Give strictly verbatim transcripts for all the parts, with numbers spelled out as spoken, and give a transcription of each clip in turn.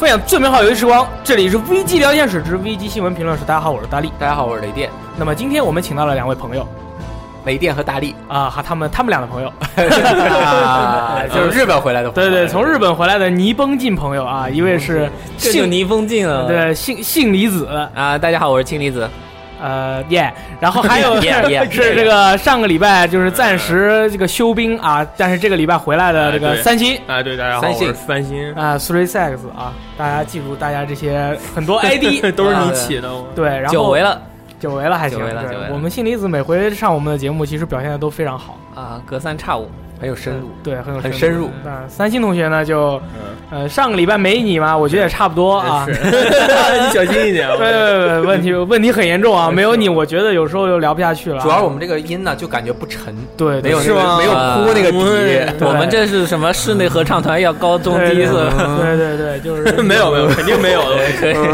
分享最美好游戏时光。这里是 V G 聊天室之 V G 新闻评论室。大家好，我是大力。 大家好，我是雷电。 那么今天我们请到了两位朋友， 雷电和大力啊，和他们他们俩的朋友， 啊，就是日本回来的朋友。 对对，从日本回来的泥崩进朋友啊，一位是姓泥崩进了， 对，姓姓离子啊。大家好，我是氢离子。 呃耶， yeah, 然后还有 yeah, yeah, 是这个上个礼拜就是暂时这个休兵啊，但是这个礼拜回来的这个三星啊，对，大家好，我是三星啊 ，Three Sex 啊，大家记住大家这些很多 I D 都是你起的， 对，然后久违了， 久违了还行， 久违了，久违了。 我们信离子每回上我们的节目，其实表现的都非常好啊，隔三差五。 很有深入， 对，很有很深入。 那三星同学呢，就呃上个礼拜没你嘛，我觉得也差不多啊。 你小心一点。 对对对，问题问题很严重啊，没有你，我觉得有时候就聊不下去了。 主要我们这个音呢，就感觉不沉， 对， 没有是吗？ 没有铺那个底。 我们这是什么室内合唱团，要高中低是吧？ 对对对，就是没有没有，肯定没有的。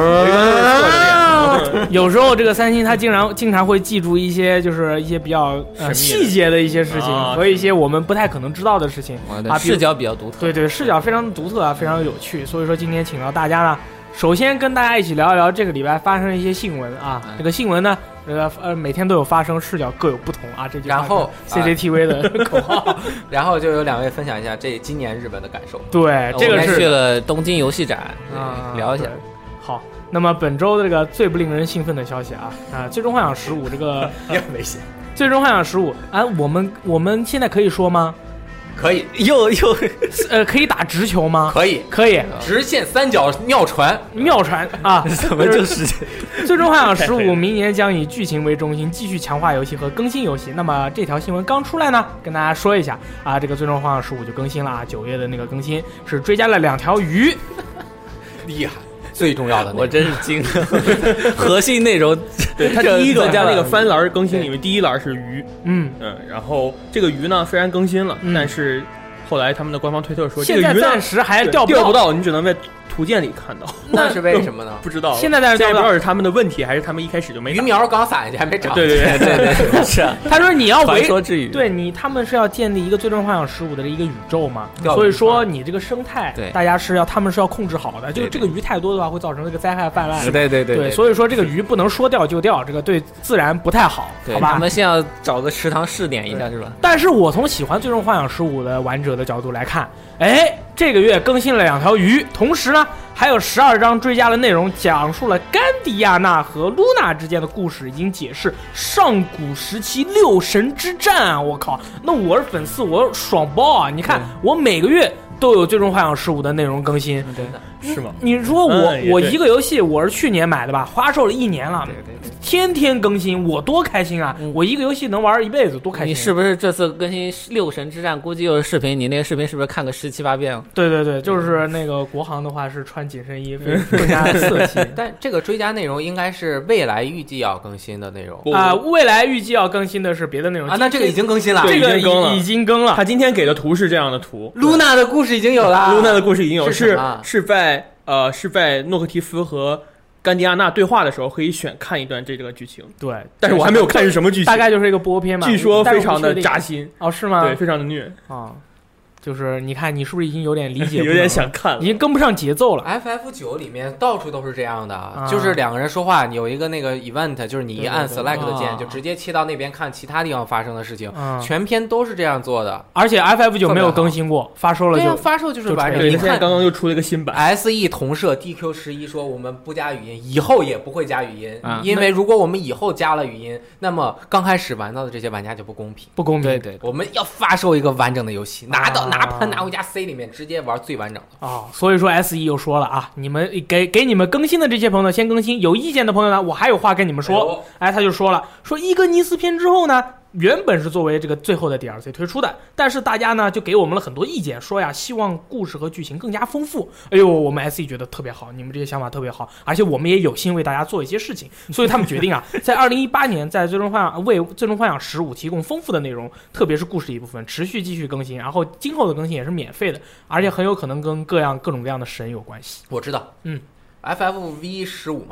有时候这个三星他经常经常会记住一些就是一些比较呃细节的一些事情和一些我们不太可能知道的事情。 啊，视角比较独特， 对对，视角非常独特啊，非常有趣。所以说今天请到大家呢，首先跟大家一起聊一聊这个礼拜发生的一些新闻啊。嗯、这个新闻呢，呃呃，每天都有发生，视角各有不同啊。这就然后 C C T V 的口号， 然后就有两位分享一下这今年日本的感受。 对，这个是去了东京游戏展， 啊、 聊一下。 好，那么本周的这个最不令人兴奋的消息啊啊，《最终幻想十五》这个也很危险，《 最终幻想十五》啊，我们我们现在可以说吗？ 可以， 又又呃，可以打直球吗？ 可以， 可以， 直线三角妙传， 妙传啊！ 怎么就是最终幻想十五明年将以剧情为中心，继续强化游戏和更新游戏。那么这条新闻刚出来呢，跟大家说一下啊，这个最终幻想十五就更新了啊，九月的那个更新是追加了两条鱼， 厉害。最重要的， 我真是惊了。核心内容， 对，它第一个加那个翻栏更新里面，第一栏是鱼， 嗯嗯，然后这个鱼呢虽然更新了， 嗯、 但是后来他们的官方推特说， 现在暂时还调不到，调不到，你只能在图鉴里看到。 那是为什么呢？ 不知道。 现在暂时不知道是他们的问题，还是他们一开始就没鱼苗刚撒下去还没长。 对对对对对对， 是。 他说你要传说之语， 对你他们是要建立一个最终幻想十五的一个宇宙嘛，所以说你这个生态， 对， 大家是要他们是要控制好的，就这个鱼太多的话会造成这个灾害泛滥。 对对对对，所以说这个鱼不能说掉就掉，这个对自然不太好，好吧？ 我们先要找个池塘试点一下，是吧？ 但是我从喜欢最终幻想十五的玩者的角度来看，哎，这个月更新了两条鱼，同时呢。还有十二章追加的内容，讲述了甘迪亚娜和露娜之间的故事，已经解释上古时期六神之战啊！我靠，那我是粉丝，我爽爆啊！你看，我每个月都有最终幻想十五的内容更新， 对的， 是吗？ 你说我、 嗯、 我一个游戏我是去年买的吧，发售了一年了， 对对对， 天天更新，我多开心啊！嗯、我一个游戏能玩一辈子，多开心！ 你是不是这次更新六神之战，估计又是视频？你那个视频是不是看个十七八遍了？ 对对对，就是那个国行的话是穿紧身衣，更加色气。 但这个追加内容应该是未来预计要更新的内容啊、呃，未来预计要更新的是别的内容啊。那这个已经更新了， 这个已经更了， 已经更了。 他今天给的图是这样的图， 露娜的故事已经有了， 露娜的故事已经有， 是是在呃是在诺克提夫和甘迪亚娜对话的时候可以选看一段这个剧情。 对， 但是我还没有看是什么剧情， 大概就是一个播片嘛。 据说非常的扎心哦，是吗？ 对，非常的虐啊。就是你看，你是不是已经有点理解， 有点想看了， 已经跟不上节奏了。 F F 九 里面到处都是这样的， 啊、 就是两个人说话，你有一个那个 event， 就是你一按 select 的键， 啊、 就直接切到那边看其他地方发生的事情， 啊、 全篇都是这样做的。 而且 F F 九 没有更新过，发售了就对、啊、发售就是完整。 你看刚刚又出了一个新版 ，S E 同社 D Q 十一说我们不加语音，以后也不会加语音， 啊、 因为如果我们以后加了语音，那么刚开始玩到的这些玩家就不公平， 不公平。 对对， 我们要发售一个完整的游戏，拿到、 啊、 拿盘拿回家。里面直接玩最完整的啊、哦，所以说 S E 又说了啊，你们给给你们更新的这些朋友先更新，有意见的朋友呢，我还有话跟你们说。哎，他就说了，说伊格尼斯篇之后呢，原本是作为这个最后的 D L C 推出的，但是大家呢就给我们了很多意见，说呀希望故事和剧情更加丰富。哎呦，我们 S E 觉得特别好，你们这些想法特别好，而且我们也有心为大家做一些事情，所以他们决定啊，在二零一八年在最终幻想为最终幻想十五提供丰富的内容，特别是故事的一部分，持续继续更新，然后今后的更新也是免费的，而且很有可能跟各样各种各样的神有关系。 我知道， 嗯 ，F F V 十五嘛。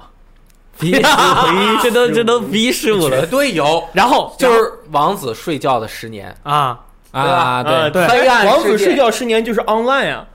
V 十五，这都这都 V 十五了， 绝对有。 然后就是王子睡觉的十年啊啊，对对， 黑暗王子睡觉十年就是 online 啊。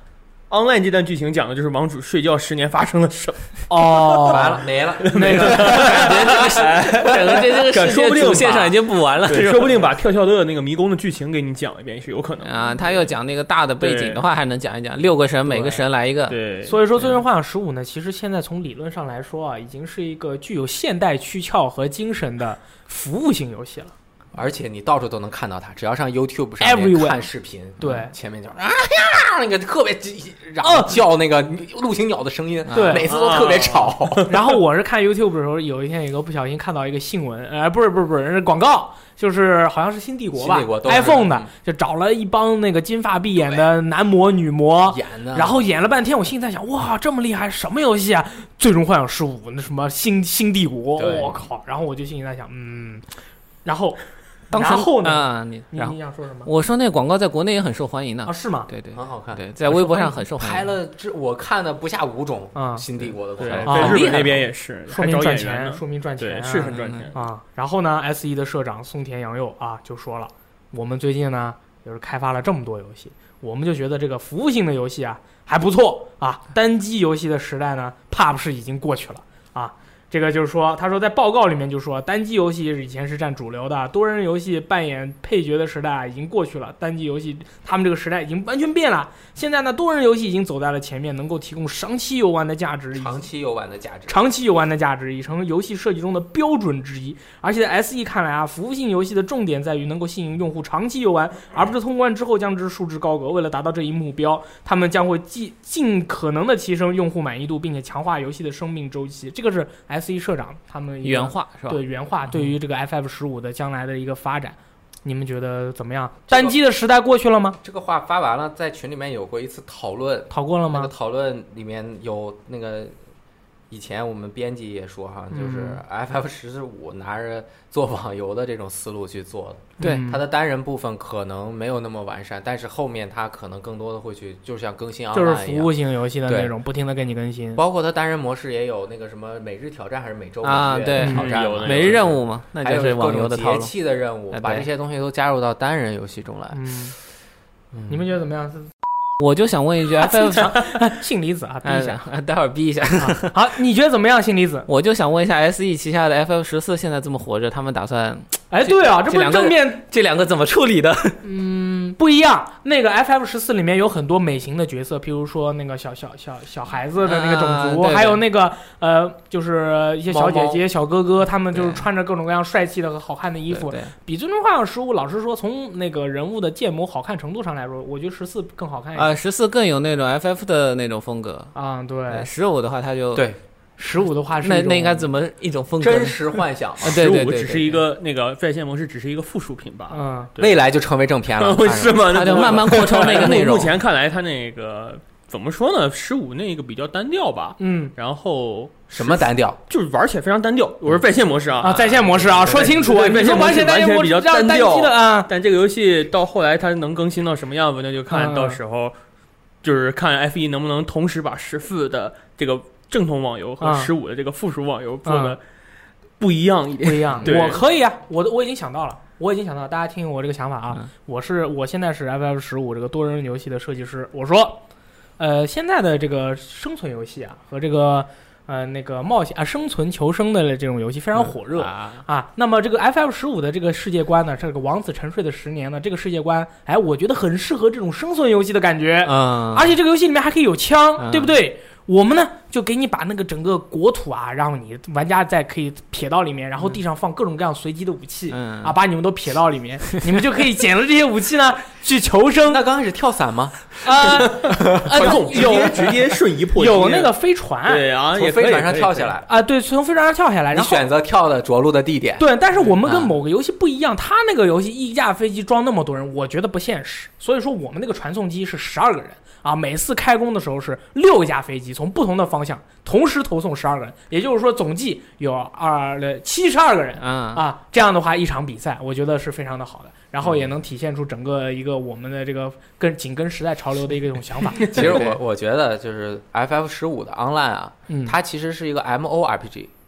online 这段剧情讲的就是王主睡觉十年发生了什么。 哦， 完了没了， 那个感觉这个是整个这这个世界主线上已经补完了， 对，说不定把跳跳乐的那个迷宫的剧情给你讲一遍也是有可能啊。他要讲那个大的背景的话，还能讲一讲六个神，每个神来一个。 对， 所以说《最终幻想十五》呢，其实现在从理论上来说啊，已经是一个具有现代躯壳和精神的服务性游戏了。 而且你到处都能看到它，只要上 YouTube 上面 Everywhere 看视频， 对， 前面就啊呀，那个特别然后叫那个陆行鸟的声音， 对， 每次都特别吵。 然后我是看 YouTube 的时候，有一天有个不小心看到一个新闻，呃，不是不是不是，是广告，就是好像是新帝国吧 ，iPhone 的，就找了一帮那个金发碧眼的男模女模演的， 然后演了半天，我心里在想，哇，这么厉害，什么游戏啊？最终幻想十五，那什么新新帝国，我靠！然后我就心里在想，嗯，然后。 当然后呢？ 啊，你你你想说什么？ 我说那个广告在国内也很受欢迎呢。 啊，是吗？ 对对， 很好看。 对，在微博上很受欢迎。 拍了这我看了不下五种新帝国的广告， 在日本那边也是， 说明赚钱，说明赚钱， 是很赚钱啊。然后呢 ，S E 的社长松田洋佑啊就说了，我们最近呢就是开发了这么多游戏，我们就觉得这个服务性的游戏啊还不错啊，单机游戏的时代呢怕不是已经过去了啊。这个就是说，他说在报告里面就说，单机游戏以前是占主流的，多人游戏扮演配角的时代已经过去了，单机游戏他们这个时代已经完全变了。现在呢，多人游戏已经走在了前面，能够提供长期游玩的价值， 长期游玩的价值， 长期游玩的价值已成游戏设计中的标准之一。而且在 S E 看来啊，服务性游戏的重点在于能够吸引用户长期游玩，而不是通关之后将之束之高阁。为了达到这一目标，他们将会尽尽可能的提升用户满意度，并且强化游戏的生命周期。这个是 S E 社长他们原话是吧？ 对原话，对于这个 F F 十五的将来的一个发展，你们觉得怎么样？单机的时代过去了吗？ 这个话发完了，在群里面有过一次讨论， 讨过了吗？ 那个讨论里面有那个。以前我们编辑也说哈，就是 F F 十五拿着做网游的这种思路去做的， 对它的单人部分可能没有那么完善，但是后面它可能更多的会去，就像更新 online 就是服务性游戏的那种，不停的给你更新。 包括它单人模式也有那个什么每日挑战还是每周啊，对挑战、 嗯、 每日任务嘛，那就是网游的套路。 还有各种节气的任务，把这些东西都加入到单人游戏中来。 嗯，嗯你们觉得怎么样？ 我就想问一句 ，F F 杏离子啊，逼一下， 啊、待会儿逼一下。 好，你觉得怎么样，杏离子？ 我就想问一下 ，S E 旗下的 F F 十四现在这么火热，他们打算？ 哎，对啊，这不是正面这两个怎么处理的？ 嗯，不一样。那个 F F 十四里面有很多美型的角色，譬如说那个小小小小孩子的那个种族， 啊、对对还有那个呃，就是一些小姐姐、小哥哥，他们就是穿着各种各样帅气的和好看的衣服。 对对比《最终幻想十五》，老实说，从那个人物的建模好看程度上来说，我觉得十四更好看一点。 啊，十四更有那种 F F 的那种风格啊，对。 十五的话，它就对。 十五的话是那那应该怎么一种风格？ 真实幻想。 对对对， 只是一个那个在线模式，只是一个附属品吧。 嗯， 未来就成为正片了。 是吗？ 它就慢慢扩充那个内容。 目前看来，它那个怎么说呢？十五那个比较单调吧。 嗯， 然后什么单调？ 就是玩起来非常单调。我是在线模式啊啊，在线模式啊，说清楚。 在线模式完全比较单调的啊。 但这个游戏到后来它能更新到什么样子，那就看到时候就是看 F 一能不能同时把十四的这个。正统网游和十五的这个附属网游做的不一样一点， 不一样。我可以啊，我我已经想到了，我已经想到了，大家听我这个想法啊。嗯、我是我现在是 F F 十五这个多人游戏的设计师，我说，呃，现在的这个生存游戏啊和这个呃那个冒险啊生存求生的这种游戏非常火热、嗯、啊, 啊。那么这个 F F 十五的这个世界观呢，这个王子沉睡的十年呢，这个世界观，哎，我觉得很适合这种生存游戏的感觉。 嗯， 而且这个游戏里面还可以有枪， 嗯、 对不对？我们呢就给你把那个整个国土啊，让你玩家再可以撇到里面，然后地上放各种各样随机的武器、 嗯、 啊，把你们都撇到里面，你们就可以捡了这些武器呢去求生。 那刚开始跳伞吗？ 啊， 有直接瞬移破， 有那个飞船， 对啊， 从飞船上跳下来啊，对，从飞船上跳下来，然后你选择跳的着陆的地点。 对，但是我们跟某个游戏不一样，它那个游戏一架飞机装那么多人，我觉得不现实。所以说我们那个传送机是十二个人。啊，每次开工的时候是六架飞机从不同的方向同时投送十二个人，也就是说总计有二七十二个人、 嗯、 啊。这样的话，一场比赛我觉得是非常的好的，然后也能体现出整个一个我们的这个跟紧跟时代潮流的一个一种想法。 其实我我觉得就是 F F 十五的 Online 啊、 嗯， 它其实是一个 M O R P G。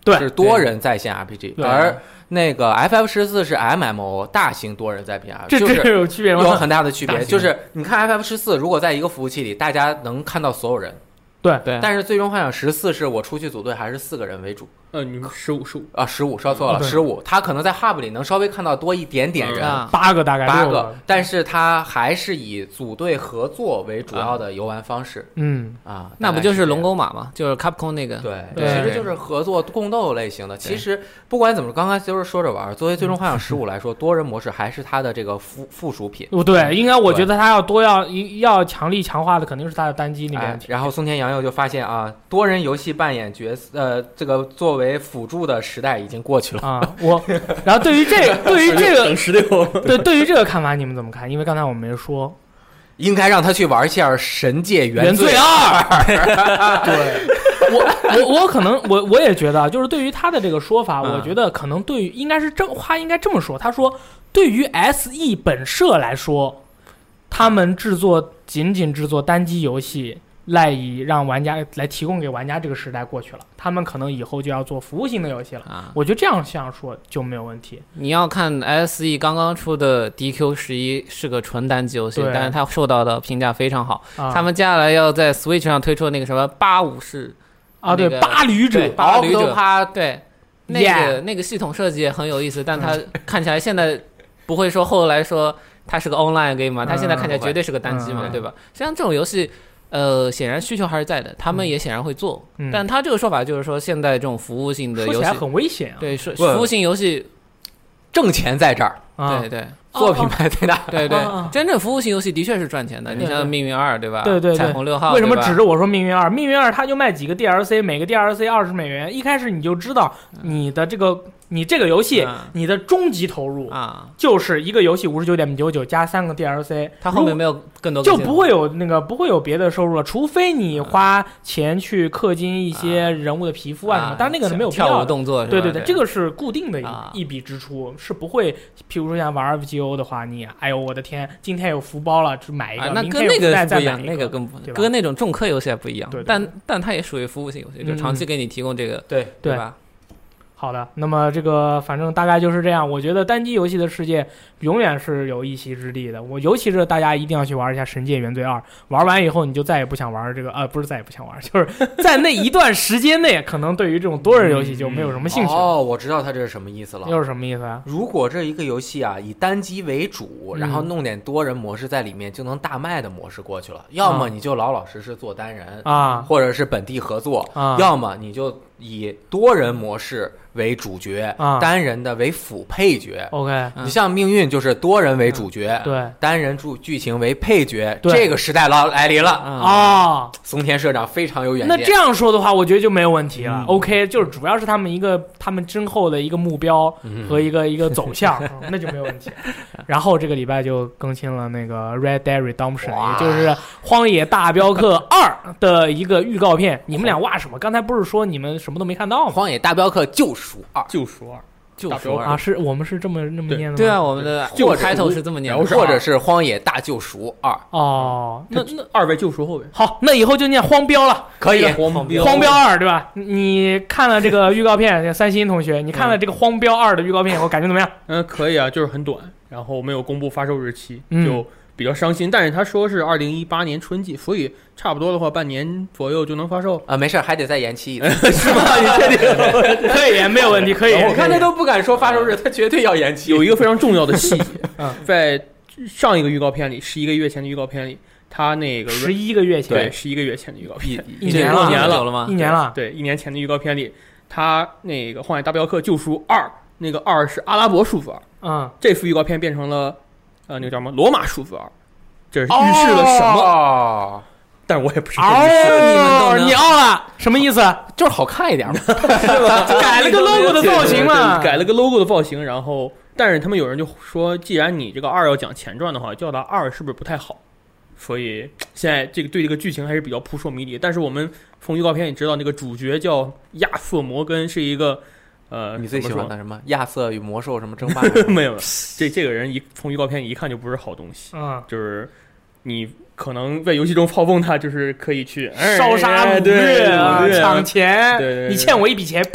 对， 是多人在线 R P G， 而那个 F F 十四是 M M O 大型多人在线 R P G， 这这有区别吗？ 有很大的区别，就是你看 F F 十四，如果在一个服务器里，大家能看到所有人。 对对， 但是最终幻想十四是我出去组队还是四个人为主。 呃，你们十五十五啊，十五说错了，十五、哦。他可能在 Hub 里能稍微看到多一点点人， 嗯、 八个大概八个，但是他还是以组队合作为主要的游玩方式。 嗯啊， 那不就是龙沟马吗？就是 Capcom 那个。 对， 对其实就是合作共斗类型的。其实不管怎么说，刚刚就是说着玩，作为最终幻想十五来说，多人模式还是它的这个附附属品。 哦，对，应该我觉得它要多要要强力强化的肯定是它的单机里面、 哎。然后松田洋佑就发现啊，多人游戏扮演角色，呃，这个作为辅助的时代已经过去了啊。我，然后对于这个，对于这个等十六， 对，对于这个看法你们怎么看？因为刚才我们没说， 应该让他去玩一下《神界原罪二》。 对，我我我可能我我也觉得，就是对于他的这个说法， 嗯、 我觉得可能对于应该是这话应该这么说。他说，对于 S E 本社来说，他们制作仅仅制作单机游戏。赖以让玩家来提供给玩家这个时代过去了，他们可能以后就要做服务性的游戏了。 啊， 我觉得这样想说就没有问题。 你要看 S E 刚刚出的 D Q 十一是个纯单机游戏，但是它受到的评价非常好。 啊、 他们接下来要在 Switch 上推出那个什么八武士啊，对， 那个、 八旅者， 八旅者， 他对，那个、yeah. 那个系统设计也很有意思，但它看起来现在不会说后来说它是个 online game 嘛，它现在看起来绝对是个单机嘛， 嗯、 对吧？像这种游戏。呃，显然需求还是在的，他们也显然会做， 嗯、 但他这个说法就是说，现在这种服务性的游戏说起来很危险啊。 对，是服务性游戏挣钱在这儿， 啊、 对对， 做品牌最大， 对对， 啊、 真正服务性游戏的确是赚钱的。你像命运二，对吧？ 对对对， 彩虹六号， 为什么指着我说命运二？命运二它就卖几个 D L C， 每个 D L C 二十美元，一开始你就知道你的这个。你这个游戏， 嗯、 你的终极投入啊， 就是一个游戏五十九点九九加三个 D L C， 它后面没有更多， 就不会有那个不会有别的收入了，除非你花钱去氪金一些人物的皮肤啊什么， 啊但是那个是没有必要的。 跳舞动作， 对对对， 这个是固定的一、 啊、 一笔支出，是不会。譬如说像玩 F G O 的话，你哎呦我的天，今天有福包了，只买一个， 啊、那明跟那个再不一样， 买那个更不对吧跟那种重氪游戏还不一样。 对对对但但它也属于服务性游戏，就长期给你提供这个， 嗯、对对吧？ 好的，那么这个反正大概就是这样。我觉得单机游戏的世界永远是有一席之地的。我尤其是大家一定要去玩一下《神界原罪二》，玩完以后你就再也不想玩这个，呃，不是再也不想玩，就是在那一段时间内，可能对于这种多人游戏就没有什么兴趣。 哦，我知道它这是什么意思了。 又是什么意思啊？ 如果这一个游戏啊以单机为主，然后弄点多人模式在里面，就能大卖的模式过去了。嗯、要么你就老老实实做单人啊， 或者是本地合作啊， 要么你就以多人模式为主角， 啊、 单人的为辅配角。 OK， 你像命运就是多人为主角， 嗯、对， 单人主剧情为配角。这个时代来来临了啊！ 松田社长非常有远见。 那这样说的话，我觉得就没有问题了。 嗯、 OK， 就是主要是他们一个他们今后的一个目标和一个、嗯、一个走向、嗯，那就没有问题。然后这个礼拜就更新了那个 Red Dead Redemption， 也就是《荒野大镖客二》的一个预告片。你们俩哇什么？刚才不是说你们什么都没看到吗？ 荒野大镖客救赎二， 救赎二， 救赎二啊，是我们是这么这么念的吗？ 对啊，我们的开头是这么念的， 或者是荒野大救赎二。 哦，那那二位救赎后边好，那以后就念荒标了， 可以荒标荒标二对吧？你看了这个预告片，三星同学，你看了这个荒标二的预告片，我感觉怎么样？ 嗯，可以啊，就是很短，然后没有公布发售日期， 嗯、 就比较伤心。但是他说是二零一八年春季，所以差不多的话，半年左右就能发售啊。没事，还得再延期一次， 是吗？你确定？ 可以，没有问题，可以。 我看他都不敢说发售日，他绝对要延期。 有一个非常重要的细节， 嗯、 在上一个预告片里，十一个月前的预告片里，他那个十一个月前， 对，十一个月前的预告片， 一年了， 一年了吗？ 一年了。 对，一年前的预告片里，他那个《荒野大镖客：救赎二》，那个二是阿拉伯数字二， 嗯， 这幅预告片变成了呃那个叫什么罗马数字二。这是预示了什么？ 哦、 但是我也不是哦，你们都你傲了，什么意思？ 就是好看一点嘛， 改了个 logo 的造型嘛， 改了个 logo 的造型。然后，但是他们有人就说，既然你这个二要讲前传的话，叫它二是不是不太好？所以现在这个对这个剧情还是比较扑朔迷离。但是我们从预告片也知道，那个主角叫亚瑟摩根，是一个。呃， 你最喜欢的什么亚瑟与魔兽什么争霸？ 没有，这这个人一从预告片一看就不是好东西。 嗯， 就是你可能在游戏中嘲讽他，就是可以去烧杀掳掠、抢钱， 对对对， 你欠我一笔钱，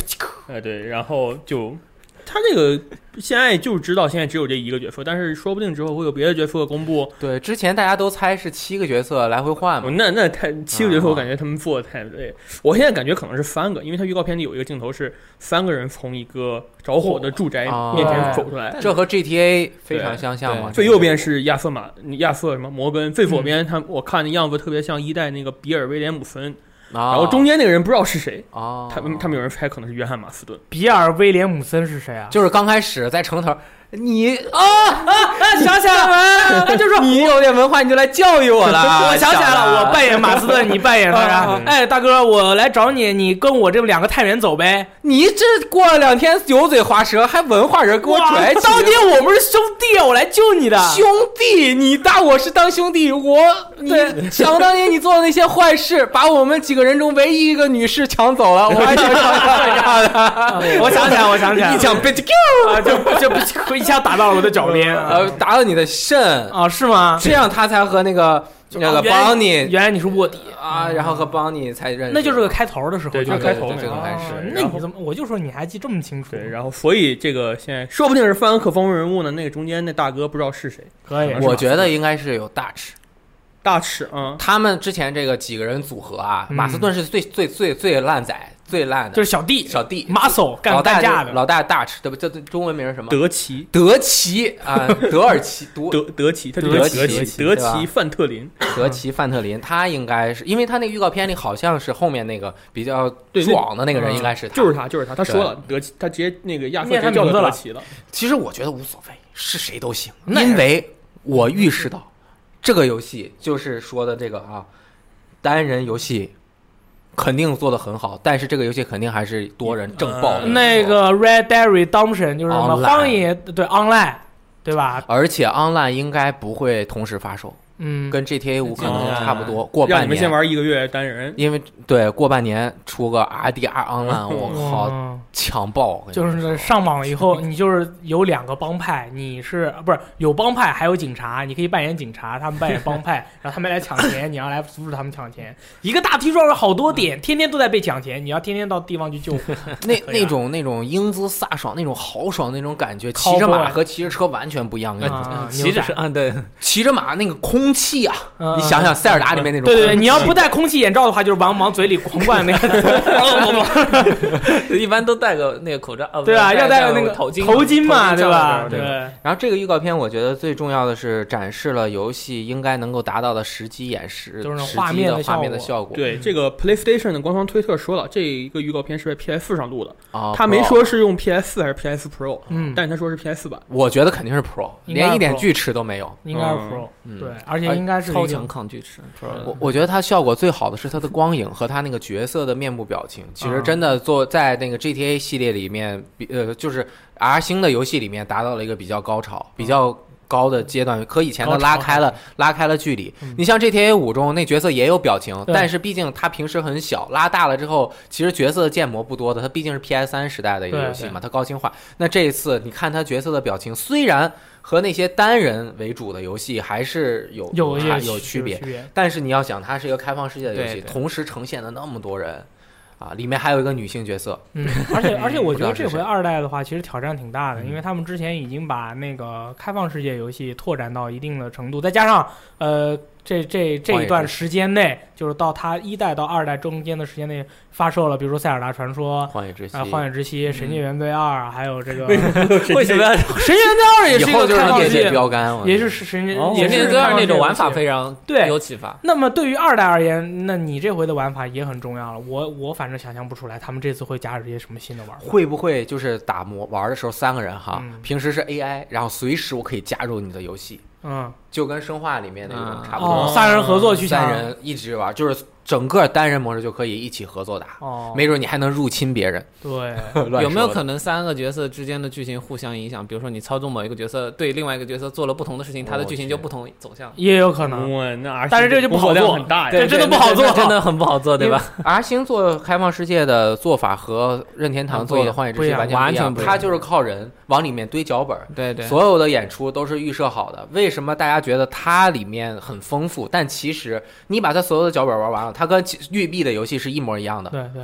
呃，对，然后就他这个现在就知道现在只有这一个角色，但是说不定之后会有别的角色公布。 对，之前大家都猜是七个角色来回换嘛。 哦、那那太七个角色，我感觉他们做的太累。啊、我现在感觉可能是三个，因为他预告片里有一个镜头是三个人从一个着火的住宅面前走出来， 这和 G T A 非常相像嘛。 最右边是亚瑟马亚瑟什么摩根，最左边他、嗯、我看的样子特别像一代那个比尔威廉姆森。 哦、 然后中间那个人不知道是谁哦， 他们他们有人猜可能是约翰马斯顿。 比尔威廉姆森是谁啊？ 就是刚开始在城头，你啊啊啊！想起来了，他就说你有点文化，你就来教育我了。 我想起来了，我扮演马斯顿，你扮演他啥？哎，大哥，我来找你，你跟我这两个探员走呗。 你这过了两天油嘴滑舌，还文化人给我拽起。 当年我们是兄弟，我来救你的。 兄弟，你当我是当兄弟？我对，想当年你做的那些坏事，把我们几个人中唯一一个女士抢走了，我还想想的。我想起来，我想起来， 一枪被啊，就就不一枪打到了我的脚边， 呃，打到你的肾啊，是吗？ 这样他才和那个那个邦尼， 原来你是卧底啊，然后和邦尼才认识， 那就是个开头的时候， 对，就是开头这个开始。 那你怎么？我就说你还记这么清楚？ 对，然后所以这个现在说不定是范恩可风云人物呢，那个中间那大哥不知道是谁， 可以， 我觉得应该是有大尺。 大尺，嗯， 他们之前这个几个人组合啊，马斯顿是最最最最烂仔。最烂的就是小弟， 小弟 muscle 干干架的老大大尺，对不？这中文名是什么？ 德奇， 德奇啊，德尔奇， 德德奇，他德奇，德奇范特林， 德奇范特林，他应该是，因为他那个预告片里好像是后面那个比较壮的那个人，应该是他， 就是他，就是他，他说了德奇，他直接那个亚瑟就叫了德奇了。 其实我觉得无所谓，是谁都行，因为我预示到这个游戏就是说的这个啊，单人游戏。肯定做得很好，但是这个游戏肯定还是多人正爆的、 呃。那个 Red Dead Redemption 就是什么荒野对 Online 对吧？ 而且 Online 应该不会同时发售， 嗯， 跟 G T A 五可能差不多。哦、过半年， 让你们先玩一个月单人， 因为对过半年出个 R D R Online，、嗯、我靠，嗯、强爆！ 就是上网以后，你就是有两个帮派，你是不是有帮派还有警察？你可以扮演警察，他们扮演帮派，然后他们来抢钱，你要来阻止他们抢钱。一个大提桩有好多点，天天都在被抢钱，你要天天到地方去救。 那那种那种英姿飒爽、那种豪爽那种感觉，骑着马和骑着车完全不一样。 啊、 骑着车啊，对， 骑着马那个空气啊，嗯、你想想塞尔达里面那种。 对对对，你要不戴空气眼罩的话，就是往往嘴里狂灌那个。 一般都戴个那个口罩。 对啊，要戴个那个头巾头巾嘛，对吧？ 对。然后这个预告片，我觉得最重要的是展示了游戏应该能够达到的实际演示， 就是画面的画面的效果。 对，这个 PlayStation 的官方推特说了，这一个预告片是在 P S 四上录的， 哦、 他没说是用 P S 四还是 P S Pro， 嗯， 但是他说是 P S 四版。 我觉得肯定是 Pro， 连一点锯齿都没有， 应该是 Pro，、嗯、对，而且应该是超强抗锯齿。 我我觉得它效果最好的是它的光影和它那个角色的面部表情，其实真的做在那个 G T A 系列里面，呃，就是 R 星的游戏里面达到了一个比较高潮、比较高的阶段，和以前的拉开了拉开了距离。 嗯、 你像 G T A 五中那角色也有表情，但是毕竟它平时很小，拉大了之后，其实角色的建模不多的，它毕竟是 P S 三时代的一个游戏嘛，它高清化。那这一次你看它角色的表情，虽然和那些单人为主的游戏还是有有有有区别， 区别但是你要想，它是一个开放世界的游戏， 对对同时呈现了那么多人。啊，里面还有一个女性角色， 嗯，而且而且我觉得这回二代的话，其实挑战挺大的，因为他们之前已经把那个开放世界游戏拓展到一定的程度，再加上呃这这这一段时间内，就是到它一代到二代中间的时间内发售了，比如说《塞尔达传说》、 《荒野之息》、 呃《荒野之息》、《神界原罪二》，还有这个为什么要《 神界原罪二》也是一个开放世界标杆， 也是神界 《 也是原罪二》那种玩法非常对有启发。 那么对于二代而言，那你这回的玩法也很重要了。我我反正想象不出来，他们这次会加入一些什么新的玩法。 会不会就是打磨玩的时候三个人哈， 嗯、 平时是 A I， 然后随时我可以加入你的游戏。 嗯， 就跟生化里面那种差不多， 哦、三人合作去三人一直玩，就是整个单人模式就可以一起合作打， 哦， 没准你还能入侵别人。 对， 有没有可能三个角色之间的剧情互相影响？比如说你操纵某一个角色对另外一个角色做了不同的事情，他的剧情就不同走向。 也有可能， 嗯、那但是这个就不好做， 很大呀， 对，真的不好做， 真的很不好做，对吧 ？R 星做开放世界的做法和任天堂做的《荒野之息》完全不一样， 他就是靠人往里面堆脚本， 对对， 所有的演出都是预设好的。为什么大家觉得它里面很丰富？但其实你把它所有的脚本玩完了，它跟育碧的游戏是一模一样的。 对对。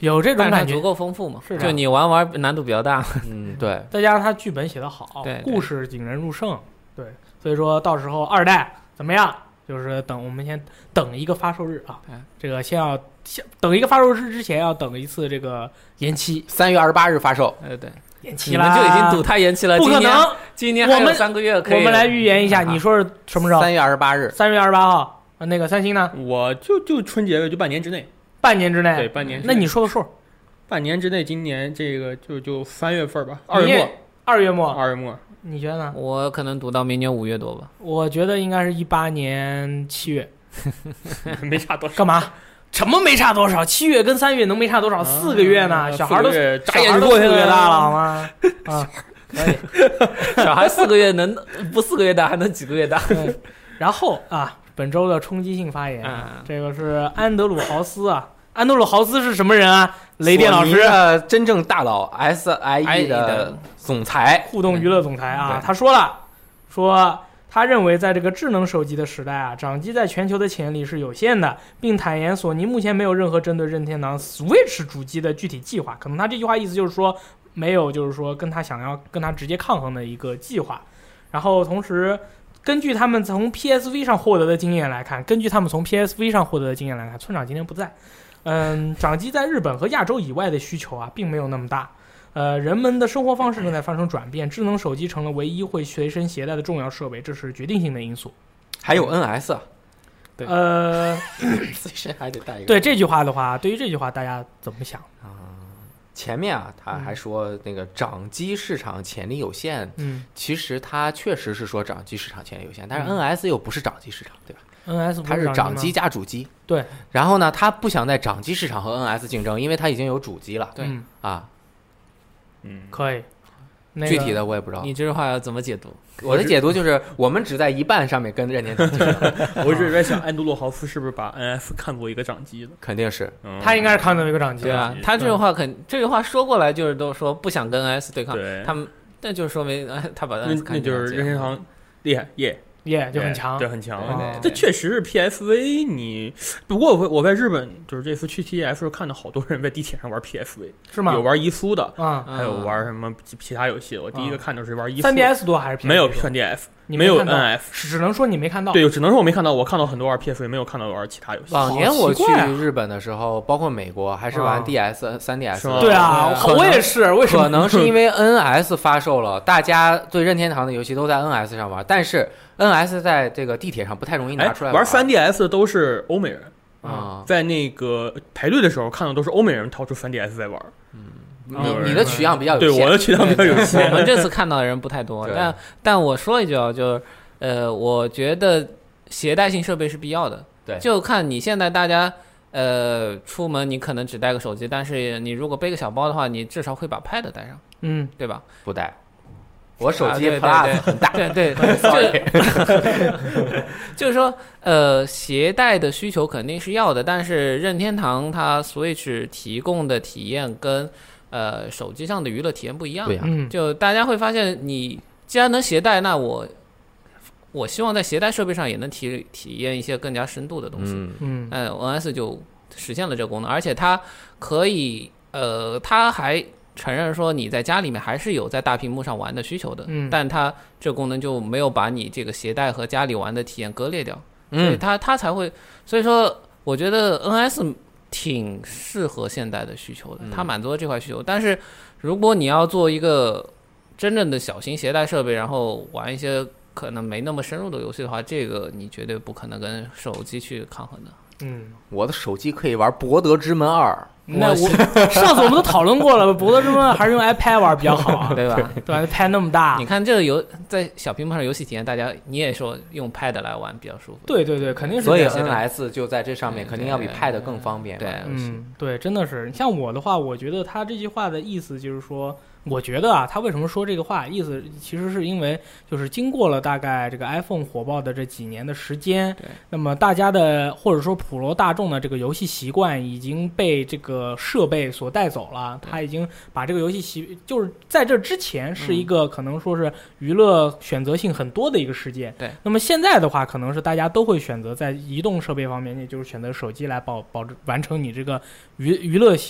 有这种感觉， 足够丰富嘛？ 是就你玩玩难度比较大。 嗯，对。 再加上它剧本写得好， 对， 故事引人入胜，对，所以说到时候二代怎么样？就是等我们先等一个发售日啊，这个先要先等一个发售日之前要等一次这个延期， 三月二十八日发售。 呃，对， 延期了， 你们就已经赌它延期了， 不可能， 今年还有三个月可以。 我们来预言一下，你说是什么时候？ 三月二十八日， 三月二十八号。那个三星呢？ 我就就春节就半年之内， 半年之内， 对，半年之内。 那你说个数？ 半年之内，今年这个就就三月份吧，二月末， 二月末， 二月末。 你觉得呢？ 我可能赌到明年五月多吧。 我觉得应该是一八年七月， 没差多少。 干嘛？什么没差多少？七月跟三月能没差多少？四个月呢？小孩都眨眼就过去了， 四个月大了好吗？啊，可以。 小孩四个月能不四个月大还能几个月大？ 然后啊，本周的冲击性发言，这个是安德鲁豪斯啊。安德鲁豪斯是什么人啊？雷电老师的真正大佬 S I E 的总裁， 互动娱乐总裁啊，他说了，说他认为在这个智能手机的时代啊，掌机在全球的潜力是有限的，并坦言索尼目前没有任何针对任天堂 Switch 主机的具体计划。可能他这句话意思就是说，没有就是说跟他想要跟他直接抗衡的一个计划。然后同时，根据他们从 P S V 上获得的经验来看，根据他们从 P S V 上获得的经验来看，村长今天不在。嗯，掌机在日本和亚洲以外的需求啊，并没有那么大。呃，人们的生活方式正在发生转变，智能手机成了唯一会随身携带的重要设备，这是决定性的因素。 还有 N S 啊， 对，呃， 随身还得带一个。 对这句话的话，对于这句话大家怎么想啊？前面啊，他还说那个掌机市场潜力有限， 嗯， 其实他确实是说掌机市场潜力有限，但是 N S 又不是掌机市场，对吧 ？N S 它是掌机加主机， 对。 然后呢，他不想在掌机市场和 N S 竞争，因为他已经有主机了。 对啊， 嗯， 可以。那个、 具体的我也不知道。 你这句话要怎么解读？ 我的解读就是，我们只在一半上面跟任天堂竞争。 我只是在想，安德鲁豪夫是不是把 N S 看作一个掌机的？ 肯定是， 嗯、 他应该是看作一个掌机。 对啊，他这句话肯、嗯、这句话说过来就是都说不想跟 N S 对抗， 对他们那就说明他把 N S 看那就是任天堂厉害耶。 耶、yeah, 就很强， 对，很强。 哦、 这确实是 P S V。你不过我我在日本就是这次去 T G F 时候看到好多人在地铁上玩 P S V， 是吗？ 有玩伊苏的， 啊、 嗯，还有玩什么其他游戏。我第一个看到是玩伊苏。 三 D S 多还是 P S V 没有三 D S， 没有 N F， 只能说你没看到。 对，只能说我没看到。我看到很多玩 P S V， 没有看到玩其他游戏。 往年我去日本的时候，包括美国，还是玩 D S、三 D S。 对啊，我也是。为什么？ 可能是因为 N S 发售了，大家对任天堂的游戏都在 N S 上玩，但是 N S 在这个地铁上不太容易拿出来玩。 玩三 D S 的都是欧美人啊， 在那个排队的时候看到都是欧美人掏出三 D S 在玩。 嗯，你你的取样比较有限， 对，我的取样比较有限。 我们这次看到的人不太多，但但我说一句啊，就是呃，我觉得携带性设备是必要的。 对， 就看你现在大家呃出门，你可能只带个手机，但是你如果背个小包的话，你至少会把 Pad 带上， 嗯， 对吧？ 不带。我手机 Plus 很大， 对对对，就就是说，呃，携带的需求肯定是要的，但是任天堂它 Switch 提供的体验跟呃手机上的娱乐体验不一样。 对呀、 啊， 就大家会发现，你既然能携带，那我我希望在携带设备上也能体体验一些更加深度的东西。 嗯嗯， 呃 ，N S 就实现了这个功能，而且它可以，呃，它还承认说你在家里面还是有在大屏幕上玩的需求的， 嗯， 但它这个功能就没有把你这个携带和家里玩的体验割裂掉， 嗯， 所以它它才会，所以说我觉得 N S 挺适合现代的需求的，它满足了这块需求。但是如果你要做一个真正的小型携带设备，然后玩一些可能没那么深入的游戏的话，这个你绝对不可能跟手机去抗衡的。 嗯， 我的手机可以玩《博德之门二》。 那我上次我们都讨论过了，《博德之门》还是用 iPad 玩比较好、啊， 对吧？ 对 ，iPad 那么大， 你看这个游在小屏幕上游戏体验，大家你也说用 Pad 来玩比较舒服。 对对对，肯定是。 所以 N S 就在这上面，肯定要比 Pad 更方便。 对， 嗯，对，真的是。像我的话，我觉得他这句话的意思就是说。我觉得啊，他为什么说这个话，意思其实是因为就是经过了大概这个 iPhone 火爆的这几年的时间，那么大家的或者说普罗大众的这个游戏习惯已经被这个设备所带走了，他已经把这个游戏习就是在这之前是一个可能说是娱乐选择性很多的一个世界， 对。 那么现在的话，可能是大家都会选择在移动设备方面，也就是选择手机来保保完成你这个娱娱乐协。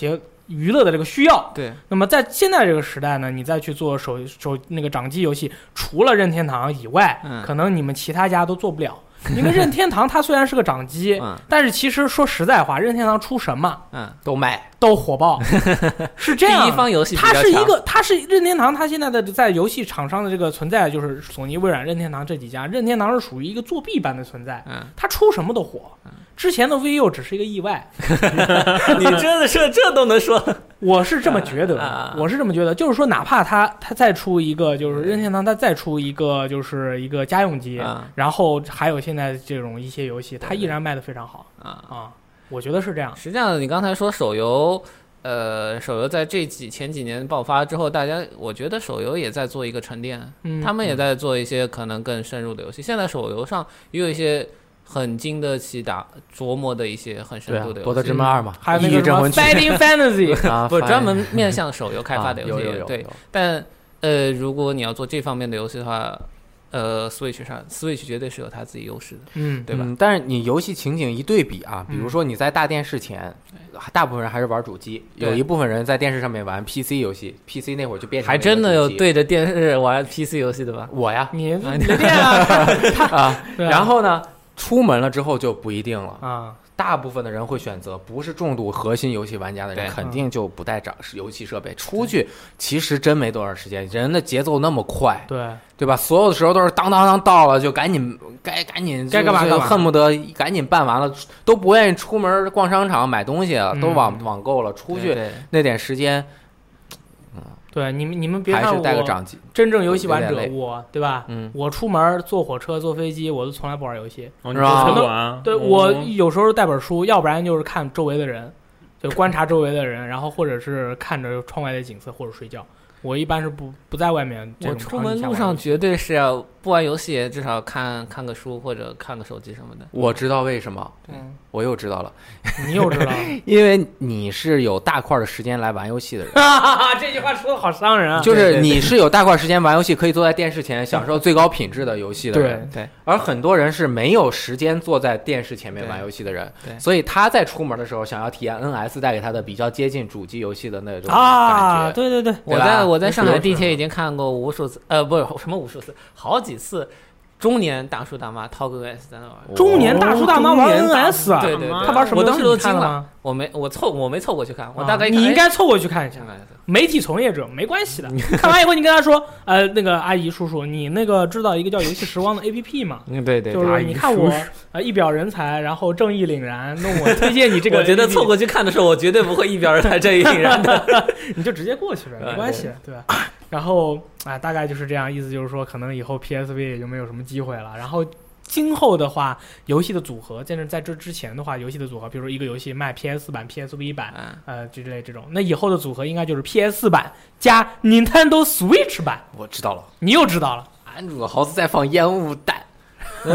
娱乐的这个需要。 对， 那么在现在这个时代呢，你再去做手手那个掌机游戏，除了任天堂以外， 嗯、 可能你们其他家都做不了。因为任天堂它虽然是个掌机， 嗯、 但是其实说实在话，任天堂出什么， 嗯， 都卖， 都火爆，是这样。 第一方游戏比较强， 它是一个，它是任天堂，它现在的在游戏厂商的这个存在，就是索尼、微软、任天堂这几家。任天堂是属于一个作弊般的存在， 嗯， 它出什么都火。之前的 V U 只是一个意外， 你真的是这都能说？ 我是这么觉得， 啊、 我是这么觉得，就是说，哪怕它它再出一个，就是任天堂它再出一个，就是一个家用机， 啊、 然后还有现在这种一些游戏，它依然卖得非常好啊啊，我觉得是这样。 实际上，你刚才说手游。呃，手游在这几前几年爆发之后，大家我觉得手游也在做一个沉淀， 嗯， 他们也在做一些可能更深入的游戏。现在手游上也有一些很经得起打琢磨的一些很深度的游戏， 博德之门二嘛， 还有那个什么 Fighting Fantasy 啊， 不专门面向手游开发的游戏， 啊、有有有对。但呃，如果你要做这方面的游戏的话，呃 ，Switch 上 ，Switch 绝对是有它自己优势的， 嗯， 对吧、 嗯？但是你游戏情景一对比啊，比如说你在大电视前，嗯、大部分人还是玩主机，有一部分人在电视上面玩 P C 游戏 ，P C 那会儿就变成还真的有对着电视玩 P C 游戏的吧？ 我呀， 你雷电啊， 啊，然后呢，出门了之后就不一定了啊。 大部分的人会选择不是重度核心游戏玩家的人，肯定就不带掌游戏设备出去。其实真没多少时间，人的节奏那么快， 对对吧？所有的时候都是当当当到了就赶紧该赶紧该干嘛干嘛， 恨不得赶紧办完了，都不愿意出门逛商场买东西了， 嗯、 都网网购了，出去那点时间。 对，你们你们别看我， 还是带个掌机， 真正游戏玩者我，对吧？ 嗯， 我出门坐火车、坐飞机，我都从来不玩游戏， 是吧？ 能对、 哦、 我有时候带本书，要不然就是看周围的人，就观察周围的人，然后或者是看着窗外的景色，或者睡觉。我一般是不不在外面这种我出门路上绝对是要不玩游戏，至少看看个书或者看个手机什么的。 我知道为什么， 嗯， 我又知道了， 你又知道了， 因为你是有大块的时间来玩游戏的人。 这句话说的好伤人啊！ 就是你是有大块时间玩游戏，可以坐在电视前享受最高品质的游戏的人。 对，对而很多人是没有时间坐在电视前面玩游戏的人， 对， 所以他在出门的时候想要体验 N S 带给他的比较接近主机游戏的那种感觉。 啊，对对对， 我在我在上海地铁已经看过无数次，呃，不是什么无数次，好几次。中年大叔大妈掏个 N S 在那玩， 中年大叔大妈玩 N S 啊？ 对对对， 他玩什么？ 我当时都惊了。 我没我凑我没凑过去看，我啊、 大概你应该凑过去看一下。媒体从业者没关系的，看完以后你跟他说，呃，那个阿姨叔叔，你那个知道一个叫游戏时光的 A P P 吗？ 嗯，对对， 就是你看我呃一表人才，然后正义凛然，那我推荐你这个。 我觉得凑过去看的时候，我绝对不会一表人才正义凛然的， 你就直接过去呗，没关系，对吧？然后啊、呃，大概就是这样，意思就是说，可能以后 P S V 也就没有什么机会了。然后今后的话，游戏的组合，在这在这之前的话，游戏的组合，比如说一个游戏卖 P S 版、P S V 版，呃，之类这种，那以后的组合应该就是 P S 版加 Nintendo Switch 版。 我知道了， 你又知道了， 安卓豪斯在放烟雾弹。 过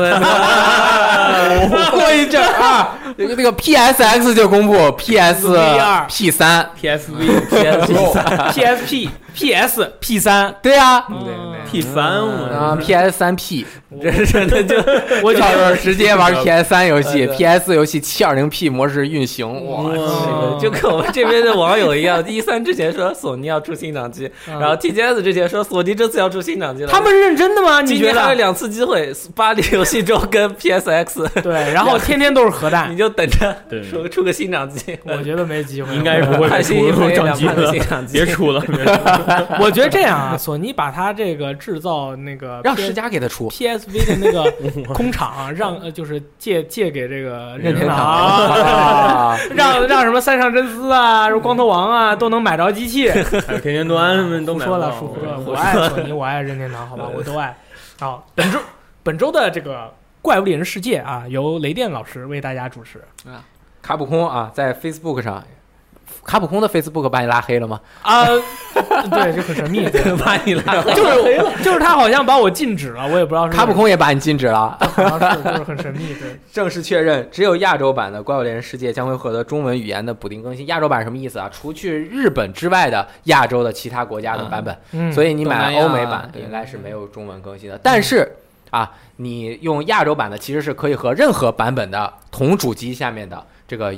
一阵啊，那个那个 P S X 就公布 P S P 三 P S V P S P 三 P S P P S P 三， 对啊， 对对 P 三啊 P S 三 P， 真是的就我到时候直接玩 P S 三游戏 ，P S 游戏 七二零P 模式运行，哇， 就跟我们这边的网友一样，E 三之前说索尼要出新掌机，然后 T G S 之前说索尼这次要出新掌机了， 他们认真的吗？你觉得？ 还有两次机会，巴黎游戏周跟 P S X， 对，然后天天都是核弹， 你就等着出出个新掌机， 我觉得没机会， 应该是不会出掌机的，别出了，别出了。 我觉得这样啊，索尼把它这个制造那个让世嘉给他出 P S V 的那个工厂，让呃就是借借给这个任天堂， 啊、 让让什么三上真司啊、什么光头王啊都能买着机器， 还有天天端什么都买说了，说了，我爱索尼，我爱任天堂，好吧，我都爱。好，本周本周的这个怪物猎人世界啊，由雷电老师为大家主持。 啊，卡普空啊，在 Facebook 上。卡普空的 Facebook 把你拉黑了吗？ 啊，对，就很神秘， 把你拉黑， 就是就是他好像把我禁止了，我也不知道是。 卡普空也把你禁止了， 好像是，就是很神秘。对， 正式确认，只有亚洲版的《怪物猎人世界》将会获得中文语言的补丁更新。亚洲版什么意思啊？除去日本之外的亚洲的其他国家的版本， 嗯、 所以你买欧美版应该是没有中文更新的。但是啊，你用亚洲版的其实是可以和任何版本的同主机下面的这个。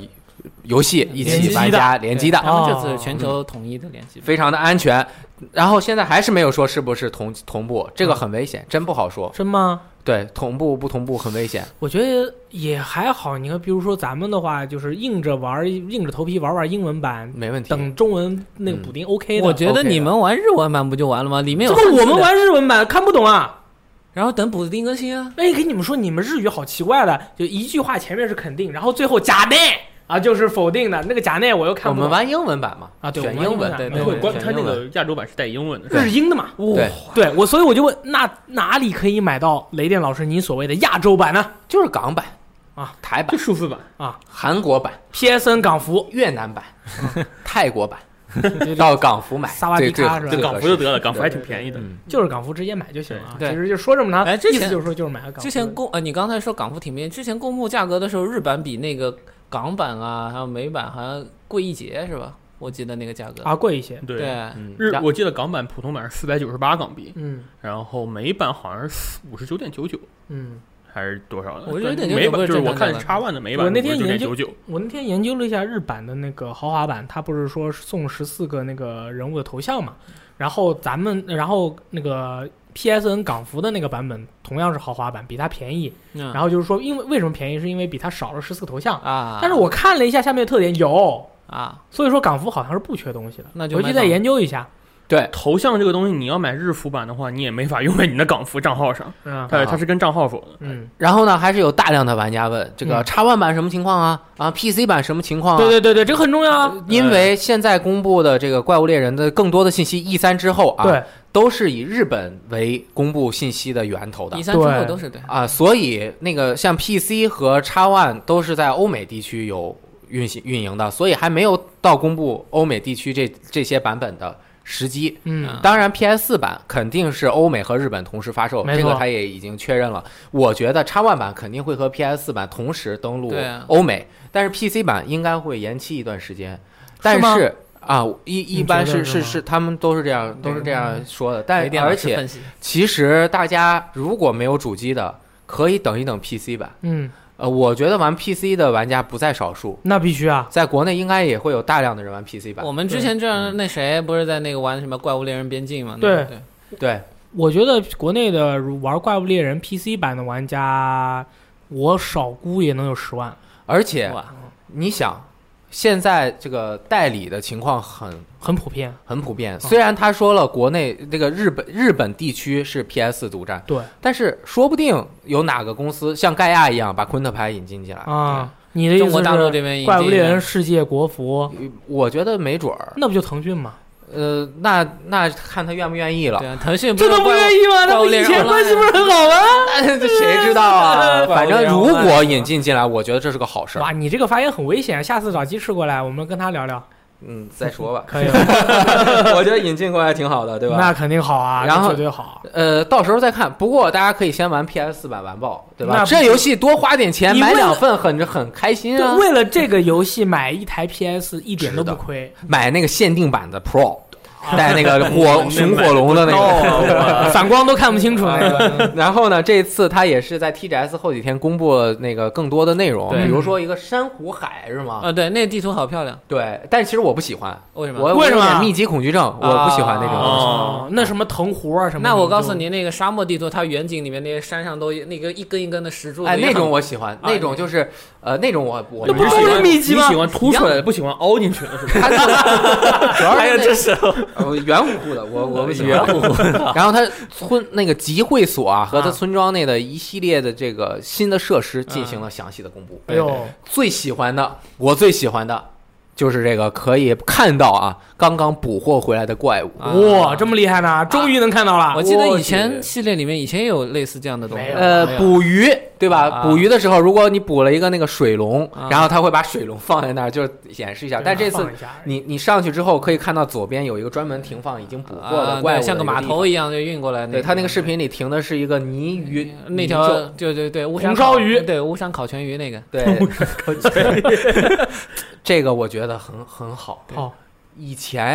游戏一起玩家联机的， 他们这次全球统一的联机， 非常的安全。然后现在还是没有说是不是同同步，这个很危险，真不好说。 真吗？ 对，同步不同步很危险。 我觉得也还好，你看，比如说咱们的话，就是硬着玩，硬着头皮玩玩英文版， 没问题。 等中文那个补丁 OK 的。 我觉得你们玩日文版不就完了吗？里面有这个我们玩日文版看不懂啊。 然后等补丁更新啊！ 哎，给你们说，你们日语好奇怪的，就一句话前面是肯定，然后最后假内啊就是否定的，那个假内我又看不懂。 我们玩英文版嘛， 啊，对， 选英文， 对对对，他那个亚洲版是带英文的， 日英的嘛。 对， 对我，所以我就问，那哪里可以买到雷电老师你所谓的亚洲版呢？ 就是港版啊， 台版、 数字版啊， 韩国版、 P S N 港服、 越南版、泰国版。到港服买， 萨瓦迪卡是吧？ 就港服就得了，港服还挺便宜的， 就是港服直接买就行了。 对， 其实就说这么长， 哎， 意思就是说就是买个港服。 之前公呃，你刚才说港服挺便宜，之前公布价格的时候，日版比那个港版啊，还有美版好像贵一截是吧？我记得那个价格啊，贵一些。 对， 对日我记得港版普通版是四百九十八港币， 嗯， 然后美版好像是五十九点九九， 嗯。 还是多少？ 我觉得美版就是我看叉 one 的美版， 我那天研究， 我那天研究了一下日版的那个豪华版，它不是说送十四个那个人物的头像嘛？然后咱们，然后那个 P S N 港服的那个版本同样是豪华版，比它便宜。 嗯、 然后就是说，因为为什么便宜？是因为比它少了十四个头像啊。 但是我看了一下下面的特点有啊， 所以说港服好像是不缺东西的。 那就回去再研究一下。 对， 头像这个东西，你要买日服版的话，你也没法用在你的港服账号上。 嗯， 对，它是跟账号锁的。 嗯， 然后呢，还是有大量的玩家问这个叉 one 版什么情况啊？啊 ，P C 版什么情况啊？ 对对对对，这个很重要啊。 因为现在公布的这个怪物猎人的更多的信息 E 三之后啊， 对， 都是以日本为公布信息的源头的。 E 三之后都是对啊，所以那个像 P C 和叉 one 都是在欧美地区有运行运营的，所以还没有到公布欧美地区这这些版本的时机。 嗯， 当然 P S 四 版肯定是欧美和日本同时发售，这个他也已经确认了。我觉得 X one 版肯定会和 P S 四 版同时登陆欧美，但是 P C 版应该会延期一段时间。但是啊，一一般是是是，他们都是这样都是这样说的。但而且其实大家如果没有主机的，可以等一等 P C 版。 嗯。 呃，我觉得玩 P C 的玩家不在少数， 那必须啊， 在国内应该也会有大量的人玩 P C 版。 我们之前这样，那谁不是在那个玩什么怪物猎人边境吗？ 对对对， 我觉得国内的玩怪物猎人 P C 版的玩家，我少估也能有十万。 而且你想，现在这个代理的情况很很普遍， 很普遍。虽然他说了国内这个日本日本地区是 P S 独占， 对， 但是说不定有哪个公司像盖亚一样把昆特牌引进进来啊。你的意思是中国大陆这边怪物猎人世界国服？ 我觉得没准儿， 那不就腾讯吗？ 呃，那那看他愿不愿意了。 对啊，腾讯这都不愿意吗？他们以前关系不是很好吗？ 这谁知道啊？反正如果引进进来，我觉得这是个好事。 哇，你这个发言很危险，下次找鸡翅过来，我们跟他聊聊。 嗯，再说吧。 可以。 我觉得引进过来挺好的，对吧？ 那肯定好啊， 然后绝对好。 呃，到时候再看。不过大家可以先玩 P S 四 版完爆，对吧？这游戏多花点钱买两份，很很开心啊。 为了这个游戏买一台 P S 一点都不亏。 买那个限定版的 Pro。带那个火熊火龙的那个反光都看不清楚那个。 然后呢，这次他也是在 T G S 后几天公布了那个更多的内容，比如说一个珊瑚海是吗？ 啊，对，那地图好漂亮。 对，但其实我不喜欢。 为什么？ 我为什么？ 密集恐惧症，我不喜欢那种东西。 哦，那什么藤壶啊什么？ 那我告诉你，那个沙漠地图，它远景里面那些山上都那个一根一根的石柱。 哎，那种我喜欢，那种就是呃，那种我我不都是密集吗？ 你喜欢凸出来的，不喜欢凹进去的，是吧？ 主要还有这时候， 呃，圆乎乎的，我我不喜欢。然后它村那个集会所啊，和它村庄内的一系列的这个新的设施进行了详细的公布。 哎呦， 最喜欢的，我最喜欢的就是这个可以看到啊，刚刚捕获回来的怪物。 哇，这么厉害呢！终于能看到了。 我记得以前系列里面以前也有类似这样的东西。 呃，捕鱼对吧？捕鱼的时候，如果你捕了一个那个水龙，然后它会把水龙放在那儿，就演示一下。但这次你你上去之后，可以看到左边有一个专门停放已经捕获的怪物， 像个码头一样就运过来。 对，它那个视频里停的是一个泥鱼， 那条对对对，乌山烧鱼， 对乌山烤全鱼那个。 对，这个我觉得很很好。 好， 以前呀，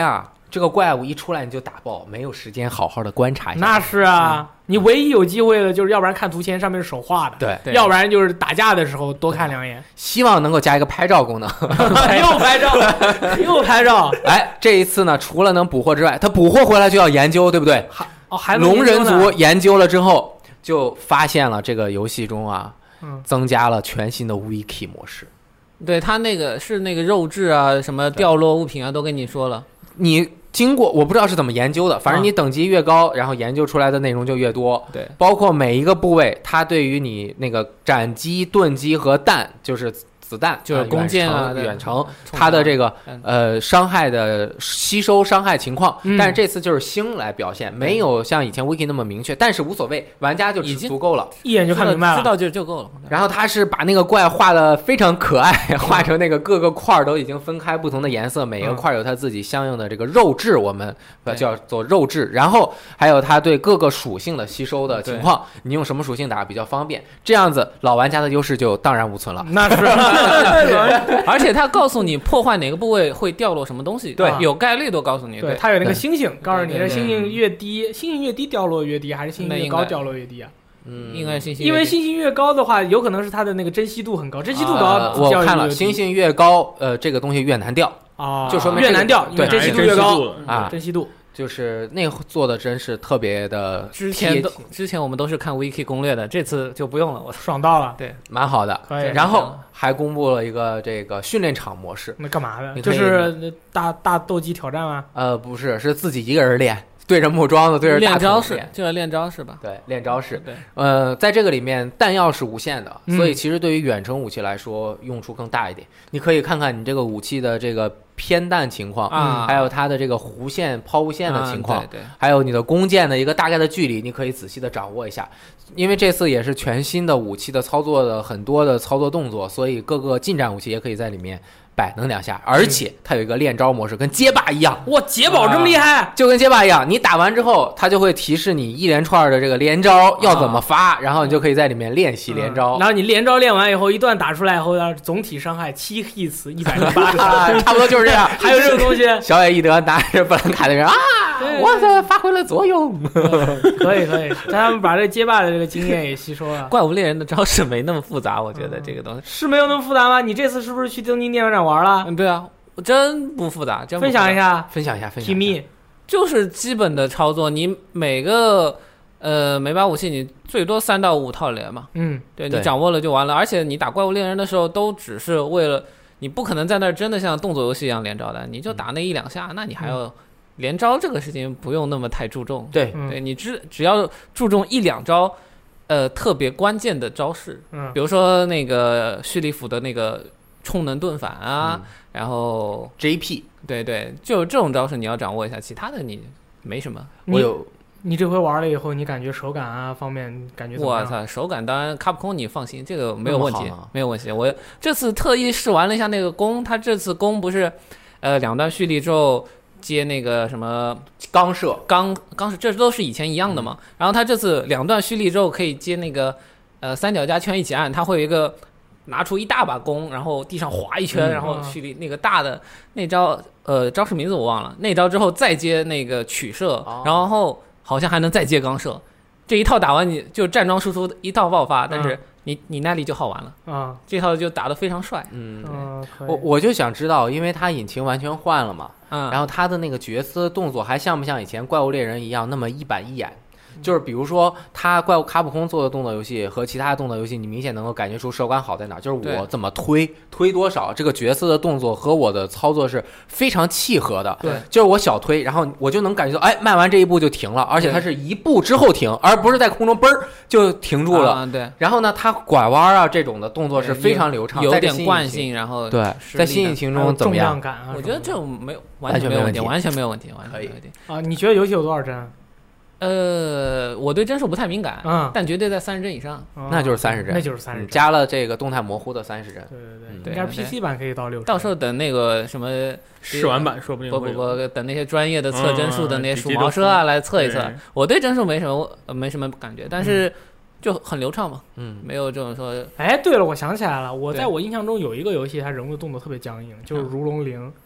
这个怪物一出来你就打爆，没有时间好好的观察一下。 那是啊，嗯、你唯一有机会的就是要不然看图签上面是手画的， 对， 要不然就是打架的时候多看两眼。 希望能够加一个拍照功能， 又拍照，又拍照。 哎，这一次呢，除了能捕获之外，他捕获回来就要研究，对不对？ 还哦，还龙人族研究了之后，就发现了这个游戏中啊， 嗯、 增加了全新的 wiki 模式。 对，他那个是那个肉质啊，什么掉落物品啊，都跟你说了。 你经过我不知道是怎么研究的，反正你等级越高，然后研究出来的内容就越多。 对， 包括每一个部位，它对于你那个斩击、盾击和弹，就是子弹， 就是弓箭啊， 远程，它的这个呃伤害的吸收伤害情况。 嗯、 但是这次就是星来表现，没有像以前 wiki 那么明确，但是无所谓，玩家就足够了， 一眼就看明白了， 知道就就够了。 然后他是把那个怪画的非常可爱，画成那个各个块都已经分开不同的颜色，每一个块有它自己相应的这个肉质，我们叫做肉质。然后还有它对各个属性的吸收的情况，你用什么属性打比较方便，这样子老玩家的优势就荡然无存了。 那是。 而且他告诉你破坏哪个部位会掉落什么东西， 对， 有概率都告诉你。 对，他有那个星星，告诉你，这星星越低，星星越低掉落越低，还是星星越高掉落越低啊？ 嗯，应该星星， 因为星星越高的话，有可能是它的那个珍稀度很高，珍稀度高， 呃、我看了，星星越高，呃，这个东西越难掉啊， 就说明、 这个、越难掉， 对， 珍稀度越高啊， 珍稀度。 就是那做的真是特别的， 之前都之前我们都是看 wiki 攻略的，这次就不用了，我爽到了， 对， 蛮好的。 可以。 然后还公布了一个这个训练场模式， 那干嘛的？就是大大斗鸡挑战吗？ 呃，不是，是自己一个人练，对着木桩子，对着大练招式，就是练招式吧？ 对，练招式。 对， 呃，在这个里面弹药是无限的， 嗯、 所以其实对于远程武器来说用处更大一点。你可以看看你这个武器的这个偏弹情况啊， 还有它的这个弧线抛物线的情况， 啊、对, 对， 还有你的弓箭的一个大概的距离，你可以仔细的掌握一下。因为这次也是全新的武器的操作的很多的操作动作，所以各个近战武器也可以在里面摆弄两下，而且它有一个练招模式，跟街霸一样。 哇，解宝这么厉害、 啊，就跟街霸一样，你打完之后，它就会提示你一连串的这个连招要怎么发，啊、然后你就可以在里面练习连招、 嗯。然后你连招练完以后，一段打出来以后，总体伤害七 hits 一百零八， 差不多就是这样。 还有这个东西， 小野义德拿着布兰卡的人啊，我操，发挥了作用。 可以可以，他们把这街霸的这个经验也吸收了。 怪物猎人的招式没那么复杂，我觉得这个东西、 嗯、是没有那么复杂吗？你这次是不是去东京电玩展玩了？ 嗯，对啊。真不复杂，真不复杂。 分享一下， 分享一下，分享一下。 就是基本的操作，你每个呃每把武器你最多三到五套连嘛， 嗯， 对你掌握了就完了。而且你打怪物猎人的时候，都只是为了你不可能在那儿真的像动作游戏一样连招的，你就打那一两下，嗯、那你还要连招这个事情不用那么太注重。 对， 嗯、 对你只只要注重一两招，呃特别关键的招式， 嗯， 比如说那个蓄力斧的那个充能盾反啊。嗯然后 J P 对对，就这种招式你要掌握一下，其他的你没什么。 我有， 你这回玩了以后，你感觉手感啊方面感觉怎么样？ 我操，手感当然卡普空你放心，这个没有问题，没有问题。我这次特意试玩了一下那个弓，它这次弓不是呃两段蓄力之后接那个什么钢射钢钢射，这都是以前一样的嘛。嗯、然后它这次两段蓄力之后可以接那个呃三角加圈一起按，它会有一个。拿出一大把弓，然后地上划一圈，嗯、然后蓄力那个大的那招，呃，招式名字我忘了。那招之后再接那个曲射，哦、然后好像还能再接钢射。这一套打完你就站桩输出一套爆发，嗯、但是你你耐力就耗完了啊。 这套就打得非常帅。 嗯， 嗯我我就想知道，因为它引擎完全换了嘛， 嗯， 然后它的那个角色动作还像不像以前怪物猎人一样那么一板一眼？就是比如说，他怪物卡普空做的动作游戏和其他动作游戏，你明显能够感觉出手感好在哪。就是我怎么推推多少，这个角色的动作和我的操作是非常契合的。 对， 就是我小推，然后我就能感觉到，哎，迈完这一步就停了，而且它是一步之后停，而不是在空中嘣儿就停住了。 啊、对。 然后呢，它拐弯啊这种的动作是非常流畅， 有点惯性，然后对，在新引擎中怎么样？ 感啊、 我觉得这种没有完全没有问题，完全没有问题，完全没有问题啊！你觉得游戏有多少帧？ 呃，我对帧数不太敏感， 嗯， 但绝对在三十帧以上， 嗯、 那就是三十帧， 那就是三十帧， 加了这个动态模糊的三十帧， 对对对， 对，应该是 P C 版可以到六十。 到时候等那个什么试玩版，说不定不不不，等那些专业的测帧数的那些鼠毛车啊来测一测。我对帧数没什么没什么感觉，但是就很流畅嘛， 嗯， 没有这种说。 哎，对了，我想起来了，我在我印象中有一个游戏，它人物动作特别僵硬，就是《如龙零》。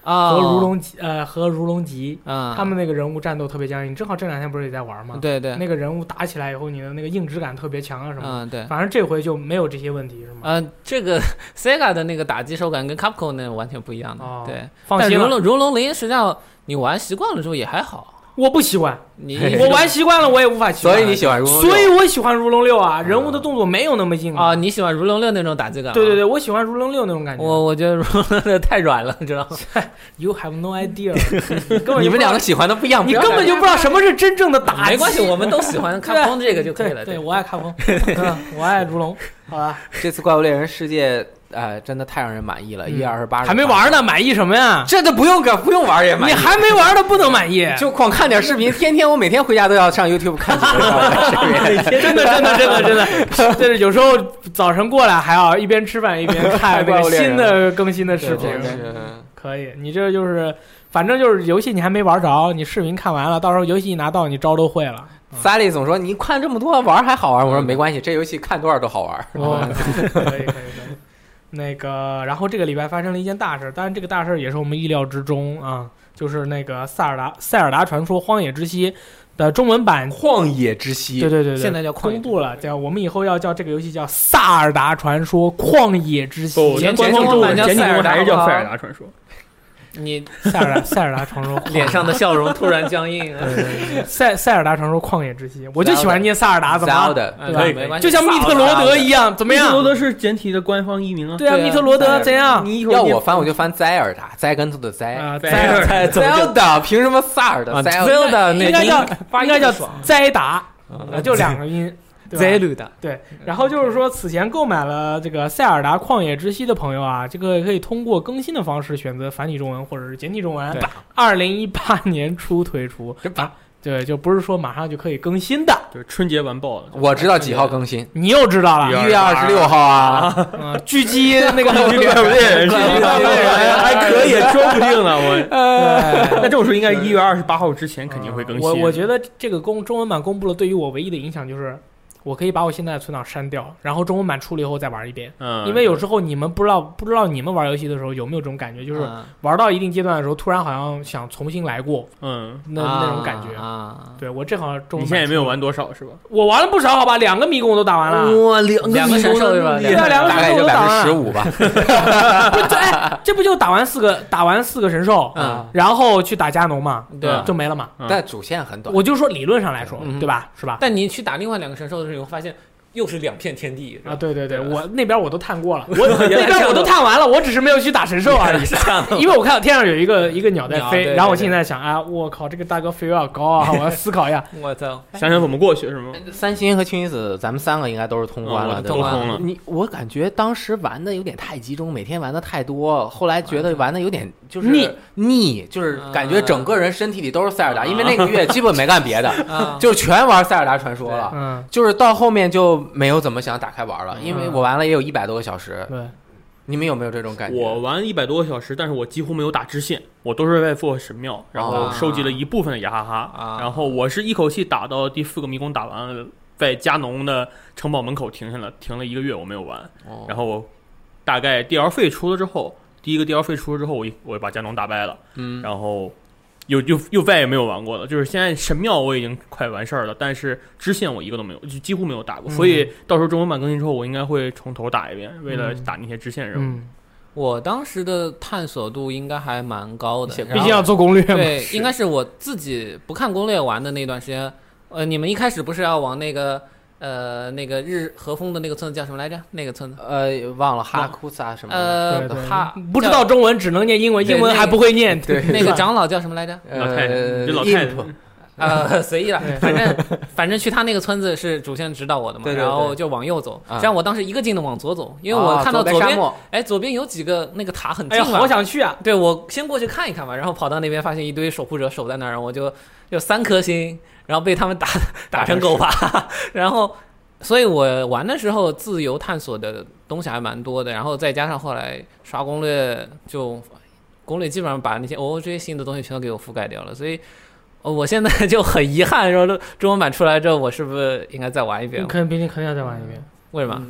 啊， 和如龙呃和如龙集， 嗯， 他们那个人物战斗特别僵硬。正好这两天不是也在玩吗？ 对对， 那个人物打起来以后，你的那个硬直感特别强啊什么的。 嗯，对。 反正这回就没有这些问题，是吗？ 嗯、呃，这个 Sega 的那个打击手感跟 Capcom 那完全不一样的。 哦、 对， 放心了。 但如龙如龙零实际上你玩习惯了之后也还好。 我不习惯， 你我玩习惯了，我也无法习惯。 所以你喜欢如龙六， 所以我喜欢如龙六啊，人物的动作没有那么硬啊。你喜欢如龙六那种打击感？ 对对对，我喜欢如龙六那种感觉。 我我觉得如龙六太软了，你知道吗 ？You have no idea 你们两个喜欢的不一样， 你根本就不知道什么是真正的打击。 没关系，我们都喜欢卡通这个就可以了。 对，对我爱卡通，嗯，我爱如龙。好吧， 这次怪物猎人世界。哎，真的太让人满意了！一月二十八日还没玩呢，满意什么呀？ 这都不用个不用玩也满意。 你还没玩的不能满意， 就光看点视频，天天我每天回家都要上 YouTube 看几个视频。 真的真的真的真的，就是有时候早晨过来还要一边吃饭一边看那个新的更新的视频。可以，你这就是反正就是游戏你还没玩着，你视频看完了，到时候游戏一拿到，你招都会了。 萨利总说你看这么多玩还好玩，我说没关系，这游戏看多少都好玩。 哦，可以可以可以。那个，然后这个礼拜发生了一件大事，当然这个大事也是我们意料之中啊，就是那个塞尔达塞尔达传说荒野之息的中文版旷野之息， 对对对对， 现在叫公布了，叫我们以后要叫这个游戏叫萨尔达传说旷野之息， 前前中文简体中文还是叫塞尔达传说。 你塞尔达塞尔达传说， 脸上的笑容突然僵硬。 塞塞尔达传说旷野之息，我就喜欢念萨尔达，怎么的？ 对吧？就像密特罗德一样，怎么样？ 密特罗德是简体的官方译名啊。 对啊，密特罗德怎样？ 你要我翻我就翻塞尔达，栽跟头的栽啊， 塞尔塞尔达，凭什么萨尔达？塞尔达应该叫应该叫栽达，就两个音。 在路的对，然后就是说，此前购买了这个《塞尔达旷野之息》的朋友啊，这个可以通过更新的方式选择繁体中文或者是简体中文。二零一八年初推出，啊，对，就不是说马上就可以更新的， 就是春节完爆了。 我知道几号更新， 你又知道了， 一月二十六号啊。 嗯，狙击那个狙击猎人，还可以，说不定呢。我，那这么说应该一月二十八号之前肯定会更新。 我我觉得这个公中文版公布了，对于我唯一的影响就是。我可以把我现在的存档删掉，然后中文版出了以后再玩一遍。嗯，因为有时候你们不知道不知道你们玩游戏的时候有没有这种感觉，就是玩到一定阶段的时候，突然好像想重新来过。嗯，那、啊、那种感觉啊。对，我正好中文版。 你现在也没有玩多少是吧？ 我玩了不少，好吧，两个迷宫我都打完了。 哇，两两个神兽是吧？ 对啊，两个神兽我都打完了。 十五吧。 不是，哎，这不就打完四个打完四个神兽，嗯，然后去打加农嘛， 对， 就没了嘛。 但主线很短。 我就说理论上来说，对吧？是吧？ 但你去打另外两个神兽的时候，你会发现。又是两片天地啊！对对对，我那边我都探过了，我那边我都探完了，我只是没有去打神兽而已。因为我看到天上有一个一个鸟在飞，然后我现在想，啊，我靠，这个大哥飞有点高啊，我要思考一下。 我操， 想想怎么过去是吗？ 三星和青离子，咱们三个应该都是通关了， 通关了。 你我感觉当时玩的有点太集中，每天玩的太多，后来觉得玩的有点就是腻腻，就是感觉整个人身体里都是塞尔达，因为那个月基本没干别的，就全玩塞尔达传说了。嗯，就是到后面就没有怎么想打。打开玩了，因为我玩了也有一百多个小时。 对， 你们有没有这种感觉？ 我玩一百多个小时，但是我几乎没有打支线，我都是在做神庙，然后收集了一部分的雅哈哈，啊、然后我是一口气打到第四个迷宫打完了，在加农的城堡门口停下了，停了一个月我没有玩。哦、然后我大概 D L C 出了之后，第一个 D L C 出了之后，我我把加农打败了，嗯，然后。又又又再也没有玩过了，就是现在神庙我已经快完事儿了，但是支线我一个都没有，就几乎没有打过，嗯、所以到时候中文版更新之后，我应该会从头打一遍，为了打那些支线任务。 嗯、我当时的探索度应该还蛮高的， 毕竟要做攻略嘛。 对，应该是我自己不看攻略玩的那段时间。呃，你们一开始不是要往那个？呃，那个日和风的那个村子叫什么来着？那个村子呃，忘了哈库萨什么的。 呃， 对对哈不知道中文，只能念英文，英文还不会念。 对，那个长老叫什么来着？ 老太太，老太太。 呃，随意了，反正反正去他那个村子是主线指导我的嘛， 对对对， 然后就往右走。实际上我当时一个劲的往左走，因为我看到左边， 哦、 哎，左边有几个那个塔很近嘛，哎，好想去啊！ 对，我先过去看一看嘛，然后跑到那边发现一堆守护者守在那儿，我就有三颗星，然后被他们打打成狗吧，然后。所以我玩的时候自由探索的东西还蛮多的，然后再加上后来刷攻略，就攻略基本上把那些哦这些新的东西全都给我覆盖掉了，所以、哦、我现在就很遗憾说中文版出来之后我是不是应该再玩一遍？ 肯定肯定要再玩一遍。 为什么？ 嗯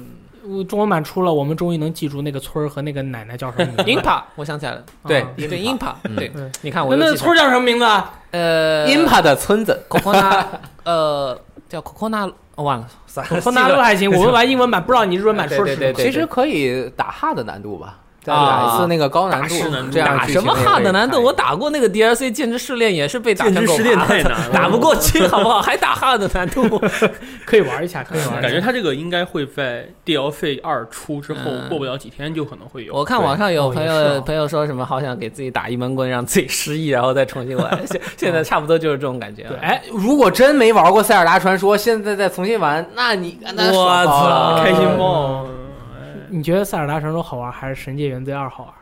中文版出了，我们终于能记住那个村儿和那个奶奶叫什么名字。 英帕，我想起来了， 对对，英帕，对，你看我那那村叫什么名字啊？ 呃， 英帕的村子 ，Kokona， 呃，叫 Kokona， 忘了 ，Kokona 都还行。我们玩英文版，不知道你日文版说是什么。 其实可以打 hard 难度吧。再打一次那个高难度，这样打什么 hard 难度？我打过那个 D L C 剑之试炼，也是被打成狗试炼太难了， 打不过去，好不好？还打 hard 难度， 可以玩一下，可以玩一下。 感觉他这个应该会在 D L C 二出之后，过不了几天就可能会有。 我看网上有朋友朋友说什么，好想给自己打一闷棍，让自己失忆，然后再重新玩。现现在差不多就是这种感觉。 对，哎，如果真没玩过塞尔达传说，现在再重新玩，那你那我操， 开心爆！ 你觉得塞尔达传说好玩，还是神界原罪二好玩？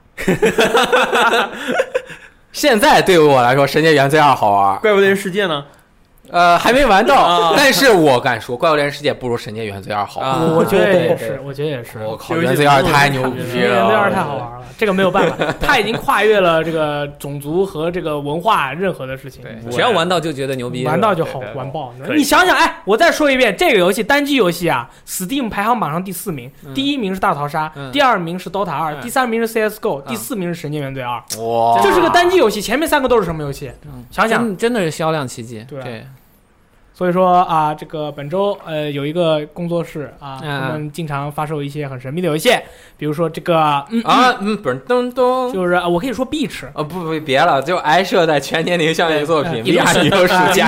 现在对于我来说，《神界原罪二》好玩，《 怪物猎人世界》呢？ 呃，还没玩到，啊、但是我敢说，《怪物猎人世界》不如《神界原罪二》好玩。 啊、我觉得也是，我觉得也是。 我靠，原罪二太牛逼了！ 原罪二太好玩了，这个没有办法，它已经跨越了这个种族和这个文化任何的事情。 对，只要玩到就觉得牛逼， 玩到就好玩爆。你想想，哎，我再说一遍，这个游戏单机游戏啊 ，Steam 排行榜上第四名， 嗯、 第一名是大逃杀，嗯、第二名是 D O T A 二、嗯，第三名是 C S G O，、嗯、第四名是《神界原罪二》。 哇， 这是个单机游戏，前面三个都是什么游戏？嗯、想想真，真的是销量奇迹。 对。 对所以说啊，这个本周呃有一个工作室啊，他、嗯、们经常发售一些很神秘的游戏，比如说这个嗯啊嗯嘣咚咚， 就是我可以说 Beach 啊不不别了，就挨射在全年龄向的作品 V R 女友暑假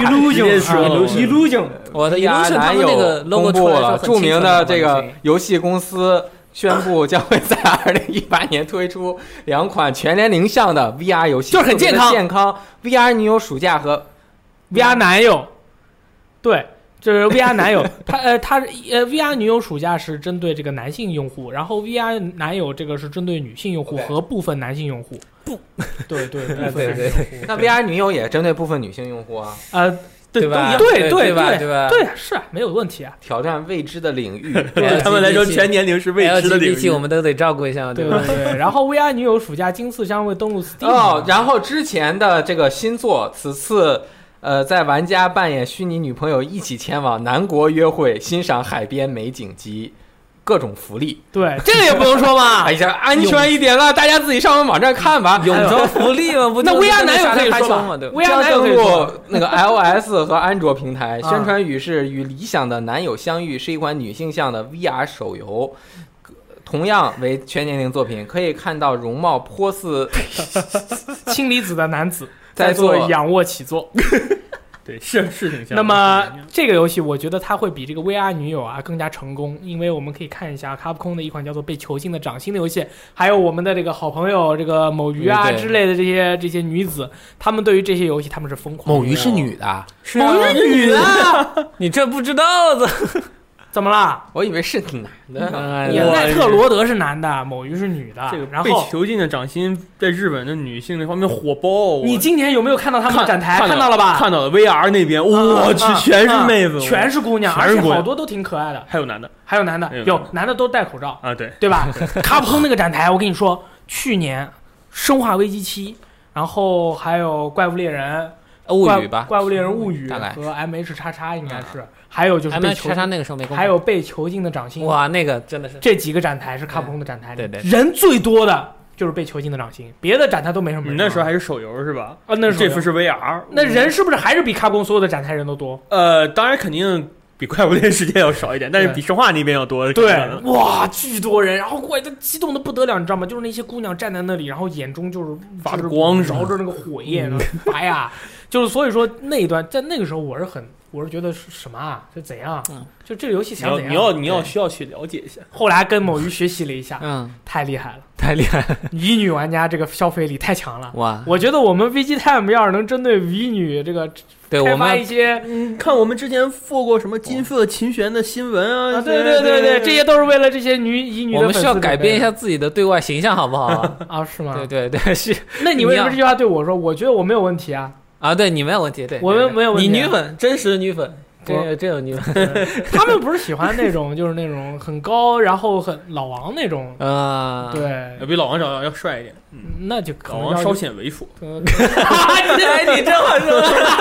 Illusion， 我的 Illusion 他们那个 logo 公布了，著名的这个游戏公司宣布将会在二零一八年推出两款全年龄向的 V R 游戏， 就是很健康健康 V R 女友暑假和 V R 男友。对，就是 V R 男友，他呃他呃 V R 女友暑假是针对这个男性用户，然后 V R 男友这个是针对女性用户和部分男性用户。不，对对对对对，那 V R 女友也针对部分女性用户啊？ 呃， 对吧？ 对对吧？ 对吧？ 对，是啊，没有问题啊。 挑战未知的领域， 对他们来说，全年龄是未知的领域， 我们都得照顾一下， 对对对。然后 V R 女友暑假今次将会登陆 Steam。 哦，然后之前的这个新作，此次。呃，在玩家扮演虚拟女朋友一起前往南国约会，欣赏海边美景及各种福利。 对，这个也不能说嘛。 哎呀，安全一点了，大家自己上我们网站看吧。 有什么福利吗？不那 V R 男友可以说嘛？对 ，V R 男友可以说那个 iOS 和安卓平台。宣传语是与理想的男友相遇，是一款女性向的 V R 手游。同样为全年龄作品，可以看到容貌颇似氢离子的男子在做仰卧起坐。 对，是是挺像。 那么这个游戏，我觉得它会比这个 V R 女友啊更加成功，因为我们可以看一下卡普空的一款叫做《被囚禁的掌心》的游戏，还有我们的这个好朋友这个某鱼啊之类的这些这些女子，她们对于这些游戏她们是疯狂的。 某鱼是女的， 是某鱼是女的， 你这不知道的。 怎么了？ 我以为是男的。 也奈特罗德是男的，某鱼是女的。 这个然后被囚禁的掌心在日本的女性那方面火爆。 你今年有没有看到他们的展台？ 看到了吧？ 看到了 V R 那边，我去，全是妹子， 全是姑娘，而且好多都挺可爱的。 还有男的， 还有男的，有男的都戴口罩啊，对对吧？卡普空那个展台，我跟你说，去年《生化危机七》，然后还有《怪物猎人》。 物语吧， 怪物猎人物语和 M H 叉叉应该是，嗯、还有就是被囚 M H 叉叉那个时候没公布， 还有被囚禁的掌心。 哇，那个真的是这几个展台是卡普空的展台里， 对 对, 对， 人最多的就是被囚禁的掌心，别的展台都没什么人。 你那时候还是手游是吧？ 啊，那这副是 V R， 那人是不是还是比卡普空所有的展台人都多？ 呃，当然肯定。比怪物猎人世界要少一点，但是比生化那边要多。 对，哇，巨多人，然后怪他激动的不得了，你知道吗？就是那些姑娘站在那里，然后眼中就是发着光， 着着那个火焰，哎呀，就是所以说那一段在那个时候，我是很，我是觉得是什么啊？是怎样？嗯，就这个游戏想怎样？ 你要你要需要去了解一下。 后来跟某鱼学习了一下， 嗯， 太厉害了， 太厉害了， 乙女玩家这个消费力太强了。 哇， 我觉得我们 V G Time 要是能针对乙女这个。 对， 开发一些， 嗯，看我们之前做过什么金色琴弦的新闻啊， 啊对对对对，这些都是为了这些女乙女的粉丝。 我们需要改变一下自己的对外形象，好不好？ 啊，是吗？ 对对对，是。 那你为什么这句话对我说？我觉得我没有问题啊。 啊，对你没有问题，对， 我们没有问题。 你女粉，真实女粉。这这有女粉， 他们不是喜欢那种就是那种很高，然后很老王那种啊， 对， 比老王长得要帅一点， 嗯，那就可能老王稍显猥琐。 哎，你这话说，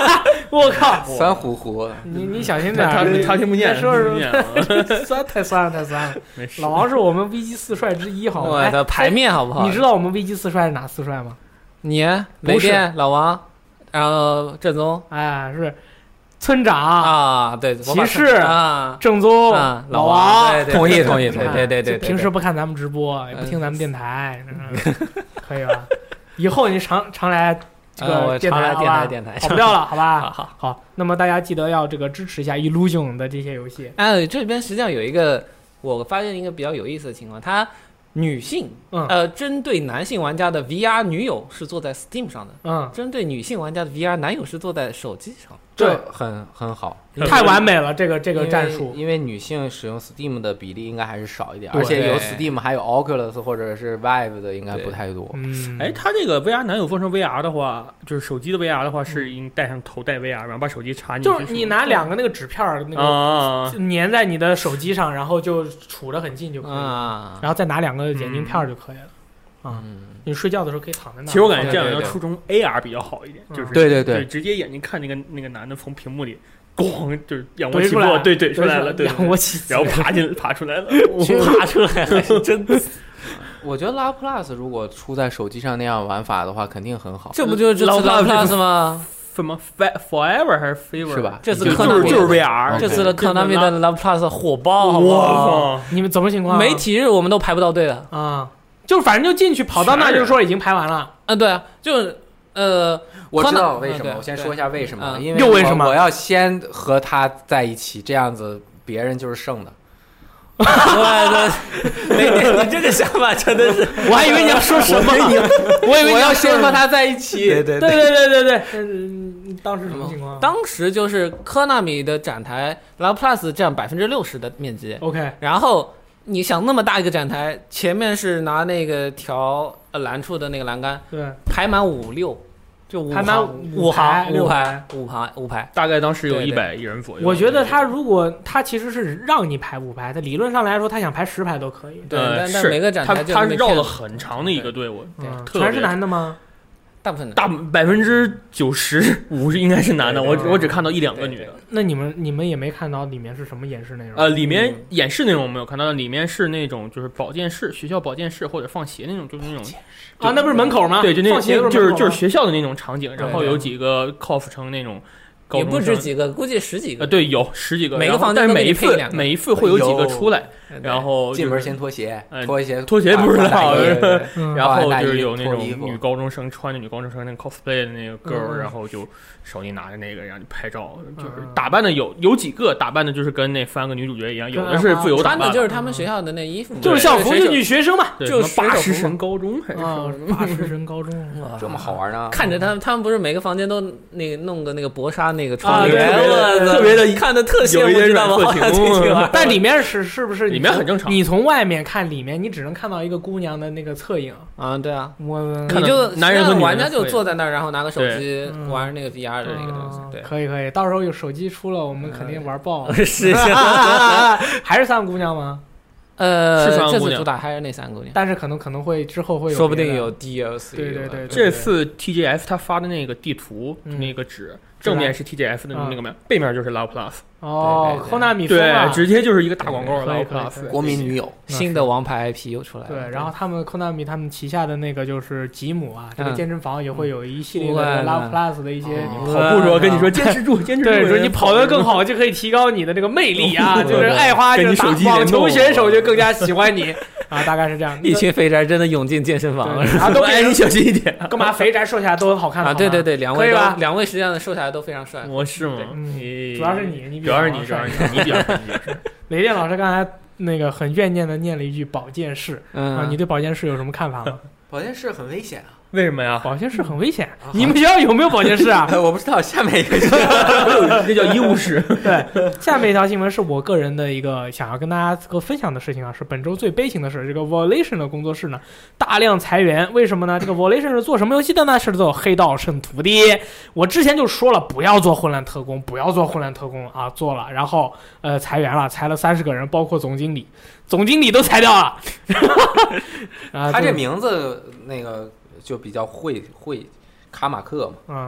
我靠， 酸乎乎。 你你小心点， 他他听不见， 说听不见， 酸太酸了，太酸了。老王是我们 V G 四帅之一，好吗？ 我的牌面好不好？ 你知道我们 V G 四帅是哪四帅吗？ 你雷电、老王，然后正宗， 哎，是村长啊，对， 骑士啊， 正宗啊， 老王， 对对同意同意同意， 对对对， 平时不看咱们直播，也不听咱们电台，可以吧？以后你常常来这个电台， 电台电台， 跑不掉了，好吧？ 好好好，那么大家记得要这个支持一下 Illusion 的这些游戏。 哎，这边实际上有一个，我发现一个比较有意思的情况，它女性， 嗯， 呃，针对男性玩家的 V R 女友是坐在 Steam 上的， 嗯， 针对女性玩家的 V R 男友是坐在手机上。 这很很好， 太完美了，这个这个战术。 因为女性使用 Steam 的比例应该还是少一点， 对而且有 Steam 还有 Oculus 或者是 Vive 的应该不太多。 嗯， 哎，它这个 V R 男友分成 V R 的话，就是手机的 V R 的话，是应带上头戴 V R，然后把手机插进去。 就是你拿两个那个纸片儿那个粘在你的手机上，然后就杵得很近就可以了， 啊、 然后再拿两个眼镜片儿就可以了。啊、嗯，你睡觉的时候可以躺在那。 其实我感觉这样要初中 A R 比较好一点，就是对对对， 直接眼睛看那个那个男的从屏幕里咣就是仰卧起坐，对对出来了，对， 仰卧起然后爬进爬出来了， 爬出来了，真的。 我觉得 Love Plus 如果出在手机上那样玩法的话，肯定很好。 这不就是这次 Love Plus 吗？ 什么 Forever 还是 Favor 是吧？ 这次就是就是 V R， 这次的科纳米的 Love Plus 火爆，好不好？ 你们怎么情况？ 媒体日我们都排不到队了啊。就反正就进去跑到那，就是说已经排完了。 啊，对啊，就是呃， 我知道为什么，我先说一下为什么，因为又为什么我要先和他在一起，这样子别人就是剩的。 对对，你这个想法真的是， 我还以为你要说什么，我以为我要先和他在一起。 对对对对对对对，嗯，当时什么情况？ 当时就是科纳米的展台 Love Plus 占百分之六十的面积 ，OK， 然后。你想那么大一个展台，前面是拿那个调呃栏处的那个栏杆， 对， 排满五六，就五排满五行六排五排五排， 大概当时有一百亿人左右。 我觉得他如果他其实是让你排五排，他理论上来说他想排十排都可以。 对，但但每个展台他他绕了很长的一个队伍， 全是男的吗？ 大部分大百分之九十五应该是男的，我我只看到一两个女的。 那你们你们也没看到里面是什么演示内容？ 呃，里面演示内容我没有看到，里面是那种就是保健室、学校保健室或者放鞋那种，就是那种啊，那不是门口吗？ 对，就那放鞋就是就是学校的那种场景，然后有几个 C O F 成那种。 也不止几个，估计十几个。 呃，对，有十几个， 每个房间都每一次每一次会有几个出来，然后进门先脱鞋，脱鞋脱鞋不知道，然后就是有那种女高中生穿着女高中生那个 cosplay 的那个 girl，然后就手里拿着那个让你拍照，就是打扮的有有几个打扮的就是跟那三个女主角一样，有的是自由打扮， 穿的就是他们学校的那衣服， 就是校服，就女学生嘛， 就是八十神高中还是八十神高中， 这么好玩呢？ 看着他们，他们不是每个房间都那个弄个那个薄纱那个窗帘。 特别的看的特羡慕，知道吗？ 但里面是是不是？ 里面很正常。 你从外面看里面，你只能看到一个姑娘的那个侧影啊。对啊， 我你就男人和玩家就坐在那儿，然后拿个手机玩那个 V R 的那个东西。对， 可以可以，到时候有手机出了，我们肯定玩爆。 是， 还是三个姑娘吗？ 呃，这次主打还是那三个姑娘， 但是可能可能会之后会有， 说不定有 D L C。 对对对， 这次 T G F 他发的那个地图那个纸。正面是 T G F 的那个面，背面就是 Love Plus。 哦，科纳米对，直接就是一个大广告 Love Plus。 国民女友， 新的王牌 I P 又出来了。 对，然后他们科纳米他们旗下的那个就是吉姆啊，这个健身房也会有一系列的 Love Plus 的一些跑步说跟你说坚持住，坚持住， 对，说你跑得更好就可以提高你的这个魅力啊，就是爱花跟你手机网球选手就更加喜欢你啊，大概是这样。 一群肥宅真的涌进健身房了， 啊，都哎，你小心一点， 干嘛？肥宅瘦下来都很好看啊！对对对，两位都两位实际上瘦下来都非常帅。 我是吗？ 主要是你，你主要是你，主要是你，你比较雷电老师刚才那个很怨念的念了一句保健室啊，你对保健室有什么看法吗？ 保健室很危险啊。 为什么呀？ 保健室很危险。你们学校有没有保健室啊？ 我不知道。下面一个那叫医务室。 对，下面一条新闻是我个人的一个想要跟大家这个分享的事情啊，是本周最悲情的事。这个 Volition 的工作室呢大量裁员，为什么呢？这个 Volition 是做什么游戏的呢？是做黑道圣徒的。我之前就说了，不要做混乱特工，不要做混乱特工啊，做了，然后呃裁员了，裁了三十个人，包括总经理，总经理都裁掉了。 啊，他这名字那个。就比较会会卡马克嘛， 嗯，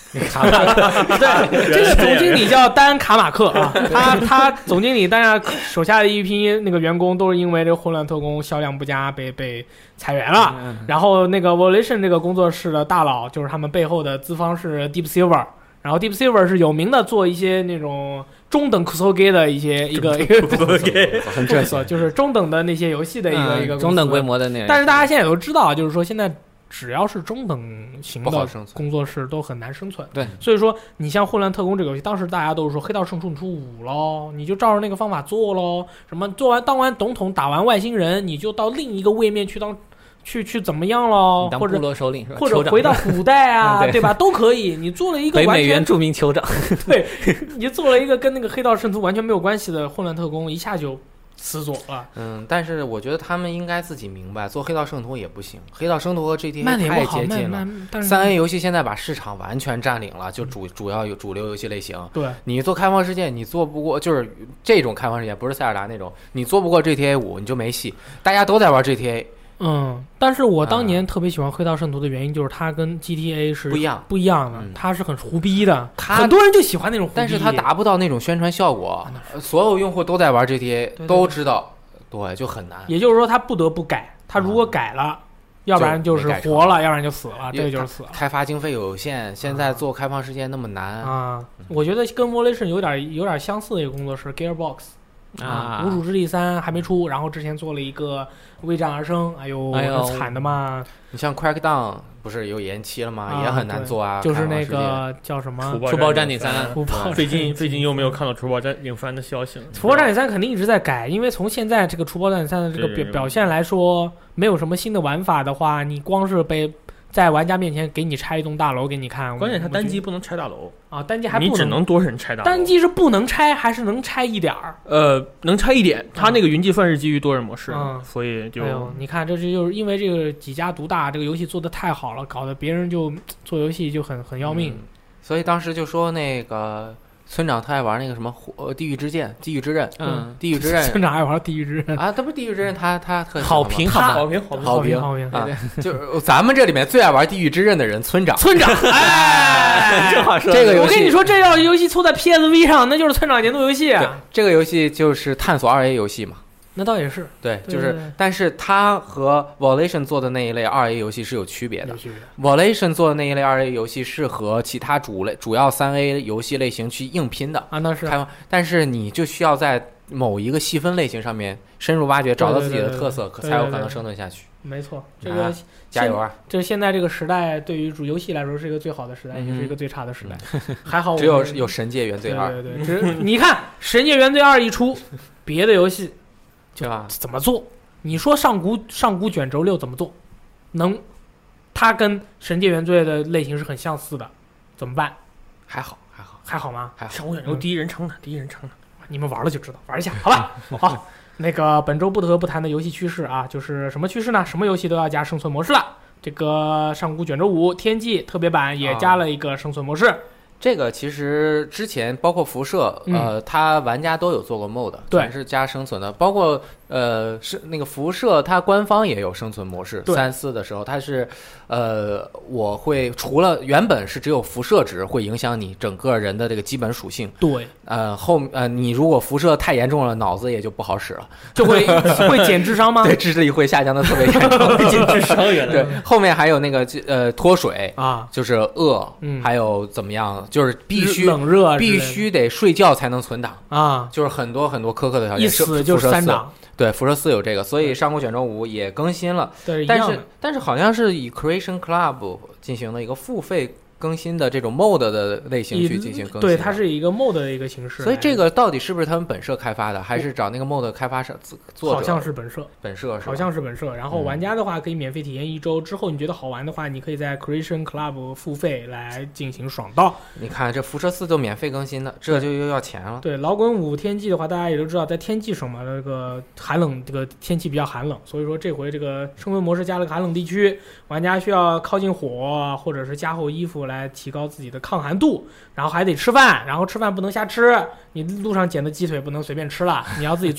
卡马克， 对，这个总经理叫丹卡马克啊，他他总经理当然手下的一批那个员工都是因为这个混乱特工销量不佳被被裁员了， 嗯、 然后那个 Volition 这个工作室的大佬就是他们背后的资方是 Deep Silver， 然后 Deep Silver 是有名的做一些那种中等 Kusoge 的一些一个一个很正确， 就是中等的那些游戏的一个、嗯、一个中等规模的那个， 但是大家现在也都知道，就是说现在。只要是中等型的工作室都很难生存， 对， 所以说你像《混乱特工》这个游戏，当时大家都是说《黑道圣树》你出五咯，你就照着那个方法做咯，什么做完当完总统打完外星人，你就到另一个位面去当去去怎么样咯，或者部落首领是吧？ 或者回到古代啊，对, 对吧？都可以。你做了一个北美原住民酋长， 对，你做了一个跟那个《黑道圣徒》完全没有关系的《混乱特工》，一下就。死左了， 嗯，但是我觉得他们应该自己明白，做黑道圣徒也不行，黑道圣徒和 G T A 太接近了。三 A 游戏现在把市场完全占领了，就主主要有主流游戏类型。 对， 你做开放世界，你做不过，就是这种开放世界，不是塞尔达那种，你做不过 G T A 五，你就没戏。大家都在玩 G T A。 嗯，但是我当年特别喜欢黑道圣徒的原因就是它跟 G T A 是不一样不一样的，嗯、它是很胡逼的， 他很多人就喜欢那种胡逼， 但是它达不到那种宣传效果。啊、所有用户都在玩 G T A， 对对对都知道。对，就很难。 也就是说，他不得不改。他如果改了，嗯、要不然就是活了，要不然就死了。这就是死了。 开发经费有限，现在做开放世界那么难啊！我觉得跟 Volition 有点有点相似的一个工作室 Gearbox 啊，无主之地三还没出，然后之前做了一个为战而生，哎呦， 哎呦惨的嘛！ 你像 Crackdown 不是有延期了吗？ 啊、 也很难做啊。 就是那个叫什么除暴战警三， 最近最近又没有看到除暴战警三的消息了。 除暴战警三肯定一直在改，因为从现在这个除暴战警三的这个表表现来说，没有什么新的玩法的话，你光是被在玩家面前给你拆一栋大楼给你看， 关键它单机不能拆大楼啊，单机还不能， 你只能多人拆大楼。 单机是不能拆还是能拆一点儿？ 呃，能拆一点，它那个云计算是基于多人模式， 嗯、 所以就、 哎呦，你看这就是因为这个几家独大，这个游戏做的太好了，搞得别人就做游戏就很很要命、嗯。 所以当时就说那个。村长他爱玩那个什么呃地狱之剑、地狱之刃， 嗯， 地狱之刃。 村长爱玩地狱之刃啊，他不是地狱之刃，他他特好评好评好评好评好评啊！就是咱们这里面最爱玩地狱之刃的人，村长。 村长，哎， 这话说， 这个游戏我跟你说，这要游戏出在 P S V 上，那就是村长年度游戏啊。 这个游戏就是探索二 A 游戏嘛。 那倒也是， 对， 对就是， 对对但是它和 Volition 做的那一类二 A 游戏是有区别的。 有区别。 Volition 做的那一类二 A 游戏是和其他主类主要三 A 游戏类型去硬拼的啊，那是。 但是你就需要在某一个细分类型上面深入挖掘，找到自己的特色，可才有可能生存下去。 没错，这个、啊、 加油啊！ 这现在这个时代，对于主游戏来说是一个最好的时代，也、嗯、是一个最差的时代。 嗯、 还好我只有有《神界原罪二》。 对对对，你看《神界原罪二》一出，别的游戏。 对吧？ 怎么做？你说上古上古卷轴六怎么做？能，它跟神界原罪的类型是很相似的，怎么办？ 还好，还好， 还好吗？ 还好。 上古卷轴第一人称的，第一人称的， 你们玩了就知道，玩一下，好吧？好，那个本周不得不谈的游戏趋势啊，就是什么趋势呢？什么游戏都要加生存模式了。这个上古卷轴五天际特别版也加了一个生存模式。啊这个其实之前包括辐射， 嗯、 呃，它玩家都有做过 mod， 全是加生存的。包括呃是那个辐射，它官方也有生存模式。三四的时候，它是呃我会除了原本是只有辐射值会影响你整个人的这个基本属性。 对。 呃后呃你如果辐射太严重了，脑子也就不好使了， 就会会减智商吗？ 对，智力会下降的特别严重， 减智商原来。 对，后面还有那个呃脱水啊， 就是饿， 嗯， 还有怎么样？就是必须冷热， 必须得睡觉才能存档啊！ 就是很多很多苛刻的条件， 一死就是三档。 对，辐射四有这个，所以上古卷轴五也更新了。 对， 但是但是好像是以 Creation Club 进行了一个付费更新的这种 mod 的类型去进行更新。 对，它是一个 mod 的一个形式。 所以这个到底是不是他们本社开发的，还是找那个 mod 开发者作者？ 好像是本社， 本社是好像是本社。然后玩家的话可以免费体验一周，之后你觉得好玩的话，你可以在 Creation Club 付费来进行爽到。 你看这辐射四就免费更新的，这就又要钱了。 对，老滚五天际的话，大家也都知道，在天际省嘛，这个寒冷，这个天气比较寒冷，所以说这回这个生存模式加了个寒冷地区，玩家需要靠近火或者是加厚衣服来提高自己的抗寒度，然后还得吃饭，然后吃饭不能瞎吃，你路上捡的鸡腿不能随便吃了，你要自己做，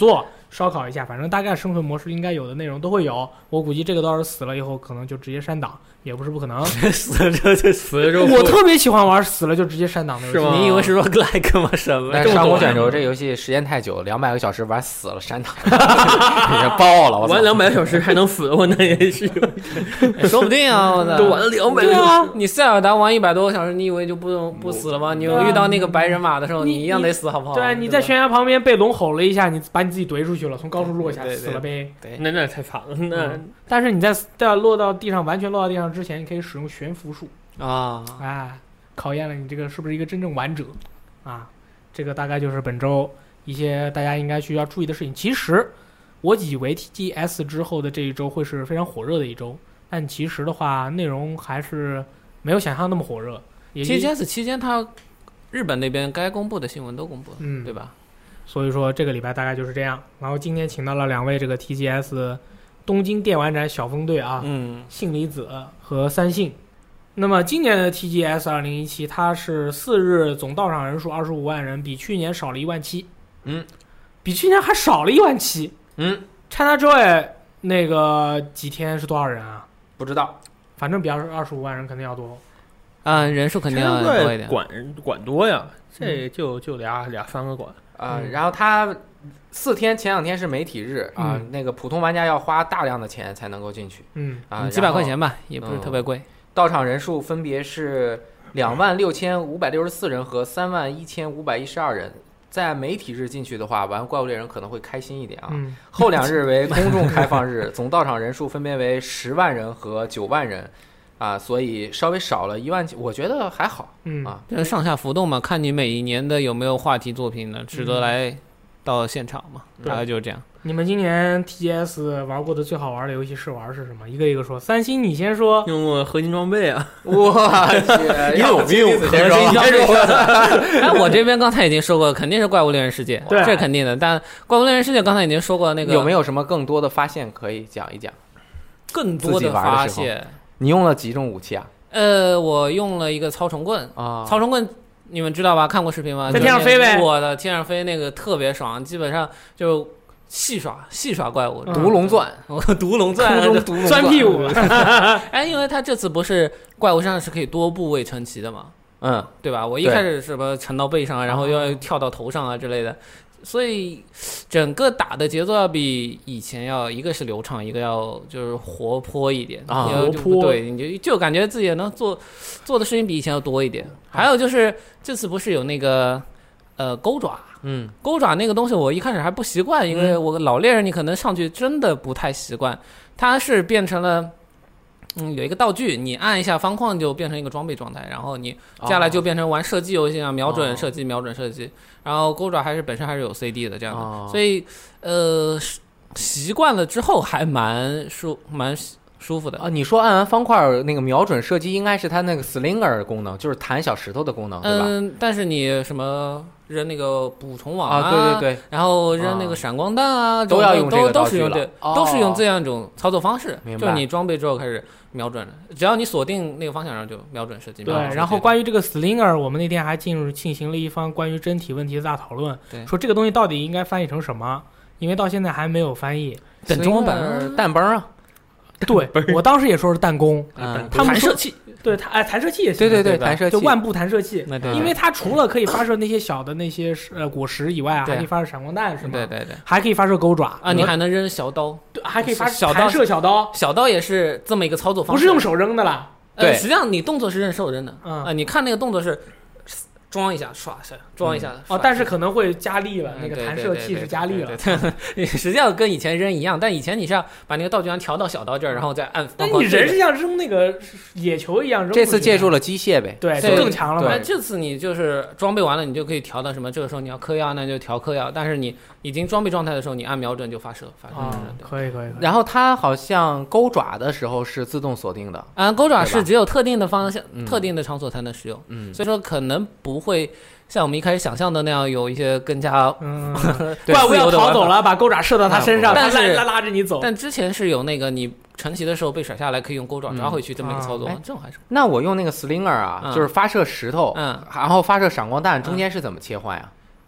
烧烤一下，反正大概生存模式应该有的内容都会有。我估计这个倒是死了以后可能就直接删档，也不是不可能。 死了之后就死了之后， 我特别喜欢玩死了就直接删档的游戏。 是吗？ 你以为是 roguelike 吗？什么？ 但是上古卷轴这游戏时间太久，两百个小时玩死了删档，也爆了。我玩两百个小时还能死，我那也是有， 说不定啊！我操， 都玩了两百个小时。 你塞尔达玩一百多个小时，你以为就不不死了吗？你遇到那个白人马的时候，你一样得死，好不好？ 对啊，你在悬崖旁边被龙吼了一下，你把你自己怼出去了，从高处落下对对死了呗。 对， 那那太惨了。那、 嗯、但是你在在落到地上，完全落到地上之前，你可以使用悬浮术啊， 哎，考验了你这个是不是一个真正玩者啊。这个大概就是本周一些大家应该需要注意的事情。其实我以为 T G S 之后的这一周会是非常火热的一周，但其实的话，内容还是没有想象那么火热。 T G S 期间，它日本那边该公布的新闻都公布了， 嗯， 对吧？ 所以说这个礼拜大概就是这样。然后今天请到了两位这个 T G S 东京电玩展小分队啊， 嗯， 杏离子和三信。那么今年的 T G S 二零一七，它是四日总到场人数二十五万人，比去年少了一万七， 嗯， 比去年还少了一万七， 嗯 ，ChinaJoy 那个几天是多少人啊？ 不知道， 反正比二二十五万人肯定要多。 啊，人数肯定要多一点。 管管多呀，这就就俩俩三个管啊、呃嗯。 然后他四天前两天是媒体日啊、 嗯， 那个普通玩家要花大量的钱才能够进去， 嗯啊， 几百块钱吧，也不是特别贵。 嗯、到场人数分别是两万六千五百六十四人和三万一千五百一十二人。在媒体日进去的话，玩怪物猎人可能会开心一点啊。 嗯、 后两日为公众开放日，总到场人数分别为十万人和九万人。啊，所以稍微少了一万几，我觉得还好。 嗯啊， 这上下浮动嘛，看你每一年的有没有话题作品呢，值得来到现场嘛，嗯、大概就是这样。 你们今年 T G S 玩过的最好玩的游戏试玩是什么？一个一个说。三星，你先说。 用过合金装备啊！ 我去， 有病！合金装备。 哎，我这边刚才已经说过，肯定是怪物猎人世界， 对， 这肯定的。但怪物猎人世界刚才已经说过，那个有没有什么更多的发现可以讲一讲？ 更多的发现。 你用了几种武器啊？ 呃，我用了一个操虫棍啊， 操虫棍你们知道吧？看过视频吗？ 在天上飞呗。 我的天上飞那个特别爽，基本上就戏耍戏耍怪物， 嗯、毒龙钻， 毒龙钻， 钻屁股。 哎，因为他这次不是怪物身上是可以多部位撑旗的嘛？ 嗯， 对吧？我一开始什么撑到背上啊，然后又要跳到头上啊之类的。所以整个打的节奏要比以前要，一个是流畅，一个要就是活泼一点啊， 活泼， 对，你就就感觉自己能做做的事情比以前要多一点。还有就是这次不是有那个呃钩爪， 嗯， 钩爪那个东西我一开始还不习惯，因为我老猎人你可能上去真的不太习惯，它是变成了。嗯，有一个道具，你按一下方框就变成一个装备状态，然后你接下来就变成玩射击游戏啊，瞄准射击，瞄准射击。然后钩爪还是本身还是有 C D 的这样的， 哦、 所以呃习惯了之后还蛮舒蛮舒服的啊。你说按完方块那个瞄准射击，应该是它那个 slinger 功能，就是弹小石头的功能，对吧？ 嗯，但是你什么扔那个捕虫网啊，对对对， 然后扔那个闪光弹啊， 都要用这个道具了，都是用这， 哦、 都是用这样一种操作方式， 明白？ 就是你装备之后开始瞄准了，只要你锁定那个方向上就瞄准射击。 对，然后关于这个 slinger， 我们那天还进入进行了一番关于真体问题的大讨论，说这个东西到底应该翻译成什么，因为到现在还没有翻译。 等中文版弹崩啊。 对，我当时也说是弹弓， 嗯、 他们弹射器， 对，弹哎弹射器也行， 对对对， 弹射器就万步弹射器， 对对， 因为它除了可以发射那些小的那些呃果实以外，还可以发射闪光弹，是吗？ 对对对， 还可以发射钩爪啊，你还能扔小刀， 对，还可以发小弹射小刀， 小刀也是这么一个操作方式， 不是用手扔的啦， 呃， 对， 实际上你动作是用手扔的， 嗯啊，你看那个动作是。装一下，刷一下，装一下。 哦，但是可能会加力了， 嗯、 那个弹射器是加力了。 实际上跟以前扔一样，但以前你是要把那个道具箱调到小刀这儿，然后再按。 那你人是像扔那个野球一样扔。 这次借助了机械呗， 对，就更强了嘛。 那这次你就是装备完了，你就可以调到什么？这个时候你要嗑药，那就调嗑药。但是你已经装备状态的时候，你按瞄准就发射，发射。 啊、哦，可以可以。 然后它好像钩爪的时候是自动锁定的。 啊，钩爪是只有特定的方向、 嗯、 特定的场所才能使用。 嗯， 所以说可能不会。像我们一开始想象的那样，有一些更加嗯，怪物要逃走了，把钩爪射到他身上， 但是拉拉着你走。 但之前是有那个你乘旗的时候被甩下来，可以用钩爪抓回去这么一个操作， 嗯啊、这种还是。 那我用那个 slinger 啊， 嗯、 就是发射石头， 嗯， 然后发射闪光弹，中间是怎么切换呀？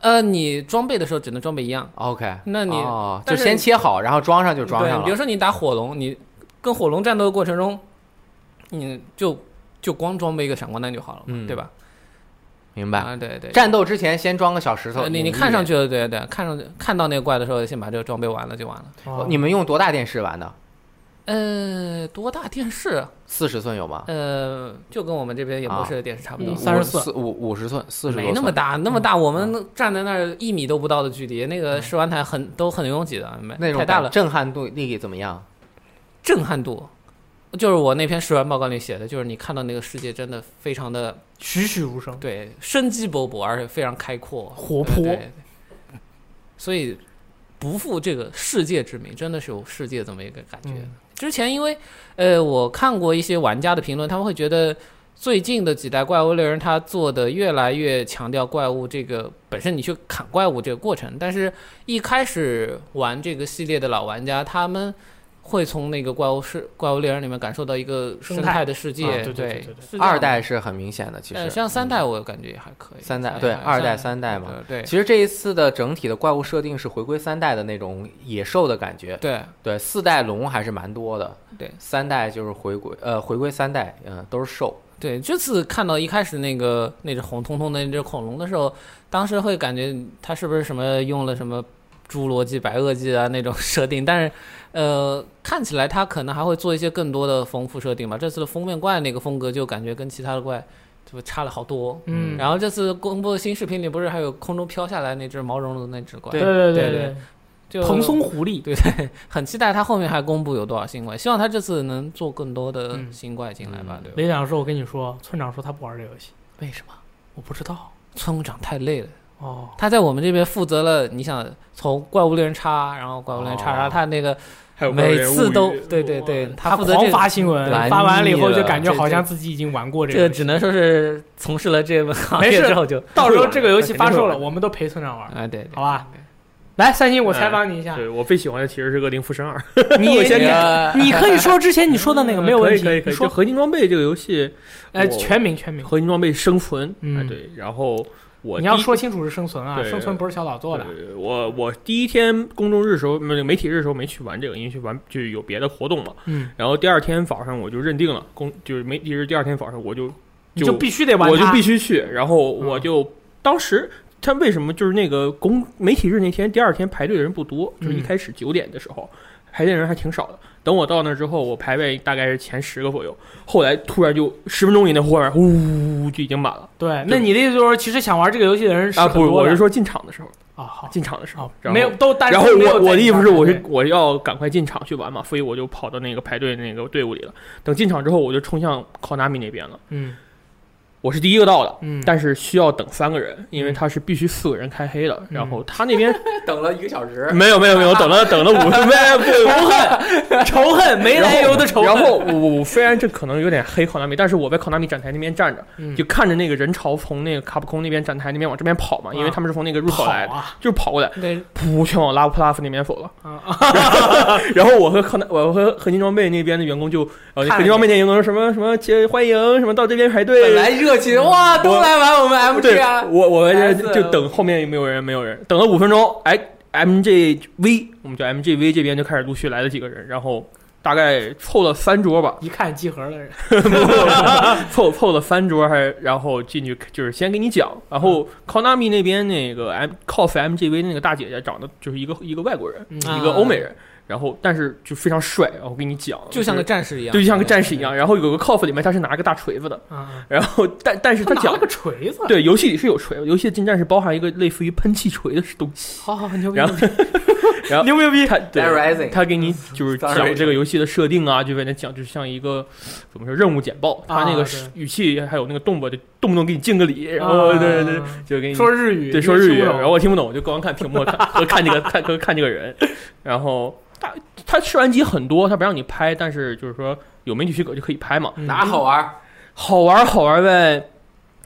呃，你装备的时候只能装备一样。 OK， 那你、 哦、就先切好，然后装上就装上了。 比如说你打火龙，你跟火龙战斗的过程中，你就就光装备一个闪光弹就好了，嗯，对吧？ 明白啊，对对。 战斗之前先装个小石头， 呃、你你看上去了，对对，看上看到那个怪的时候，先把这个装备完了就完了。 哦、你们用多大电视玩的？ 呃，多大电视？ 四十寸有吗？ 呃，就跟我们这边演播室的电视差不多， 三十四五五十寸，四十没那么大，那么大，我们站在那儿一米都不到的距离，那个试玩台很都很拥挤的， 那种太大了， 震撼度力怎么样？ 震撼度，就是我那篇试玩报告里写的，就是你看到那个世界真的非常的栩栩如生， 对，生机勃勃，而且非常开阔、 活泼， 对对对，所以不负这个世界之名，真的是有世界这么一个感觉。嗯，之前因为呃我看过一些玩家的评论，他们会觉得最近的几代怪物猎人他做的越来越强调怪物这个本身你去砍怪物这个过程，但是一开始玩这个系列的老玩家他们会从那个怪物世怪物猎人里面感受到一个生态的世界， 啊、对, 对, 对, 对, 对， 二代是很明显的，其实、 呃、像三代我感觉也还可以， 三代对二代三代嘛， 对, 对， 其实这一次的整体的怪物设定是回归三代的那种野兽的感觉， 对对，四代龙还是蛮多的， 对， 三代就是回归呃回归三代，嗯、呃，都是兽。 对，这次看到一开始那个那只红彤彤的那只恐龙的时候，当时会感觉它是不是什么用了什么侏罗纪白垩纪啊那种设定，但是呃看起来它可能还会做一些更多的丰富设定吧。这次的封面怪那个风格就感觉跟其他的怪就差了好多， 嗯， 然后这次公布的新视频里不是还有空中飘下来那只毛茸茸的那只怪， 对对对对，就蓬松狐狸， 对对，很期待它后面还公布有多少新怪，希望它这次能做更多的新怪进来吧。 嗯、 对吧， 雷长说，我跟你说，村长说他不玩这游戏， 为什么？ 我不知道， 村长太累了。 哦， 他在我们这边负责了，你想从怪物猎人叉，然后怪物猎人叉， 哦、 然后他那个每次都对对对， 他负责、这个、 狂发新闻，发完了以后就感觉好像自己已经玩过这个。 这个只能说是从事了这个行业之后就， 到时候这个游戏发售了，我们都陪村长玩。 啊，对，对好吧。来，三星，我采访你一下。 哎、对我最喜欢的其实是恶灵附身二。 你先，你可以说之前你说的那个没有问题。 可以可以。 说合金装备这个游戏， 哎，全名全名。 合金装备生存， 嗯， 哎、对，然后。我你要说清楚是生存啊，生存不是小岛做的。 我我第一天公众日的时候，媒体日的时候没去玩这个，因为去玩就有别的活动嘛。 嗯。 然后第二天早上我就认定了，公就是媒体日第二天早上我就就你就必须得玩， 我就必须去。然后我就、嗯、当时他为什么就是那个公媒体日那天第二天排队的人不多，就是一开始九点的时候、嗯、排队人还挺少的。等我到那之后，我排位大概是前十个左右，后来突然就十分钟以内，忽然呜就已经满了。 对，那你的意思就是，其实想玩这个游戏的人是啊， 很多的。 不，我是说进场的时候啊，好， 进场的时候， 没有都单。 然后我我的意思是，我是我要赶快进场去玩嘛，所以我就跑到那个排队那个队伍里了。等进场之后，我就冲向考纳米那边了。 嗯。 我是第一个到的， 嗯， 但是需要等三个人，因为他是必须四个人开黑的。嗯、然后他那边等了一个小时， 没有没有没有，等了等了五十分， 仇恨仇恨没来由的仇恨。 然后我虽然这可能有点黑考纳米，但是我在考纳米展台那边站着， 嗯、 就看着那个人潮从那个卡普空那边展台那边往这边跑嘛， 啊、 因为他们是从那个入口来的， 啊、 就是跑过来，噗全往拉普拉夫那边走了。 啊、 然后我和考纳我和合金装备那边的员工就，呃，合金装备那员工说什么什么欢迎什么到这边排队， 本来热情哇。都来玩我们 M G 啊！ 我我就等后面没有人，没有人，等了五分钟，哎 ，M G V， 我们叫 M G V 这边就开始陆续来了几个人，然后大概凑了三桌吧， 一看集合的人， 凑凑了三桌，还然后进去就是先给你讲，然后 Konami 那边那个 M cos M G V 那个大姐姐长得就是一个一个外国人， 嗯、 一个欧美人。然后，但是就非常帅，然后我跟你讲， 就像个战士一样， 对，就像个战士一样。然后有个 cof 里面他是拿个大锤子的， 嗯、 然后但但是他讲了个锤子， 对，游戏里是有锤，游戏的近战是包含一个类似于喷气锤的东西。 好好牛逼， 然后然后牛不牛逼？ 他他给你就是讲这个游戏的设定啊，就在那讲，就像一个怎么说任务简报，他那个语气还有那个动作，就动不动给你敬个礼，然后对对对，就给你说日语， 对说日语，然后我听不懂，我就光看屏幕看和看这个看和看这个人，然后。他他试玩机很多，他不让你拍，但是就是说有媒体许可就可以拍嘛。 哪好玩？ 好玩好玩呗！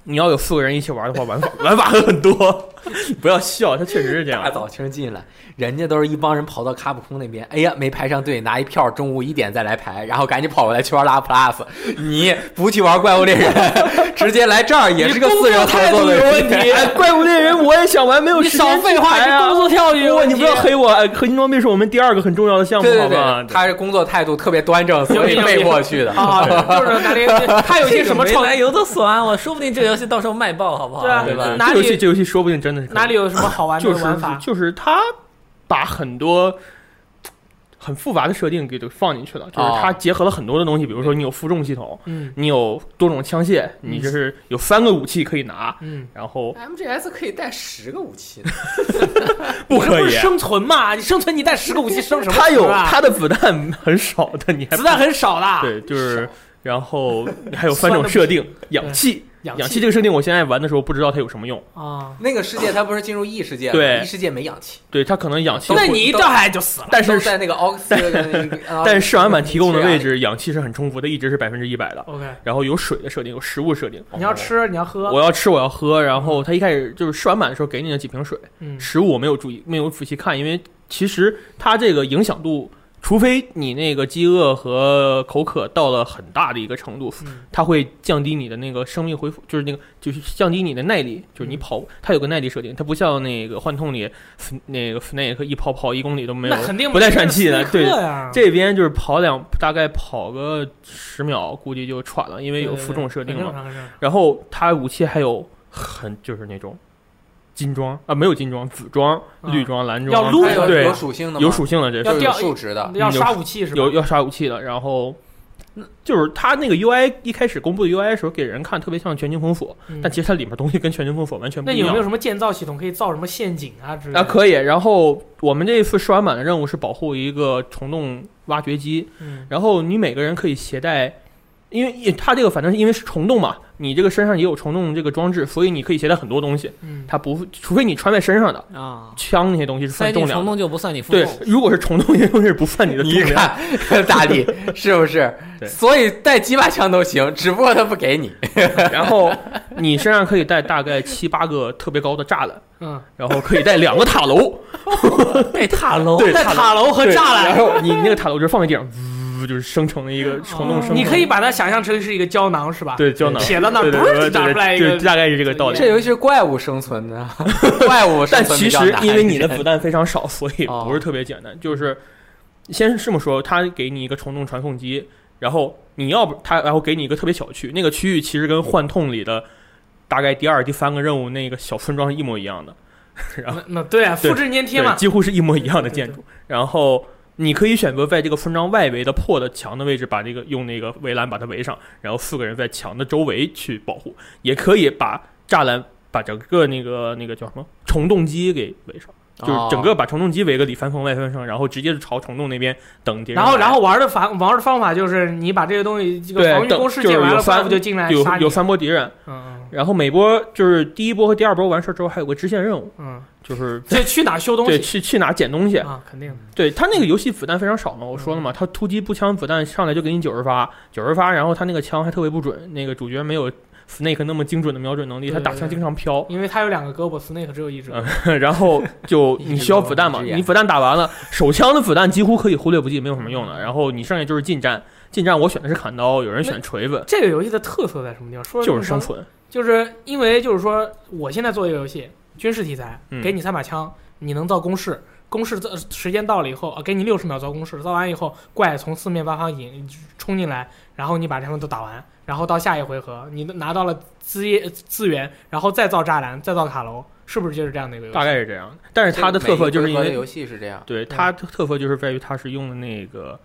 你要有四个人一起玩的话，玩法玩法很多。不要笑，它确实是这样。 大早清进来，人家都是一帮人跑到卡普空那边，哎呀没排上队，拿一票，中午一点再来排，然后赶紧跑过来去玩拉 Plus。你不去玩怪物猎人，直接来这儿也是个四人合作的问题。 哎，怪物猎人我也想玩，没有时间。 少废话，你工作态度有问题。 你不要黑我，核心装备是我们第二个很重要的项目， 对对对， 好吧？ 他是工作态度特别端正，所以被迫去的。 啊，就是哪里他有些什么没来由的酸，我说不定这个游戏到时候卖爆，好不好？ 对啊， 对吧？ 哪里这游戏这游戏说不定真的是哪里有什么好玩的玩法？ 就是就是他把很多很复杂的设定给都放进去了，就是它结合了很多的东西，比如说你有负重系统， 嗯， 你有多种枪械，你就是有三个武器可以拿， 嗯， 然后 M G S 可以带十个武器， 不可以不是生存嘛？你生存你带十个武器生什么？ 它有它的子弹很少的，你还子弹很少的， 对，就是然后你还有三种设定，氧气。 氧气这个设定，我现在玩的时候不知道它有什么用啊。 那个世界它不是进入异世界， 对， 异世界没氧气， 对，它可能氧气。 那你一掉下来就死了。 但是在那个奥斯， 但是试玩版提供的位置氧气是很充足的，一直是百分之一百的。 OK， 然后有水的设定，有食物设定。 你要吃，你要喝。 我要吃，我要喝。然后它一开始就是试玩版的时候给你了几瓶水， 嗯， 食物我没有注意，没有仔细看，因为其实它这个影响度。除非你那个饥饿和口渴到了很大的一个程度， 嗯、 它会降低你的那个生命恢复，就是那个就是降低你的耐力，就是你跑， 嗯、 它有个耐力设定，它不像那个幻痛里那个 Snake 一跑跑一公里都没有， 那肯定不带喘气的。对， 啊、 这边就是跑两大概跑个十秒，估计就喘了，因为有负重设定嘛。然后它武器还有很就是那种。金装啊，没有金装，紫装、 啊、 绿装、蓝装， 要撸对， 有属性的吗？ 有属性的，这是有数值的， 要刷武器是吧？ 有要刷武器的，然后就是它那个 U I 一开始公布的 U I 的时候，给人看特别像全境封锁， 嗯、 但其实它里面东西跟全境封锁完全不一样。 那有没有什么建造系统可以造什么陷阱啊之类的？ 啊，可以。然后我们这一次试玩版的任务是保护一个虫洞挖掘机， 嗯， 然后你每个人可以携带。因为它这个反正是因为是虫洞嘛，你这个身上也有虫洞这个装置，所以你可以携带很多东西。 嗯， 它不，除非你穿在身上的啊， 枪那些东西是算重量的。 虫洞就不算你负重。 对，如果是虫洞那些东西是不算你的重量。 你看大力是不是？所以带几把枪都行，只不过他不给你。 然后你身上可以带大概七八个特别高的栅栏， 嗯， 然后可以带两个塔楼， 带塔楼， 对， 带塔楼和栅栏， 然后你那个塔楼就放在地上。就是生成了一个虫洞生成、 哦，你可以把它想象成是一个胶囊，是吧？ 对，胶囊铁到那儿，不是打出来一个， 大概是这个道理。 这游戏是怪物生存的，怪物生存。 但其实因为你的子弹非常少，所以不是特别简单。哦、就是先这么说，他给你一个虫洞传送机，然后你要不他，然后给你一个特别小区，那个区域其实跟幻痛里的大概第二、第三个任务那个小村庄是一模一样的。然后那对啊，复制粘贴嘛， 几乎是一模一样的建筑。对对对，然后。你可以选择在这个村庄外围的破的墙的位置，把这个用那个围栏把它围上，然后四个人在墙的周围去保护，也可以把栅栏把整个那个那个叫什么虫洞机给围上，就是整个把虫洞机围个里翻风外翻风，然后直接是朝虫洞那边等敌人。 然后然后玩的法玩的方法就是你把这个东西这个防御公式建完了，怪物就进来有杀你。 有三波敌人， 嗯， 然后每波就是第一波和第二波完事之后还有个支线任务， 嗯。 就是就去哪修东西， 对，去去哪捡东西啊，肯定。 对他那个游戏子弹非常少嘛，我说了嘛，他突击步枪子弹上来就给你九十发，九十发，然后他那个枪还特别不准，那个主角没有 Snake 那么精准的瞄准能力，他打枪经常飘， 因为他有两个胳膊 ，Snake 只有一只。 嗯，然后就你需要子弹嘛，你子弹打完了，手枪的子弹几乎可以忽略不计，没有什么用的。然后你剩下就是近战，近战我选的是砍刀，有人选锤子。 这个游戏的特色在什么地方？说就是生存， 就是因为就是说，我现在做一个游戏，军事题材，给你三把枪。嗯，你能造工事，工事时间到了以后啊，给你六十秒造工事，造完以后怪从四面八方引冲进来，然后你把他们都打完，然后到下一回合你拿到了资业资源，然后再造栅栏，再造塔楼，是不是就是这样的一个游戏？ 大概是这样，但是它的特色就是因为游戏是这样， 对它的特色就是在于它是用的那个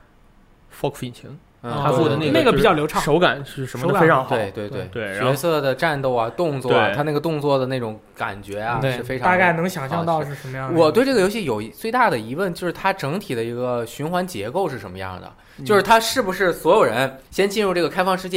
Fox 引擎。 嗯、 他做的那个那个比较流畅， 手感是什么的非常好， 对对对对， 角色的战斗啊、动作啊，他那个动作的那种感觉啊是非常大概能想象到是什么样的。 我对这个游戏有最大的疑问，就是它整体的一个循环结构是什么样的？嗯、就是它是不是所有人先进入这个开放世界，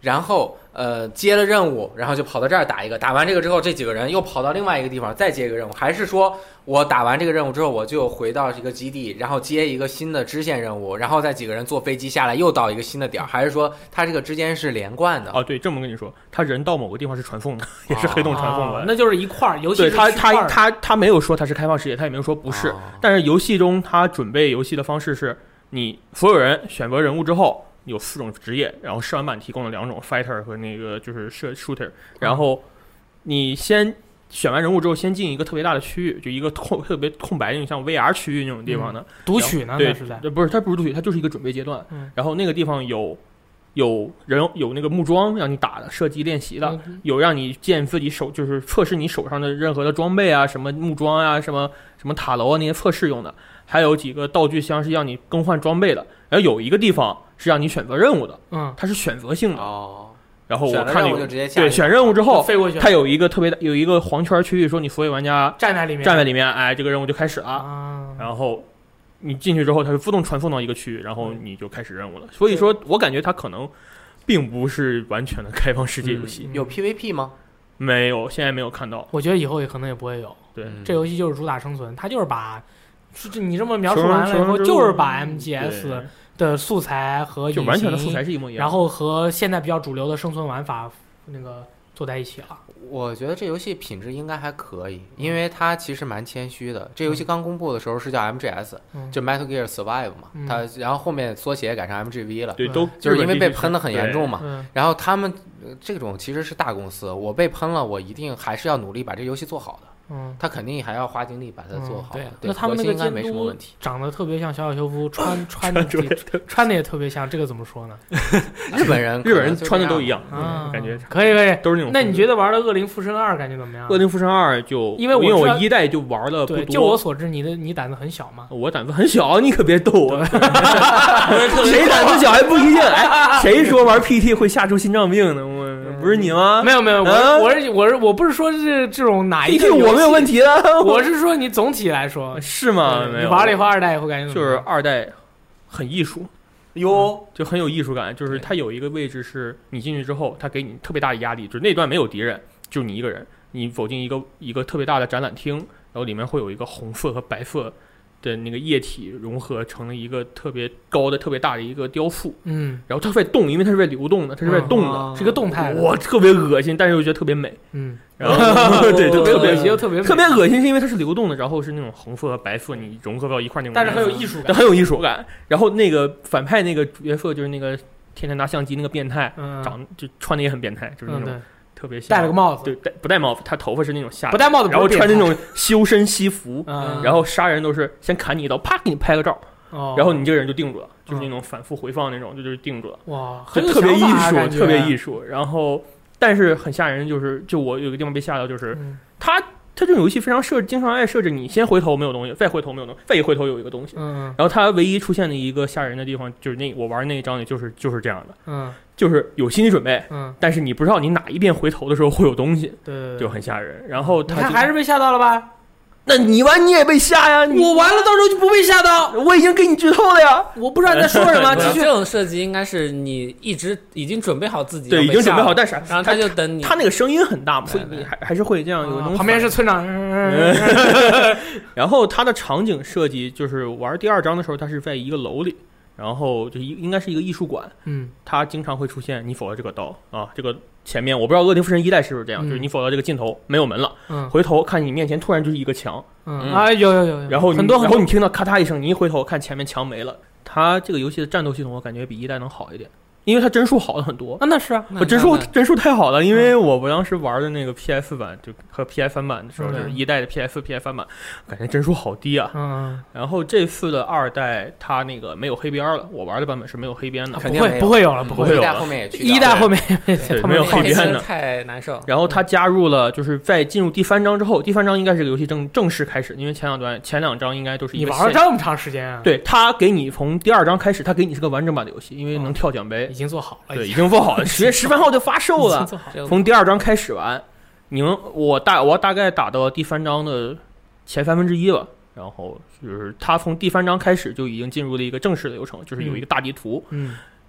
然后呃接了任务，然后就跑到这儿打一个，打完这个之后，这几个人又跑到另外一个地方再接一个任务，还是说我打完这个任务之后，我就回到这个基地，然后接一个新的支线任务，然后再几个人坐飞机下来又到一个新的点，还是说它这个之间是连贯的？ 哦，对，这么跟你说，他人到某个地方是传送的，也是黑洞传送的， 哦、那就是一块儿游戏。 对他他他他没有说它是开放世界，他也没有说不是，哦、但是游戏中他准备游戏的方式是，你所有人选择人物之后。有四种职业，然后试玩版提供了两种 fighter 和那个就是射 shooter， 然后你先选完人物之后，先进一个特别大的区域，就一个空特别空白的，像 V R 区域那种地方的、嗯、 读取呢？ 对， 是在不是它不是读取，它就是一个准备阶段。嗯、然后那个地方有有人有那个木桩让你打的射击练习的，嗯、有让你建自己手就是测试你手上的任何的装备啊，什么木桩啊，什么什么塔楼啊那些测试用的，还有几个道具箱是让你更换装备的，然后有一个地方。是让你选择任务的，嗯，它是选择性的哦。 然后我看那个对选任务之后飞过去， 它有一个特别的有一个黄圈区域，说你所有玩家站在里面， 站在里面，哎，这个任务就开始了。 啊、 然后你进去之后，它就自动传送到一个区域，然后你就开始任务了。所以说我感觉它可能并不是完全的开放世界游戏。 嗯、有 P V P 吗？ 没有，现在没有看到。 我觉得以后也可能也不会有。 对， 嗯、 这游戏就是主打生存，它就是把你这么描述完了以后，就是把 M G S。的素材和就完全的素材是一模一样， 然后和现在比较主流的生存玩法那个做在一起了。 我觉得这游戏品质应该还可以，因为它其实蛮谦虚的。这游戏刚公布的时候是叫 M G S，、嗯、就 Metal Gear Survive 嘛，嗯、它然后后面缩写改成 M G V 了， 对，都就是因为被喷得很严重嘛。 嗯、 然后他们这种其实是大公司，我被喷了，我一定还是要努力把这游戏做好的。 嗯， 他肯定还要花精力把它做好。 嗯、对， 对那他们那个监督长得特别像小小修夫，穿穿的穿的也特别像，这个怎么说呢？ 日本人日本人穿的都一样， 啊、 感觉可以可以， 都是那种。 那你觉得玩的《恶灵附身二》感觉怎么样？ 《恶灵附身二》就因为我因为我一代就玩了不多， 就我所知，你的你胆子很小嘛？ 我胆子很小，你可别逗我。谁胆子小还不一定？哎，谁说玩 P T 会吓出心脏病呢？我不是你吗？ 没有没有，我我是我是我不是说是这种哪一个 P T 我没有问题的。 我是说你总体来说是吗？ 你玩了以后二代以后感觉就是二代很艺术哟， 就很有艺术感。就是它有一个位置是你进去之后，它给你特别大的压力，就是那段没有敌人，就你一个人，你走进一个一个特别大的展览厅，然后里面会有一个红色和白色的那个液体融合成了一个特别高的、特别大的一个雕塑， 嗯， 然后它在动，因为它是在流动的，它是在动的， 嗯、是个动态的， 哇，特别恶心，但是又觉得特别美， 嗯， 然后对， 特别恶心又特别特别恶心，是因为它是流动的，然后是那种红色和白色你融合到一块那种， 但是很有艺术感， 很有艺术感。然后那个反派那个角色就是那个天天拿相机那个变态， 嗯、 长就穿的也很变态，就是那种。 嗯特别像戴了个帽子， 对，戴不戴帽子？他头发是那种下不戴帽子， 然后穿那种修身西服， 嗯、 然后杀人都是先砍你一刀，啪给你拍个照， 哦、 然后你这个人就定住了，就是那种反复回放那种，就就是定住了。 哇， 就特别艺术，特别艺术。然后，但是很吓人，就是就我有个地方被吓到，就是他。嗯它这种游戏非常设，经常爱设置你先回头没有东西，再回头没有东西，再一回头有一个东西。 嗯， 然后它唯一出现的一个吓人的地方，就是那我玩那一章里就是就是这样的。 嗯， 就是有心理准备， 嗯，但是你不知道你哪一遍回头的时候会有东西， 对， 就很吓人。然后他还是被吓到了吧？ 那你玩你也被吓呀！ 我完了，到时候就不被吓到。 我已经给你剧透了呀！ 我不知道你在说什么。继续。 这种设计应该是你一直已经准备好自己， 对，已经准备好，但是然后他就等你。 他那个声音很大嘛，所以你还还是会这样有一种。 旁边是村长。 然后他的场景设计就是玩第二章的时候，他是在一个楼里。然后就应该是一个艺术馆， 嗯， 它经常会出现你否了这个刀啊，这个前面我不知道《恶灵附身》一代是不是这样， 嗯、 就是你否了这个尽头没有门了， 嗯， 回头看你面前突然就是一个墙， 嗯啊有有有， 然后很多然后你听到咔嗒一声，你一回头看前面墙没了。它这个游戏的战斗系统我感觉比一代能好一点。因为它帧数好了很多啊，那是啊， 我帧数帧数太好了。因为我当时玩的那个 P S 版就和 P S 三版的时候，就是一代的 P S、P S 三版，感觉帧数好低啊。 嗯， 然后这次的二代它那个没有黑边了，我玩的版本是没有黑边的， 不会不会有了，不会有了。 后面也去一代后面对没有黑边的， 太难受。 然后它加入了，就是在进入第三章之后，第三章应该是这个游戏正正式开始，因为前两段前两章应该都是一个你玩了这么长时间啊？ 对，它给你从第二章开始，它给你是个完整版的游戏，因为能跳奖杯， 已经做好了。 对。已经做好了，十月十三号就发售了。从第二章开始玩，你们我大我大概打到第三章的前三分之一了，然后就是他从第三章开始就已经进入了一个正式的流程，就是有一个大地图， 嗯，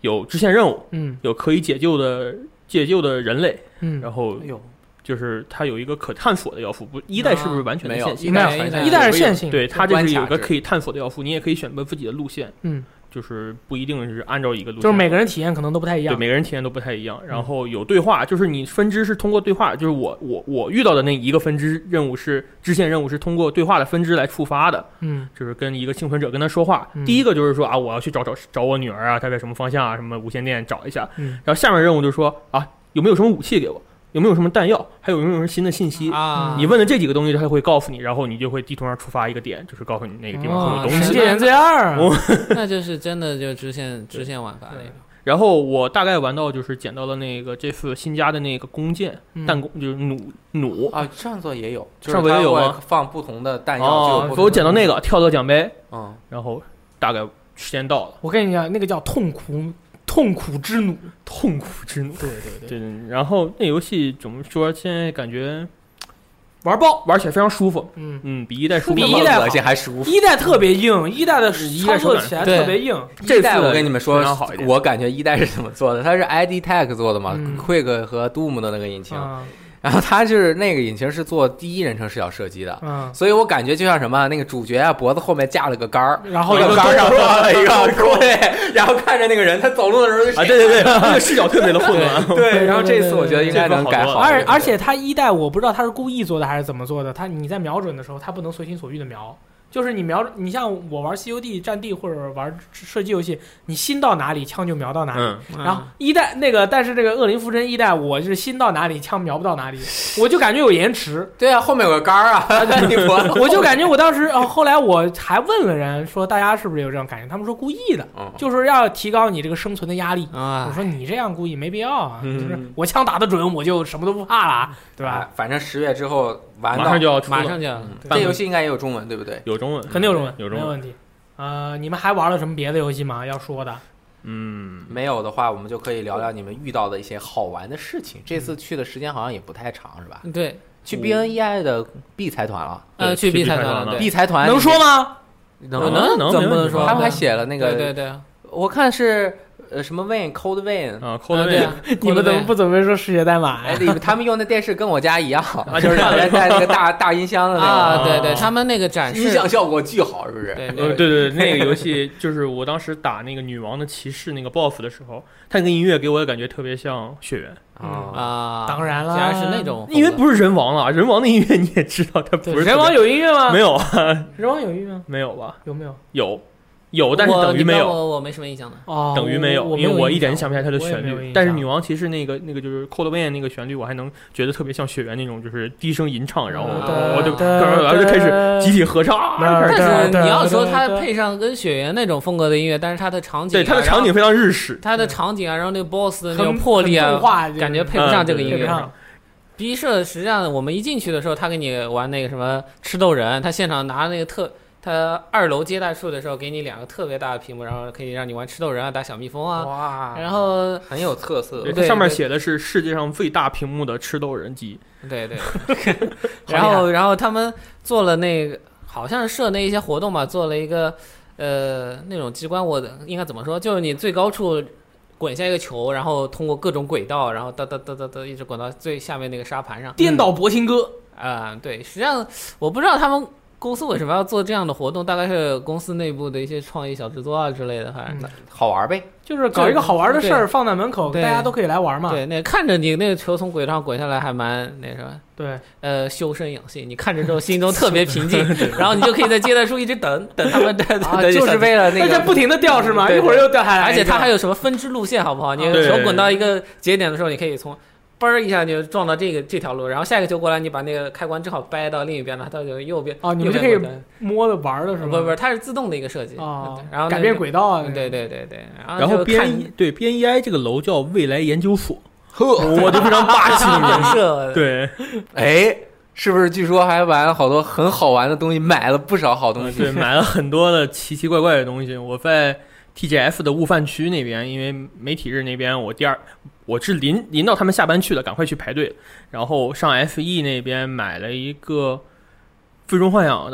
有支线任务， 嗯， 有可以解救的解救的人类， 嗯， 然后哎呦， 就是它有一个可探索的要素，不一代是不是完全的线性？ 没有，一代是线性， 对，它这是有一个可以探索的要素，你也可以选择自己的路线， 嗯。 就是不一定是按照一个路线， 就是每个人体验可能都不太一样， 对，每个人体验都不太一样。然后有对话，就是你分支是通过对话，就是我我我遇到的那一个分支任务是支线任务是通过对话的分支来触发的， 嗯， 就是跟一个幸存者跟他说话。 嗯、 第一个就是说啊，我要去找找找我女儿啊，她在什么方向啊，什么无线电找一下。 嗯， 然后下面任务就是说啊，有没有什么武器给我？有没有什么弹药，还有没有什么新的信息啊？ 你问的这几个东西，它会告诉你，然后你就会地图上触发一个点，就是告诉你那个地方会有东西。 神界原罪二， 那就是真的就支线支线玩法那个。 然后我大概玩到就是捡到了那个这次新加的那个弓箭， 嗯、 弹弓就是弩弩啊，上座也有， 上座也有吗？ 放不同的弹药。 哦，我捡到那个跳得奖杯， 嗯， 然后大概时间到了。 我跟你讲，那个叫痛苦。痛苦之弩， 痛苦之弩， 对对对对。然后那游戏怎么说？现在感觉玩爆， 玩起来非常舒服。 嗯嗯，比一代舒服， 比一代恶心还舒服。 一代特别硬，一代的操作起来特别硬。 这代我跟你们说，我感觉一代是怎么做的？它是 I D Tech 做的嘛、嗯、，Quick 和 Doom 的那个引擎。嗯，然后它是那个引擎是做第一人称视角射击的， 嗯， 所以我感觉就像什么那个主角啊，脖子后面架了个杆儿， 然后一个杆上放了一个对，然后看着那个人他走路的时候就啊，对对对，那个视角特别的混乱， 对。然后这次我觉得应该能改好， 而而且他一代我不知道他是故意做的还是怎么做的，他你在瞄准的时候他不能随心所欲的瞄。就是你瞄，你像我玩 C O D 战地或者玩射击游戏，你心到哪里枪就瞄到哪里。 嗯、 然后一代那个，但是这个恶灵附身一代，我是心到哪里枪瞄不到哪里，我就感觉有延迟。 对啊，后面有个杆儿啊， 我就感觉我当时，哦，后来我还问了人说，大家是不是有这种感觉？他们说故意的， 嗯、 就是要提高你这个生存的压力。 啊、 我说你这样故意没必要啊， 嗯、 就是我枪打得准，我就什么都不怕了，对吧？ 反正十月之后玩马上就要出了， 马上就要。 嗯、这游戏应该也有中文，对不对？ 有中文， 肯定有中文。 有中文没有问题，呃，你们还玩了什么别的游戏吗？要说的？ 嗯， 没有的话，我们就可以聊聊你们遇到的一些好玩的事情。这次去的时间好像也不太长，是吧？ 对， 去 B N E I 的 B 财团了。 呃，去 B 财团了。 B 财团能说吗？ 能能能， 怎么不能说？ 他们还写了那个， 对对对， 我看是。呃，什么 Wayne、Cold Wayne 啊 ，Cold Wayne， 你们怎么不准备说世界代码呀？ 哎，他们用的电视跟我家一样，就是两边带那个大大音箱的那个。 啊，对对，他们那个展示音响效果巨好，是不是？ 对对对，那个游戏就是我当时打那个女王的骑士那个 B O S S 的时候，它那个音乐给我的感觉特别像血缘啊， 当然了， 竟然是那种， 因为不是人王了，人王的音乐你也知道，它不是人王有音乐吗？ 没有， 人王有音乐吗？ 没有吧？ 有没有？ 有。有，但是等于没有。 我我没什么印象的。 哦， 等于没有，因为我一点想不起来它的旋律。但是女王骑士那个那个就是 Cold Wayne 那个旋律，我还能觉得特别像雪原那种，就是低声吟唱，然后我就然后就开始集体合唱。 但是你要说它配上跟雪原那种风格的音乐，但是它的场景， 对它的场景非常日式， 它的场景啊，然后那个 boss 的那种魄力啊，感觉配不上这个音乐。B 社实际上我们一进去的时候，他给你玩那个什么吃豆人，他现场拿那个特。他二楼接待处的时候，给你两个特别大的屏幕，然后可以让你玩吃豆人啊，打小蜜蜂啊。 哇！ 然后很有特色。 对，上面写的是世界上最大屏幕的吃豆人机。 对对。然后，然后他们做了那个，好像是设那一些活动吧，做了一个呃那种机关，我应该怎么说？就是你最高处滚下一个球，然后通过各种轨道，然后哒哒哒哒哒一直滚到最下面那个沙盘上。 颠倒博听歌。 啊、嗯呃，对，实际上我不知道他们。公司为什么要做这样的活动？大概是公司内部的一些创意小制作啊之类的，反正、 嗯、 好玩呗， 就是搞一个好玩的事儿放在门口，大家都可以来玩嘛。 对，那看着你那个球从轨道上滚下来，还蛮那什么。 对， 呃，修身养性，你看着之后心中特别平静，然后你就可以在接待处一直等等他们等、 啊，就是为了那个， 而且不停的掉是吗？一会儿又掉下来， 而且它还有什么分支路线，好不好？你球滚到一个节点的时候，你可以从。嘣一下就撞到这个这条路，然后下一个球过来，你把那个开关正好掰到另一边了，它就右边哦，你们就可以摸着玩的是吗？ 不不，它是自动的一个设计哦， 然后、那个、 改变轨道啊， 对对对对， 然后 B N 对 B N E I 这个楼叫未来研究所，呵，我就非常霸气的人设， 对， 哎。是不是据说还买了好多很好玩的东西，买了不少好东西？ 对，买了很多的奇奇怪怪的东西。我在 T G F 的悟饭区那边，因为媒体日那边我第二我是临临到他们下班去了，赶快去排队。然后上 F E 那边买了一个最终幻想的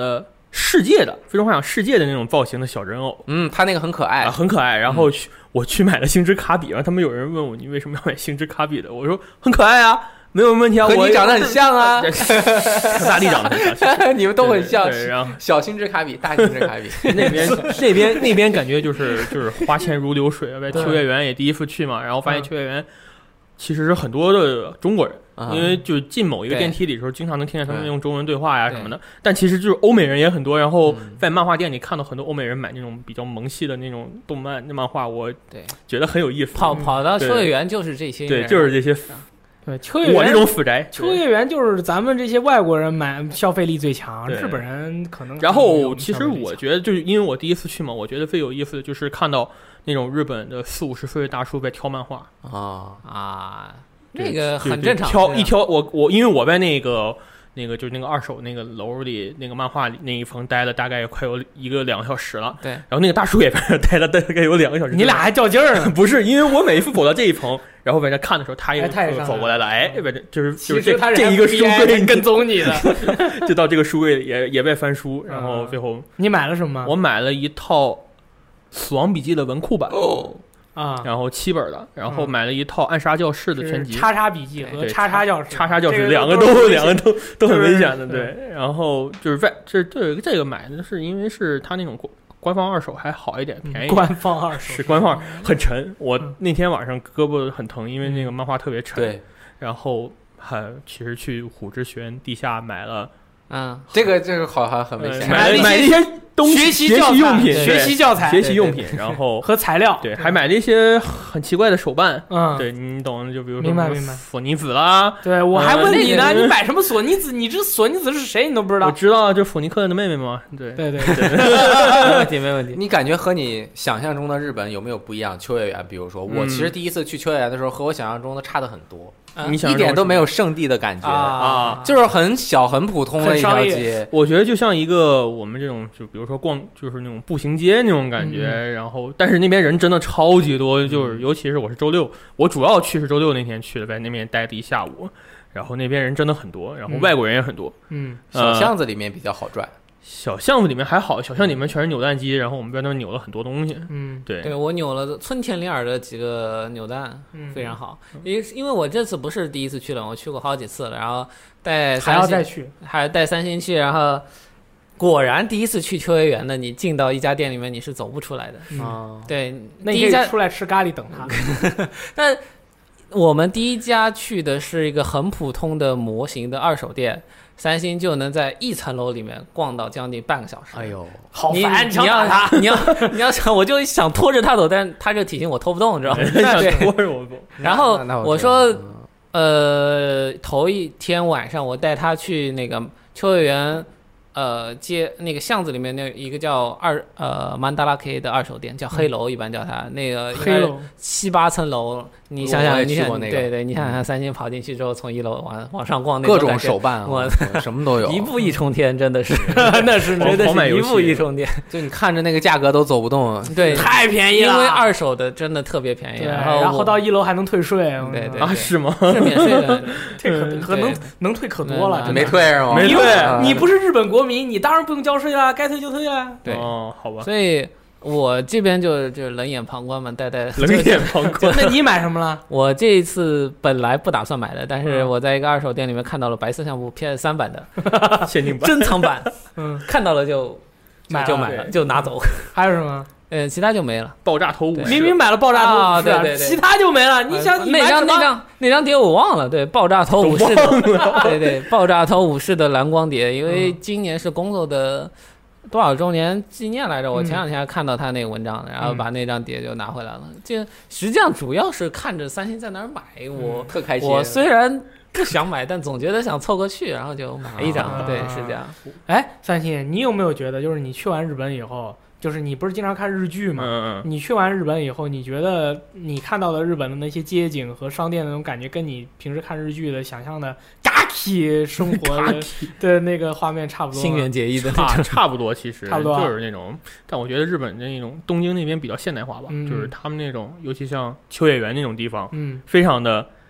世界的非洲幻想世界的那种造型的小人偶， 嗯，他那个很可爱， 啊、很可爱。然后去、嗯、我去买了星之卡比，然后他们有人问我你为什么要买星之卡比的，我说很可爱啊。没有问题啊， 和你长得很像啊， 和大力长得很像， 你们都很像。 对，然后小星之卡比，大星之卡比， 那边那边那边感觉就是就是花钱如流水。在秋叶原也第一次去嘛，然后发现秋叶原其实是很多的中国人，嗯、因为就进某一个电梯里的时候，经常能听见他们用中文对话呀什么的。但其实就是欧美人也很多，然后在漫画店里看到很多欧美人买那种比较萌系的那种动漫那漫画，我觉得很有意思。 跑跑到秋叶原就是这些人， 对，就是这些。 对，秋叶原我这种死宅， 秋叶原就是咱们这些外国人买消费力最强，日本人可能。 然后其实我觉得，就是因为我第一次去嘛，我觉得最有意思的就是看到那种日本的四五十岁的大叔在挑漫画啊啊，那个很正常。 挑一挑，我我因为我在那个。那个就是那个二手那个楼里那个漫画里那一层待了大概快有一个两个小时了， 对。 然后那个大叔也在那待了大概有两个小时。 你俩还较劲儿呢？ 不是，因为我每一次走到这一层，然后在这看的时候，他也走过来了，哎，就是就是这这一个书柜跟踪你的， 就到这个书柜也也在翻书，然后最后你买了什么？ 我买了一套《死亡笔记》的文库版。 哦。 啊， 然后七本的，然后买了一套《暗杀教室》的全集， 叉叉笔记和叉叉教室， 叉叉教室两个都两个都都很危险的，对。然后就是在这这这个买的是因为是他那种官方二手还好一点，便宜。 官方二手是官方很沉，我那天晚上胳膊很疼，因为那个漫画特别沉。 对， 然后还其实去虎之学院地下买了。 嗯， 这个这个好像很危险。 买了买了一些东西， 学习用品， 学习教材， 学习用品，然后和材料， 对，还买了一些很奇怪的手办。 嗯， 对你懂的，就比如说明白明白， 索尼子啦。 对我还问你呢，你买什么索尼子？你这索尼子是谁？你都不知道？ 我知道，就索尼克的妹妹嘛。对对对对， 没问题没问题。 你感觉和你想象中的日本有没有不一样？秋叶原，比如说我其实第一次去秋叶原的时候，和我想象中的差的很多。 你一点都没有圣地的感觉啊， 就是很小很普通的一条街。 我觉得就像一个我们这种，就比如说逛，就是那种步行街那种感觉。嗯、然后，但是那边人真的超级多，就是尤其是我是周六，我主要去是周六那天去的，在那边待了一下午。然后那边人真的很多，然后外国人也很多。 嗯， 小巷子里面比较好转。 小巷子里面还好，小巷里面全是扭蛋机，然后我们在那扭了很多东西。 嗯， 对， 对我扭了村田铃儿的几个扭蛋， 嗯、 非常好。因因为我这次不是第一次去了，我去过好几次了，然后带还要再去， 还带三星去，然后果然第一次去秋叶原的，你进到一家店里面你是走不出来的。 嗯， 对， 那你可以出来吃咖喱等他。 但我们第一家去的是一个很普通的模型的二手店。三星就能在一层楼里面逛到将近半个小时。 哎呦， 好烦！ 你你要他，你要你要想，我就想拖着他走，但是他这体型我拖不动，你知道吗？ 想拖着我走。 然后我说，呃，头一天晚上我带他去那个秋叶原，呃，街那个巷子里面那一个叫二呃曼达拉 K 的二手店，叫黑楼，一般叫它那个黑楼七八层楼。你想想，你想、 那个、 对对，你想想三星跑进去之后，从一楼往往上逛，那各种手办、啊， 我什么都有， 一步一冲天，真的是， 那是真的是一步一冲天。 就你看着那个价格都走不动， 对， 太便宜了， 因为二手的真的特别便宜。 然后然后到一楼还能退税， 对对对啊，是吗？ 是免税的， 退可可能能退可多了， 没退是吗？ 没退， 你不是日本国民，你当然不用交税了，该退就退了。 对， 哦，好吧， 所以。我这边就就冷眼旁观嘛，带带冷眼旁观。 那你买什么了？ 我这一次本来不打算买的，但是我在一个二手店里面看到了白色相簿 P S 三 版的限定版珍藏版， 嗯， 看到了就买就买了，就拿走。 还有什么？ 呃，其他就没了。 爆炸头武士， 明明买了爆炸头武士， 啊、对对对， 其他就没了。你想你那张那张那张碟我忘了，对，爆炸头武士的，对对，爆炸头武士的蓝光碟，因为今年是工作的。多少周年纪念来着？我前两天还看到他那个文章， 嗯、 然后把那张碟就拿回来了。这实际上主要是看着三星在哪儿买，我、 嗯、特开心。 我虽然不想买，但总觉得想凑过去，然后就买一张。 啊、 对，是这样。 哎，三星，你有没有觉得，就是你去完日本以后？就是你不是经常看日剧吗？ 嗯嗯。 你去完日本以后，你觉得你看到的日本的那些街景和商店的那种感觉，跟你平时看日剧的想象的 Gaki 生活的的那个画面差不多？ 新垣结衣的差差不多，其实差不多就是那种。但我觉得日本的那种东京那边比较现代化吧， 嗯、 就是他们那种，尤其像秋叶原那种地方， 嗯， 非常的。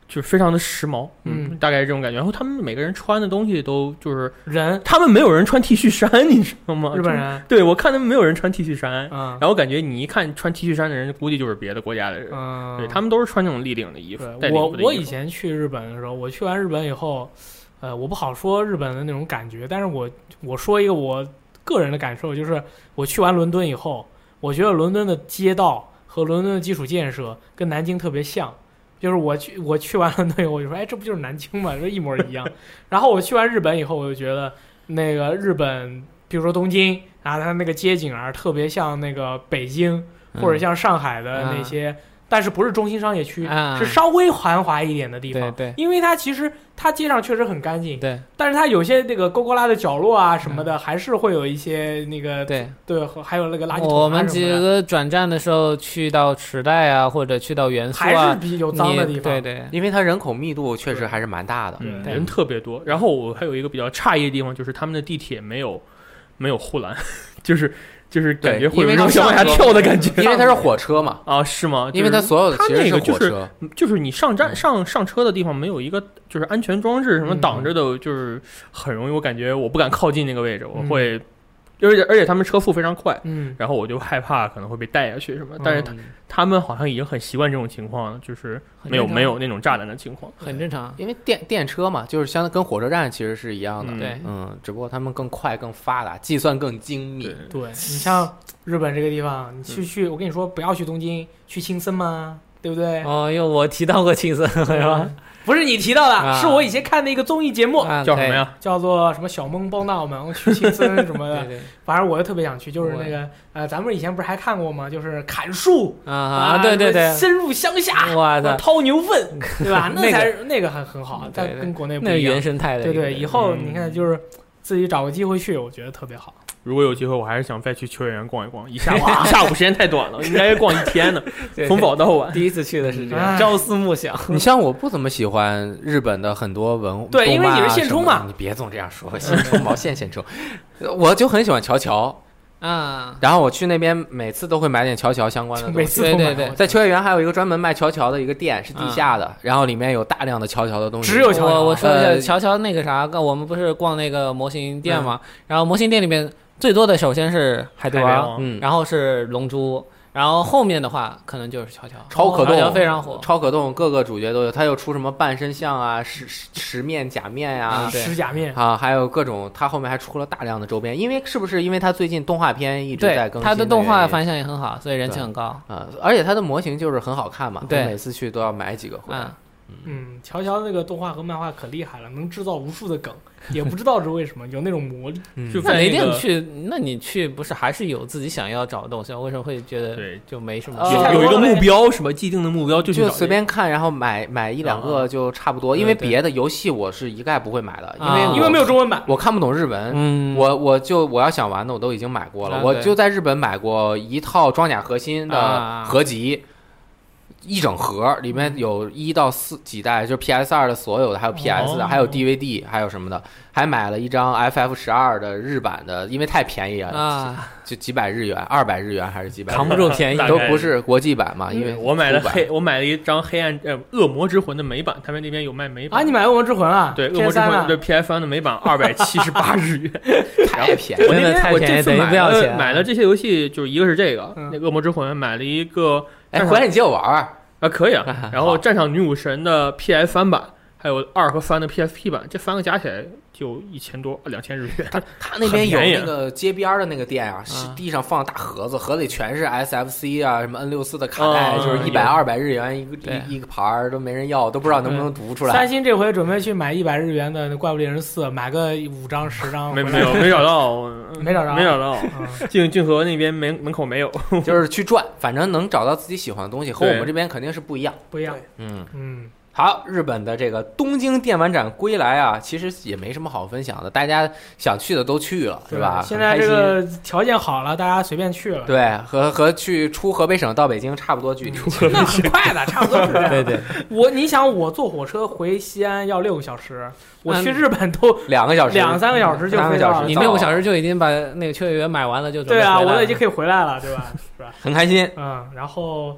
就是非常的时髦， 嗯， 大概这种感觉。然后他们每个人穿的东西都就是人， 他们没有人穿 T 恤衫，你知道吗？ 日本人， 对我看他们没有人穿 T 恤衫， 嗯， 然后感觉你一看穿 T 恤衫的人，估计就是别的国家的人， 嗯， 对他们都是穿那种立领的衣服。 我我以前去日本的时候，我去完日本以后，呃，我不好说日本的那种感觉，但是我我说一个我个人的感受，就是我去完伦敦以后，我觉得伦敦的街道和伦敦的基础建设跟南京特别像。就是我去我去完伦敦以后，我就说，哎，这不就是南京吗？这一模一样。然后我去完日本以后，我就觉得那个日本，比如说东京，然后它那个街景啊，特别像那个北京或者像上海的那些，嗯、但是不是中心商业区， 啊、 是稍微繁华一点的地方。 对对， 因为它其实它街上确实很干净， 对， 但是它有些那个勾勾拉的角落啊什么的，嗯、还是会有一些那个对对，还有那个垃圾桶、啊。 我们几个转站的时候去到池袋啊，或者去到元素啊， 还是比较脏的地方。 对对， 因为它人口密度确实还是蛮大的， 嗯，人特别多。然后我还有一个比较诧异的地方，就是他们的地铁没有没有护栏，就是。就是感觉会有一种想往下跳的感觉， 因为它是火车嘛。 啊，是吗？ 因为它所有的其实是火车， 就是就是你上站上上车的地方没有一个就是安全装置什么挡着的，就是很容易，我感觉我不敢靠近那个位置，我会。而且而且他们车速非常快， 嗯， 然后我就害怕可能会被带下去什么，但是他、嗯、他们好像已经很习惯这种情况了，就是没有没有那种栅栏的情况， 很正常。 因为电电车嘛，就是相当跟火车站其实是一样的， 对， 嗯, 嗯，只不过他们更快、更发达，计算更精密。 对，对你像日本这个地方，你去去，我跟你说，不要去东京，去青森嘛，对不对？ 哦，因为我提到过青森，是吧？ 不是你提到的， 啊、 是我以前看的一个综艺节目， 啊、 叫什么呀？ 叫做什么小梦帮大们去青森什么的。 对对， 反正我就特别想去，就是那个呃，咱们以前不是还看过吗？就是砍树啊啊，对对对， 深入乡下， 哇的， 掏牛粪，对吧？那才是那个还很好， 在跟国内不一样，那原生态的。 对对，以后你看就是自己找个机会去，我觉得特别好。 如果有机会，我还是想再去秋叶原逛一逛，一下午一下午时间太短了，应该逛一天呢，从早到晚。 第一次去的是这样，朝思暮想。 你像我不怎么喜欢日本的很多文对，因为你是现充嘛， 你别总这样说，现充毛线现充，我就很喜欢乔乔。 啊， 然后我去那边每次都会买点乔乔相关的东西， 每次都买。对对对， 在秋叶原还有一个专门卖乔乔的一个店，是地下的，嗯、然后里面有大量的乔乔的东西。 只有乔乔。 我我说一下乔乔那个啥，我们不是逛那个模型店嘛，嗯、然后模型店里面最多的首先是海贼王， 嗯， 然后是龙珠。然后后面的话，可能就是乔乔， 超可动非常火， 超可动各个主角都有，它又出什么半身像啊、十十面假面呀、啊、 十假面啊，还有各种，它后面还出了大量的周边。因为是不是因为它最近动画片一直在更新， 它的动画反响也很好，所以人气很高啊、呃。而且它的模型就是很好看嘛， 对， 我每次去都要买几个回来。 嗯嗯，乔乔那个动画和漫画可厉害了，能制造无数的梗，也不知道是为什么，有那种魔力。 嗯、就雷电去，那你去不是还是有自己想要找的东西？为什么会觉得对就没什么？ 呃、有有一个目标，什么既定的目标就去就随便看，然后买买一两个就差不多。 啊、 因为别的游戏我是一概不会买的，因为、 啊、 因为没有中文版， 我看不懂日文。 嗯， 我我就我要想玩的我都已经买过了， 啊、 我就在日本买过一套装甲核心的合集。啊一整盒里面有一到四几代，就是 P S 二 的所有的，还有 P S 的， 哦、 还有 D V D， 还有什么的，还买了一张 F F 十二的日版的，因为太便宜了啊， 就几百日元，二百日元还是几百日元， 扛不住便宜， 都不是国际版嘛。 嗯、 因为我买了黑，我买了一张黑暗呃恶魔之魂的美版，他们那边有卖美版啊。你买恶魔之魂了？ 对，恶魔之魂对 P S 三的美版二百七十八日元， 太便宜， 真的太便宜，等于不要钱。 买了这些游戏，就是一个是这个， 嗯、 那恶魔之魂买了一个， 哎，回来你借我玩玩。 啊，可以啊。然后战场女武神的 P S 三版，还有二和三的 P S P 版，这三个加起来就一千多，两千日元。 他他那边有那个街边的那个店啊，是地上放大盒子，盒里全是 S F C 啊，什么 N 六十四的卡带， 哦、 就是一百二百日元一个一一个盘儿，都没人要，都不知道能不能读出来。 三星这回准备去买一百日元的《怪物猎人四》，买个五张十张。 没没有没找到， 没找着， 没找到。静静和那边门门口没有， 就是去转，反正能找到自己喜欢的东西，和我们这边肯定是不一样， 不一样。 嗯嗯。 好，日本的这个东京电玩展归来啊，其实也没什么好分享的，大家想去的都去了，是吧？ 现在这个条件好了，大家随便去了。 对，和和去出河北省到北京差不多距离， 那很快的，差不多是这样。 对对， 我你想，我坐火车回西安要六个小时，我去日本都两个小时， 两三个小时就飞到了。 你六个小时就已经把那个秋叶原买完了，就准备对啊，我都已经可以回来了，对吧？是吧？ 很开心。 嗯，然后。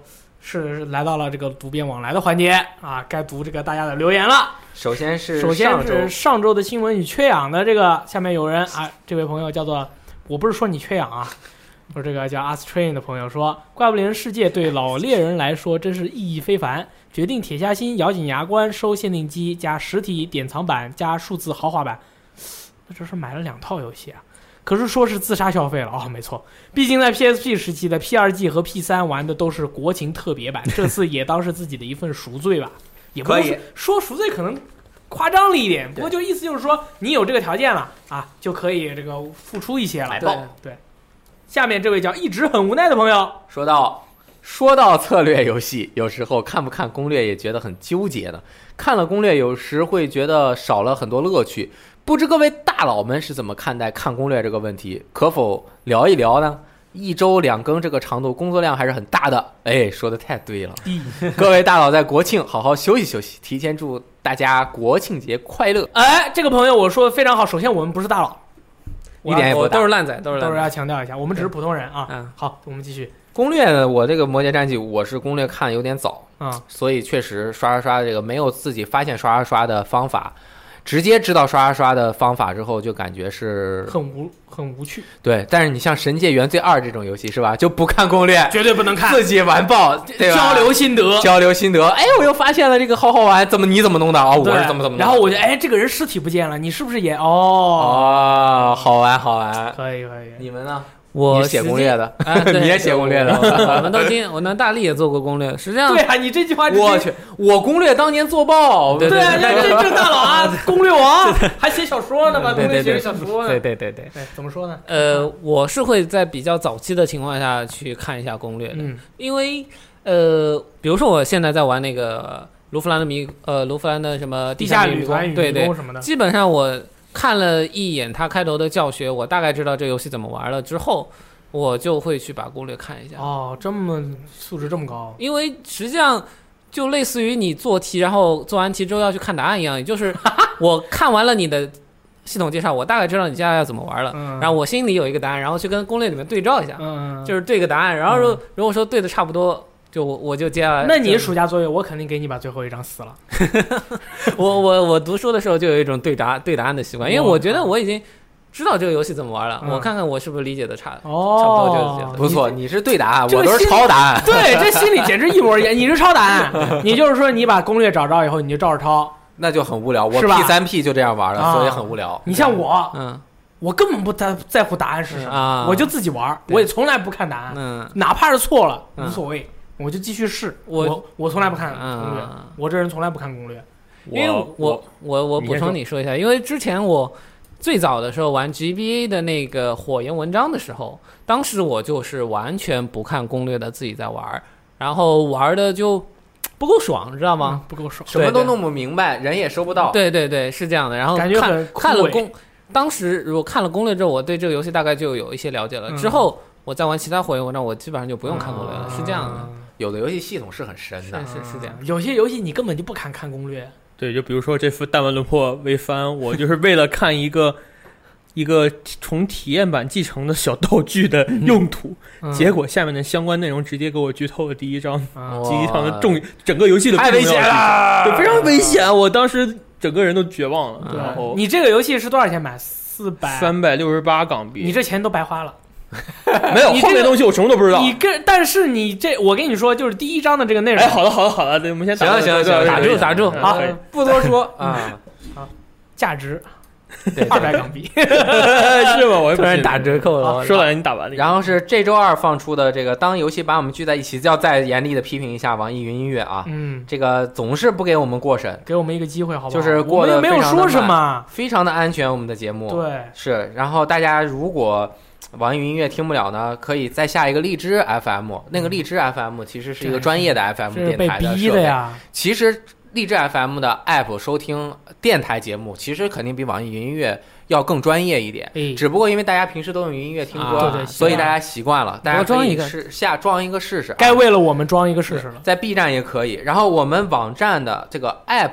是来到了这个读编往来的环节啊，该读这个大家的留言了。 首先是首先是上周的新闻与缺氧的这个，下面有人啊，这位朋友叫做，我不是说你缺氧啊，我这个叫 Astrain 的朋友说，怪物猎人世界对老猎人来说真是意义非凡，决定铁下心，咬紧牙关收限定机加实体典藏版加数字豪华版，那这是买了两套游戏啊。可是说是自杀消费了哦，没错，毕竟在 P S P 时期的 P 二 G 和 P 三 玩的都是国情特别版，这次也当是自己的一份赎罪吧。也不是说赎罪可能夸张了一点，不过就意思就是说你有这个条件了啊，就可以这个付出一些了。 对对。下面这位叫一直很无奈的朋友说到，说到策略游戏，有时候看不看攻略也觉得很纠结的，看了攻略有时会觉得少了很多乐趣。不知各位大佬们是怎么看待看攻略这个问题？可否聊一聊呢？一周两更这个长度，工作量还是很大的。哎，说的太对了。各位大佬在国庆好好休息休息，提前祝大家国庆节快乐。 哎，这个朋友我说的非常好。首先我们不是大佬， 一点也不大， 都是烂仔，都是烂仔， 都是要强调一下，我们只是普通人啊。 嗯， 好，我们继续。 攻略呢，我这个《魔界战记》我是攻略看有点早啊、嗯， 所以确实刷刷刷这个没有自己发现刷刷刷的方法。直接知道刷刷刷的方法之后，就感觉是很无很无趣。 对，但是你像《神界原罪二》这种游戏是吧，就不看攻略， 绝对不能看， 自己完爆，对吧？ 交流心得， 交流心得。哎，我又发现了这个好好玩，怎么你怎么弄的？哦，我是怎么怎么弄的。 然后我就哎，这个人尸体不见了，你是不是也哦？ 哦，好玩好玩， 可以可以。 你们呢？ 我写攻略的， 啊、 你也写攻略的， 我们都听，我那大力也做过攻略。实际上， 对啊，你这句话， 我去，我攻略当年做爆， 对对啊，这这大佬啊，攻略王还写小说呢嘛，攻略写小说呢， 对对对对对，怎么说呢？ 呃，我是会在比较早期的情况下去看一下攻略的， 嗯， 因为呃，比如说我现在在玩那个卢弗兰的迷，呃，卢弗兰的什么地下旅团、 对对什么的， 基本上我看了一眼它开头的教学，我大概知道这游戏怎么玩了之后。我就会去把攻略看一下。 哦，这么素质这么高？ 因为实际上就类似于你做题，然后做完题之后要去看答案一样，也就是我看完了你的系统介绍，我大概知道你接下来要怎么玩了， 嗯、 然后我心里有一个答案，然后去跟攻略里面对照一下， 嗯， 就是对个答案，然后如果、嗯、如果说对的差不多。就我我就接下来， 那你暑假作业我肯定给你把最后一张撕了。 我我我读书的时候就有一种对答对答案的习惯，因为我觉得我已经知道这个游戏怎么玩了， 嗯、 我看看我是不是理解的差， 哦， 差不多就是这样。 不错，你是对答案，我都是抄答案。 对，这心里简直一模一样。你是抄答案，你就是说你把攻略找着以后你就照着抄， 那就很无聊。我 P 三 P 就这样玩了， 啊、 所以很无聊。 你像我， 嗯。 我根本不在在乎答案是什么， 啊、 我就自己玩，我也从来不看答案， 嗯， 哪怕是错了、嗯、无所谓，我就继续试。 我我我从来不看攻略、嗯，我这人从来不看攻略。 因为我我我我补充你说一下，因为之前我最早的时候玩 G B A 的那个火焰文章的时候，当时我就是完全不看攻略的，自己在玩，然后玩的就不够爽，知道吗？ 嗯、不够爽， 什么都弄不明白，人也收不到。 对对对，是这样的。然后感觉很看了攻。当时如果看了攻略之后，我对这个游戏大概就有一些了解了。嗯、之后我再玩其他火焰文章，我基本上就不用看攻略了，啊、是这样的。 有的游戏系统是很深的， 是是是这样。 有些游戏你根本就不敢看攻略。 对，就比如说这副弹丸论破微番，我就是为了看一个一个从体验版继承的小道具的用途，嗯、结果下面的相关内容直接给我剧透了第一章， 嗯、 第一章的重整个游戏的太危险了， 对，非常危险。我当时。整个人都绝望了， 嗯、 然后你这个游戏是多少钱买？四百三百六十八港币。 你这钱都白花了， 没有后面东西我什么都不知道。 你跟但是你这我跟你说，就是第一章的这个内容。 哎，好的好的好的，我们先打行行行， 打住打住， 好， 不多说啊。 好，价值二百港币是吗？我也突然打折扣了， 说了你打完了。 然后是这周二放出的这个，当游戏把我们聚在一起，要再严厉的批评一下网易云音乐啊。 嗯， 这个总是不给我们过审， 给我们一个机会，好不好？ 就是过得没有说什么， 非常的安全。我们的节目对是，然后大家如果网易云音乐听不了呢，可以再下一个荔枝 F M， 那个荔枝 F M 其实是一个专业的 F M 电台的设备。 被逼的呀， 其实荔枝 F M 的 App 收听电台节目，其实肯定比网易云音乐要更专业一点。 哎、 只不过因为大家平时都用云音乐听歌， 啊、对对所以大家习惯了。大家装一个试下装一个试试， 该为了我们装一个试试了。 在 B 站也可以，然后我们网站的这个 App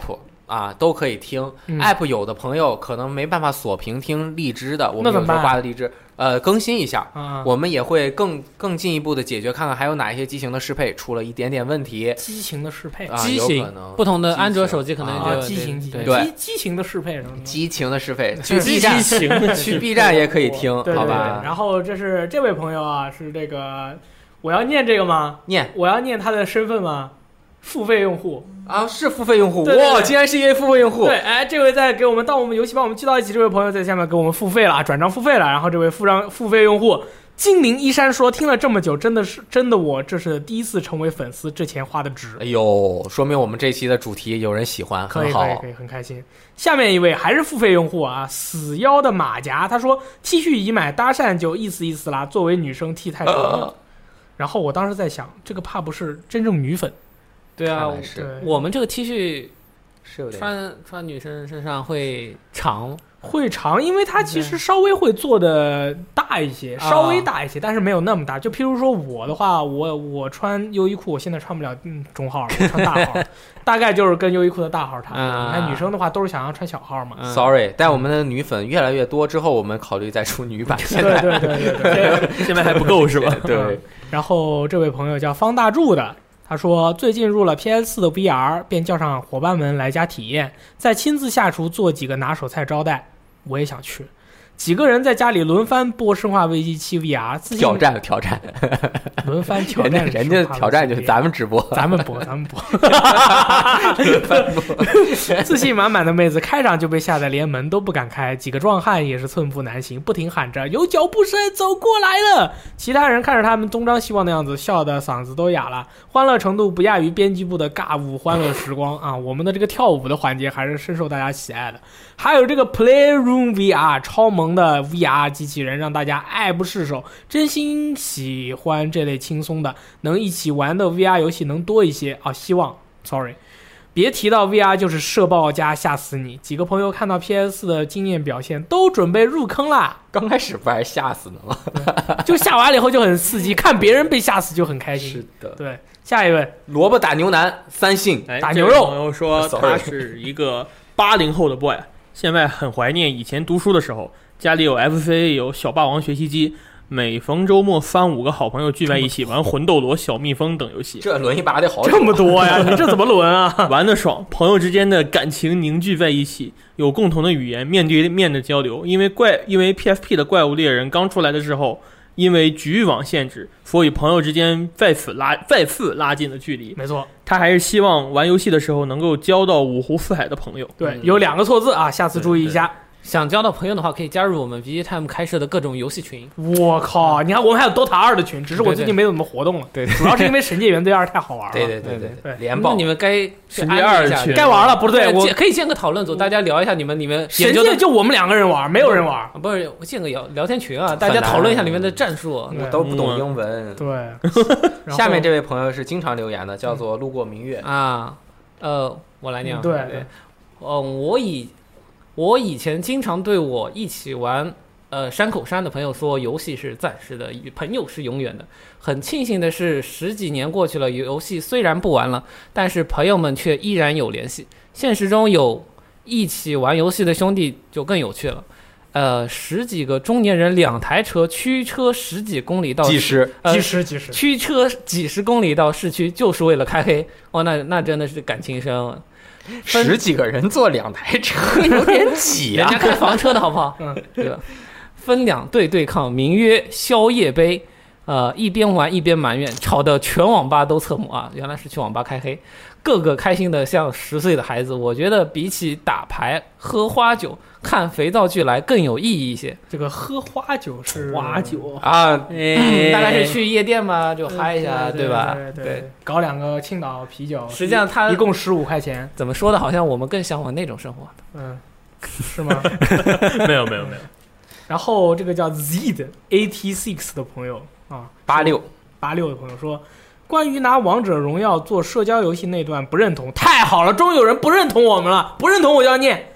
啊，都可以听。 嗯、 app 有的朋友可能没办法锁屏听荔枝的，我们有时候挂的荔枝，呃，更新一下， 啊、 我们也会更更进一步的解决，看看还有哪一些机型的适配出了一点点问题。 机型的适配， 啊、 机型不同的安卓手机可能就、 啊、机型机型对机机型的适配什么机型的适配，去 B 站去 B 站也可以听， 对对对好吧？ 然后这是这位朋友啊，是这个我要念这个吗？ 念， 我要念他的身份吗？付费用户啊，是付费用户， 对对对哇，竟然是一位付费用户。 对，哎，这位在给我们到我们游戏帮我们聚到一起，这位朋友在下面给我们付费了，转账付费了。然后这位付账付费用户精灵一山说，听了这么久，真的是真的我这是第一次成为粉丝，这钱花的值。 哎呦，说明我们这期的主题有人喜欢， 可以很好， 可以可以，很开心。下面一位还是付费用户啊，死妖的马甲，他说 T 恤已买，搭讪就意思意思啦。作为女生 T 太重了、呃。然后我当时在想，这个怕不是真正女粉。 对啊， 对我们这个 T 恤是有点穿穿女生身上会长， 会长，因为它其实稍微会做的大一些，稍微大一些，但是没有那么大。就譬如说我的话，我我穿优衣库，我现在穿不了嗯中号了，我穿大号，大概就是跟优衣库的大号差不多。 啊、 你看女生的话都是想要穿小号嘛。 嗯、Sorry， 但我们的女粉越来越多之后，我们考虑再出女版。 对对对对对， 现在还不够是吧？ 对。 然后这位朋友叫方大柱的。他说最近入了 P S 四 的 V R， 便叫上伙伴们来家体验，再亲自下厨做几个拿手菜招待。我也想去，几个人在家里轮番播《生化危机七 V R》，自信挑战挑战， 轮番挑战人家人家挑战就是咱们直播， 咱们播咱们播，轮番播。自信满满的妹子开场就被吓得连门都不敢开，几个壮汉也是寸步难行，不停喊着有脚步声走过来了。其他人看着他们东张西望的样子，笑得嗓子都哑了，欢乐程度不亚于编辑部的尬舞欢乐时光啊！我们的这个跳舞的环节还是深受大家喜爱的。还有这个 Playroom V R 超萌的 V R 机器人，让大家爱不释手。真心喜欢这类轻松的能一起玩的 V R 游戏能多一些啊！希望 Sorry， 别提到 V R 就是社爆加吓死你。几个朋友看到 P S 四 的惊艳表现，都准备入坑啦。 刚开始不还吓死呢吗？ 就吓完了以后就很刺激，看别人被吓死就很开心。 是的， 对。下一位， 萝卜打牛腩，三姓打牛肉。 朋友说他是一个八零后的 boy。现在很怀念以前读书的时候，家里有 F C A， 有小霸王学习机，每逢周末三五个好朋友聚在一起玩魂斗罗、小蜜蜂等游戏。 这轮一把得好这么多呀！你这怎么轮啊？ 玩得爽，朋友之间的感情凝聚在一起，有共同的语言，面对面的交流。因为怪，因为 P S P 的怪物猎人刚出来的时候，因为局域网限制，所以朋友之间再次拉再次拉近了距离。 没错， 他还是希望玩游戏的时候能够交到五湖四海的朋友。 对，有两个错字啊，下次注意一下。 想交到朋友的话，可以加入我们 V G Time 开设的各种游戏群。 我靠，你看我们还有 Dota 二的群，只是我最近没怎么活动了。 对，对主要是因为神界原罪二太好玩了。 对对对对对， 连爆！ 你们该神界二群该玩了，不对，我可以建个讨论组，大家聊一下你们你们神界就我们两个人玩，没有人玩。 不是，我建个聊聊天群啊，大家讨论一下里面的战术。 我都不懂英文。 对。 下面这位朋友是经常留言的，叫做路过明月啊。呃，我来念。 对对。嗯，我以。我以前经常对我一起玩呃山口山的朋友说，游戏是暂时的，朋友是永远的。很庆幸的是，十几年过去了，游戏虽然不玩了，但是朋友们却依然有联系。现实中有一起玩游戏的兄弟就更有趣了。呃，十几个中年人，两台车，驱车十几公里到几十， 呃、几十几十， 驱车几十公里到市区，就是为了开黑。哦，那那真的是感情深。 十几个人坐两台车有点挤啊！ 人家开房车的好不好？嗯，对吧？分两队对抗，名曰宵夜杯。呃，一边玩一边埋怨，吵得全网吧都侧目啊！原来是去网吧开黑，个个开心的像十岁的孩子。我觉得比起打牌、喝花酒、看肥皂剧来更有意义一些。 这个喝花酒是花酒啊、 嗯，大概是去夜店嘛，就嗨一下， 对吧？ 对 对, 对，搞两个青岛啤酒， 实际上它一共十五块钱。 怎么说的？好像我们更向往那种生活。 嗯，是吗？ 没有没有没有。 然后这个叫 Z 的 A T six 的朋友啊， 八六八六的朋友说，关于拿王者荣耀做社交游戏那段不认同，太好了，终于有人不认同我们了，不认同我就要念。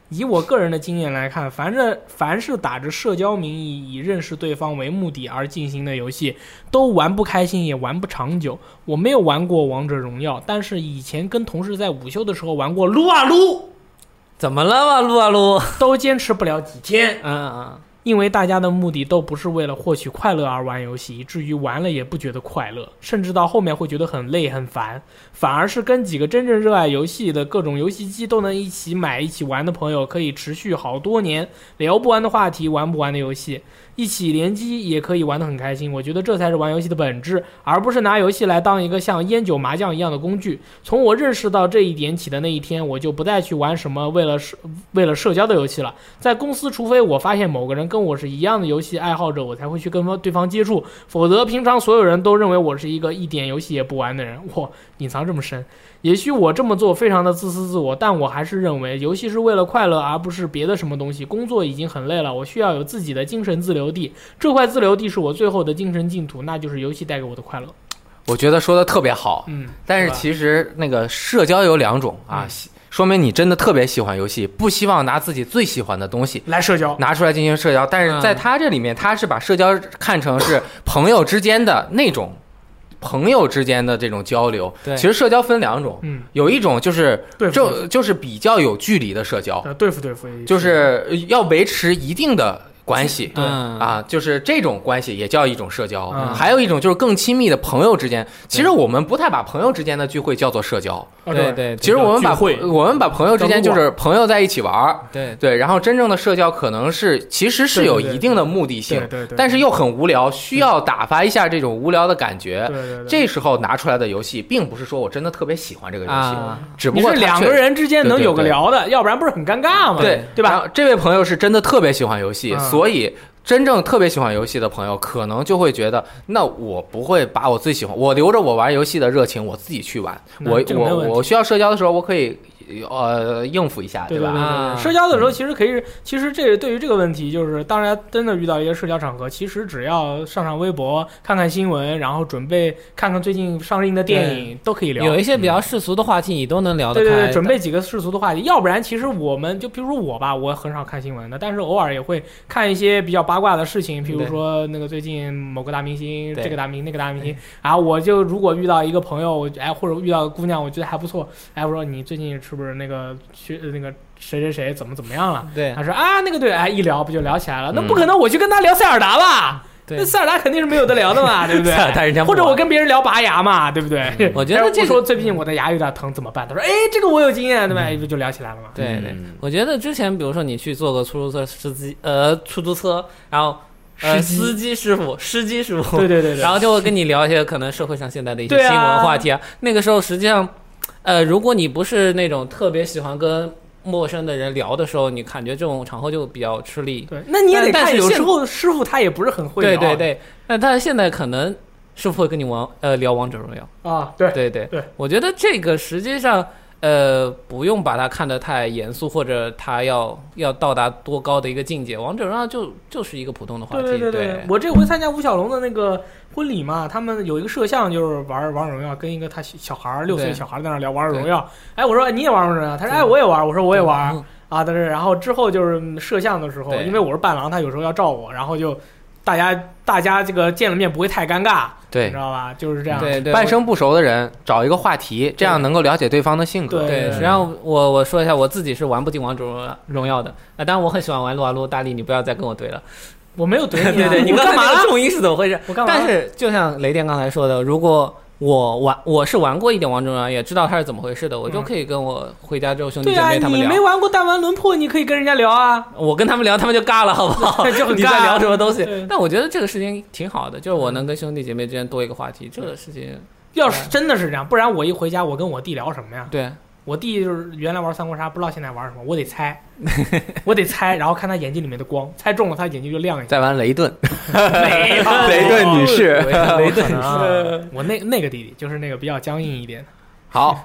以我个人的经验来看，凡是凡是打着社交名义以认识对方为目的而进行的游戏，都玩不开心也玩不长久。我没有玩过王者荣耀，但是以前跟同事在午休的时候玩过撸啊撸， 怎么了嘛，撸啊撸都坚持不了几天。 嗯嗯， 因为大家的目的都不是为了获取快乐而玩游戏，以至于玩了也不觉得快乐，甚至到后面会觉得很累很烦，反而是跟几个真正热爱游戏的各种游戏机都能一起买一起玩的朋友，可以持续好多年，聊不完的话题，玩不完的游戏，一起联机也可以玩得很开心。我觉得这才是玩游戏的本质，而不是拿游戏来当一个像烟酒麻将一样的工具。从我认识到这一点起的那一天，我就不再去玩什么为了为了社交的游戏了。在公司，除非我发现某个人跟我是一样的游戏爱好者，我才会去跟对方接触，否则平常所有人都认为我是一个一点游戏也不玩的人。哇，隐藏这么深。也许我这么做非常的自私自我，但我还是认为游戏是为了快乐，而不是别的什么东西。工作已经很累了，我需要有自己的精神自留地，这块自留地是我最后的精神净土，那就是游戏带给我的快乐。 我觉得说的特别好， 嗯， 但是其实那个社交有两种啊，嗯，说明你真的特别喜欢游戏，不希望拿自己最喜欢的东西来社交， 拿出来进行社交。但是在他这里面，他是把社交看成是朋友之间的那种。朋友之间的这种交流， 对， 其实社交分两种， 嗯， 有一种就是对就就是比较有距离的社交， 对付对付， 就是要维持一定的关系， 嗯啊，就是这种关系也叫一种社交。 嗯， 还有一种就是更亲密的朋友之间，其实我们不太把朋友之间的聚会叫做社交。 对对， 其实我们把我们把朋友之间就是朋友在一起玩， 对对，然后真正的社交可能是其实是有一定的目的性， 对对， 但是又很无聊，需要打发一下这种无聊的感觉。 对对， 这时候拿出来的游戏，并不是说我真的特别喜欢这个游戏， 啊， 只不过是两个人之间能有个聊的，要不然不是很尴尬吗？ 对对吧？ 这位朋友是真的特别喜欢游戏， 嗯， 所以。真正特别喜欢游戏的朋友，可能就会觉得，那我不会把我最喜欢，我留着我玩游戏的热情，我自己去玩。我我我需要社交的时候，我可以呃应付一下， 对吧？ 对对对，社交的时候其实可以，其实这对于这个问题，就是当然真的遇到一些社交场合，其实只要上上微博，看看新闻，然后准备看看最近上映的电影，都可以聊。 有一些比较世俗的话题，你都能聊得开。 对对对，准备几个世俗的话题，要不然其实我们就比如说我吧，我很少看新闻的，但是偶尔也会看一些比较八卦的事情，比如说那个最近某个大明星，这个大明星那个大明星，然后我就如果遇到一个朋友，哎，或者遇到个姑娘，我觉得还不错，哎，我说你最近是不是那个学那个谁谁谁怎么怎么样了？ 对， 他说啊那个对，哎，一聊不就聊起来了？那不可能我去跟他聊塞尔达吧？那塞尔达肯定是没有得聊的嘛，对不对？或者我跟别人聊拔牙嘛，对不对？ 嗯、我觉得这个说最近我的牙有点疼，怎么办？他说，哎，这个我有经验，对吧？不、嗯、就聊起来了嘛。 对对，我觉得之前比如说你去做个出租车司机，呃，出租车，然后呃，司机师傅、司机师傅， 对对对对， 然后就会跟你聊一些可能社会上现在的一些新闻话题啊。那个时候实际上，呃，如果你不是那种特别喜欢跟陌生的人聊的时候，你感觉这种场合就比较吃力。 对，那你也得看，有时候师傅他也不是很会聊。 对对对，那他现在可能师傅会跟你玩呃聊王者荣耀啊，对对对对， 我觉得这个实际上呃不用把它看得太严肃，或者他要要到达多高的一个境界。王者荣耀就就是一个普通的话题。 对对对对, 对，我这回参加吴小龙的那个婚礼嘛，他们有一个摄像就是玩王者荣耀，跟一个他小孩六岁小孩在那聊王者荣耀。哎，我说你也玩王者荣耀？他说哎我也玩。我说我也玩。啊，但是然后之后就是摄像的时候，因为我是伴郎，他有时候要照我，然后就大家大家这个见了面不会太尴尬， 对， 你知道吧？就是这样。 对对， 半生不熟的人找一个话题，这样能够了解对方的性格。 对，实际上我我说一下，我自己是玩不进王者荣耀的啊，当然我很喜欢玩撸啊撸，大力你不要再跟我怼了。 我没有怼你、啊， 对对，你干嘛了？ 重音是怎么回事？ 我干嘛？ 但是就像雷电刚才说的，如果我玩我是玩过一点王者荣耀，也知道它是怎么回事的，我就可以跟我回家之后兄弟姐妹他们聊。 对啊，你没玩过弹丸轮破，你可以跟人家聊啊。 我跟他们聊，他们就尬了，好不好？ 就很尬。 你在聊什么东西？但我觉得这个事情挺好的，就是我能跟兄弟姐妹之间多一个话题，这个事情。 要是真的是这样，不然我一回家，我跟我弟聊什么呀？ 对。 我弟就是原来玩三国杀，不知道现在玩什么，我得猜，我得猜，然后看他眼睛里面的光，猜中了他眼睛就亮一下。 再玩雷顿， 没有雷顿女士， 雷顿女士，我那那个弟弟就是那个比较僵硬一点。 好，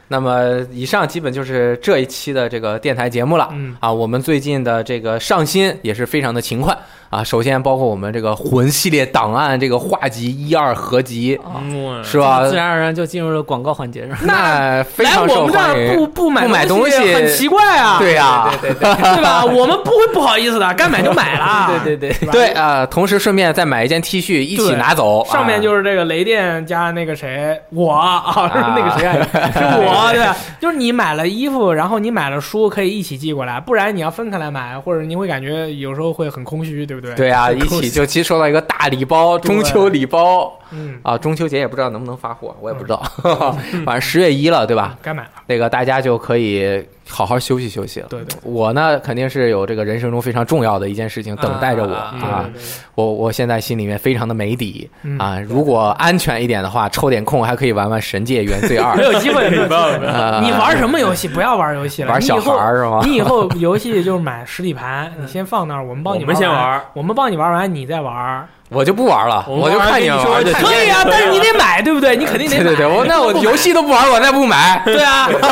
那么以上基本就是这一期的这个电台节目了。 嗯啊，我们最近的这个上新也是非常的勤快啊。首先包括我们这个魂系列档案这个画集一二合集， 嗯是吧？ 自然而然就进入了广告环节是吧？ 那非来常受我们这儿欢迎。 不不买不买东西很奇怪啊， 对呀、 对对对对吧？我们不会不好意思的，该买就买了。 对对对， 对啊、呃同时顺便再买一件 T 恤一起拿走。 上面啊就是这个雷电加那个谁，我啊，是那个谁啊，是我，对吧？就是你买了衣服，然后你买了书，可以一起寄过来，不然你要分开来买，或者你会感觉有时候会很空虚，对不对？ 对啊，一起就其实收到一个大礼包，中秋礼包。 嗯啊，中秋节也不知道能不能发货，我也不知道。反正十月一了，对吧？ 该买了。 那个大家就可以好好休息休息了。 对对， 我呢肯定是有这个人生中非常重要的一件事情等待着我啊啊！ 对对对我我现在心里面非常的没底嗯啊！如果安全一点的话，抽点空还可以玩玩《神界原罪二没》。有机会，没有机会。 呃你玩什么游戏？不要玩游戏了， 玩小孩儿是吗？ 你以后游戏就是买实体盘，你先放那儿，我们帮你我们先玩玩， 我们帮你玩完，你再玩。 我就不玩了， 我我就看你们玩就行。 可以啊，但是你得买，对不对？你肯定得买。 对对对，我那我游戏都不玩，我再不买。 对啊，这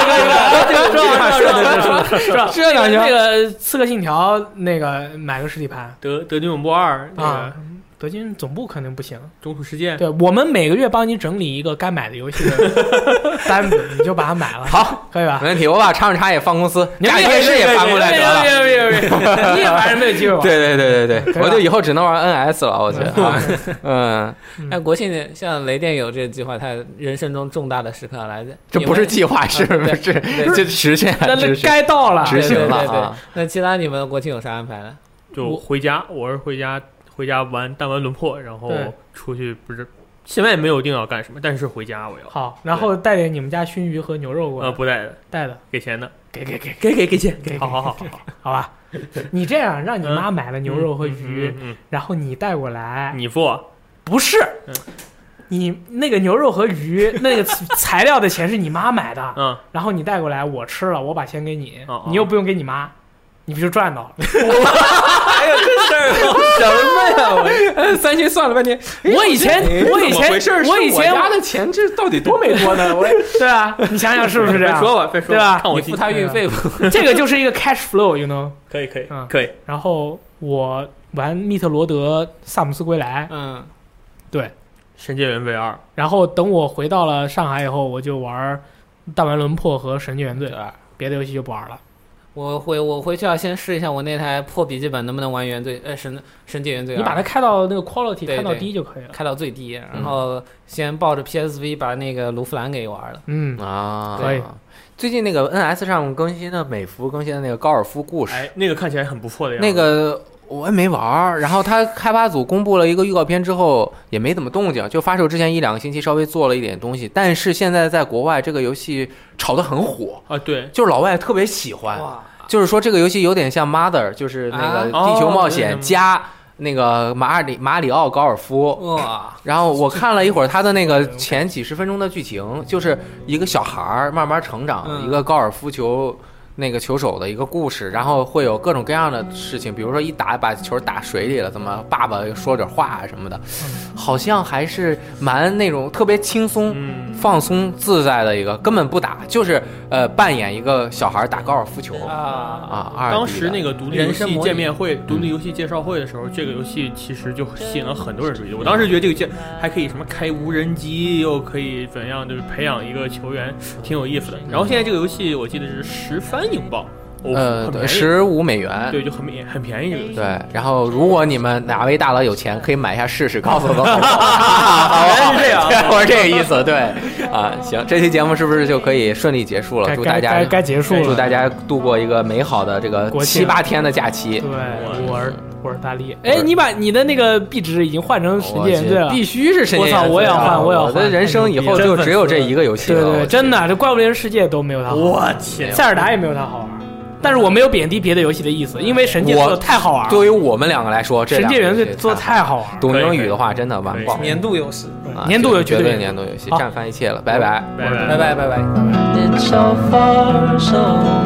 个是吧？ 这哪行？ 那个《刺客信条》那个买个实体盘德德军永波二那啊个， 德军总部肯定不行。 中土事件， 对，我们每个月帮你整理一个该买的游戏的单子，你就把它买了。 好， 可以吧没？问题，我把叉叉也放公司， 你家里电视也搬过来得了。 别别别别别，你也反正没有机会玩。 对对对对对， 可以吧我就以后只能玩 N S 了，我觉得啊，嗯， 那国庆像雷电有这个计划，他人生中重大的时刻来的， 这不是计划，是对是对这实现那那执行该到了。 执行了对对对对啊。 那其他你们国庆有啥安排呢？ 就回家，我是回家回家玩弹丸轮破，然后对出去不是，现在也没有定要干什么，但是回家我要。 好，然后带点你们家熏鱼和牛肉过呃， 来， 不带的， 带的， 给钱的， 给给给给给给钱， 给， 好好好好好， 好吧。你这样让你妈买了牛肉和嗯鱼， 嗯嗯然后你带过来， 你付， 不是嗯， 你那个牛肉和鱼那个材料的钱是你妈买的， 嗯， 然后你带过来，我吃了，我把钱给你哦哦， 你又不用给你妈，你不就赚到了？ 哎呀，这事儿什么呀？我三星算了半天， 我以前我以前我以前家的钱这到底多没多呢？我对啊，你想想是不是这样？ 别说吧，别说对吧你付看我心他运费不？ 这个就是一个 cash flow，you know。 可以可以嗯可以， 然后我玩密特罗德萨姆斯归来， 嗯， 对， 神界原罪二， 然后等我回到了上海以后，我就玩弹丸轮破和神界原罪二，别的游戏就不玩了。 我回我回去要先试一下我那台破笔记本能不能玩原罪，呃，神神界原罪二。 你把它开到那个 quality 对开到对低就可以了。 开到最低，然后先抱着 P S V 把那个卢弗兰给玩了。 嗯， 啊， 可以。 最近那个 N S 上更新的美服更新的那个高尔夫故事， 哎，那个看起来很不错的样子。 那个我也没玩儿。然后他开发组公布了一个预告片之后，也没怎么动静，就发售之前一两个星期稍微做了一点东西。但是现在在国外这个游戏炒得很火， 啊，对， 就是老外特别喜欢。 哇， 就是说这个游戏有点像 Mother， 就是那个啊地球冒哦对险加那个马里马里奥高尔夫。 哇， 然后我看了一会儿他的那个前几十分钟的剧情，就是一个小孩儿慢慢成长， 嗯一个高尔夫球那个球手的一个故事，然后会有各种各样的事情，比如说一打把球打水里了，怎么爸爸说点话什么的，好像还是蛮那种特别轻松、 嗯， 放松自在的一个，根本不打，就是呃扮演一个小孩打高尔夫球啊， 啊。二 D 的当时那个独立游戏人生模拟见面会、独立游戏介绍会的时候，这个游戏其实就吸引了很多人注意。我当时觉得这个游戏还可以什么开无人机，又可以怎样，就是培养一个球员，挺有意思的。然后现在这个游戏我记得是十番英镑，哦， 呃很便宜， 十五美元。 对，就很便很便宜这个游戏。 对，然后如果你们哪位大佬有钱，可以买一下试试，告诉我。 原来是这样我是这个意思。对，啊，行，这期节目是不是就可以顺利结束了？ 该祝大家该该该结束了。 祝大家度过一个美好的这个国庆七八天的假期。 对，我是我是大力。哎，你把你的那个壁纸已经换成神界原罪了。 必须是神界原罪啊。 我操我也要换我也要换我的人生以后就只有这一个游戏了。 对对，真的，这怪物猎人世界都没有它好玩。 我天， 塞尔达也没有它好玩。但是我没有贬低别的游戏的意思，因为神界做的太好玩了。 对于我们两个来说，这神界原罪罪做的太好玩了。 懂英语的话，真的完爆。 年度游戏， 啊年度游绝对绝对年度游戏， 好战翻一切了，拜拜。 拜拜拜拜拜拜。 It's so far, so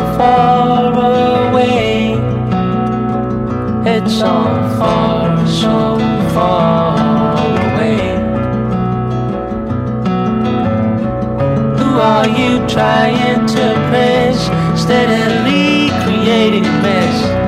far away. It's so far, so far away. Who are you trying to press? Steadily creating mess.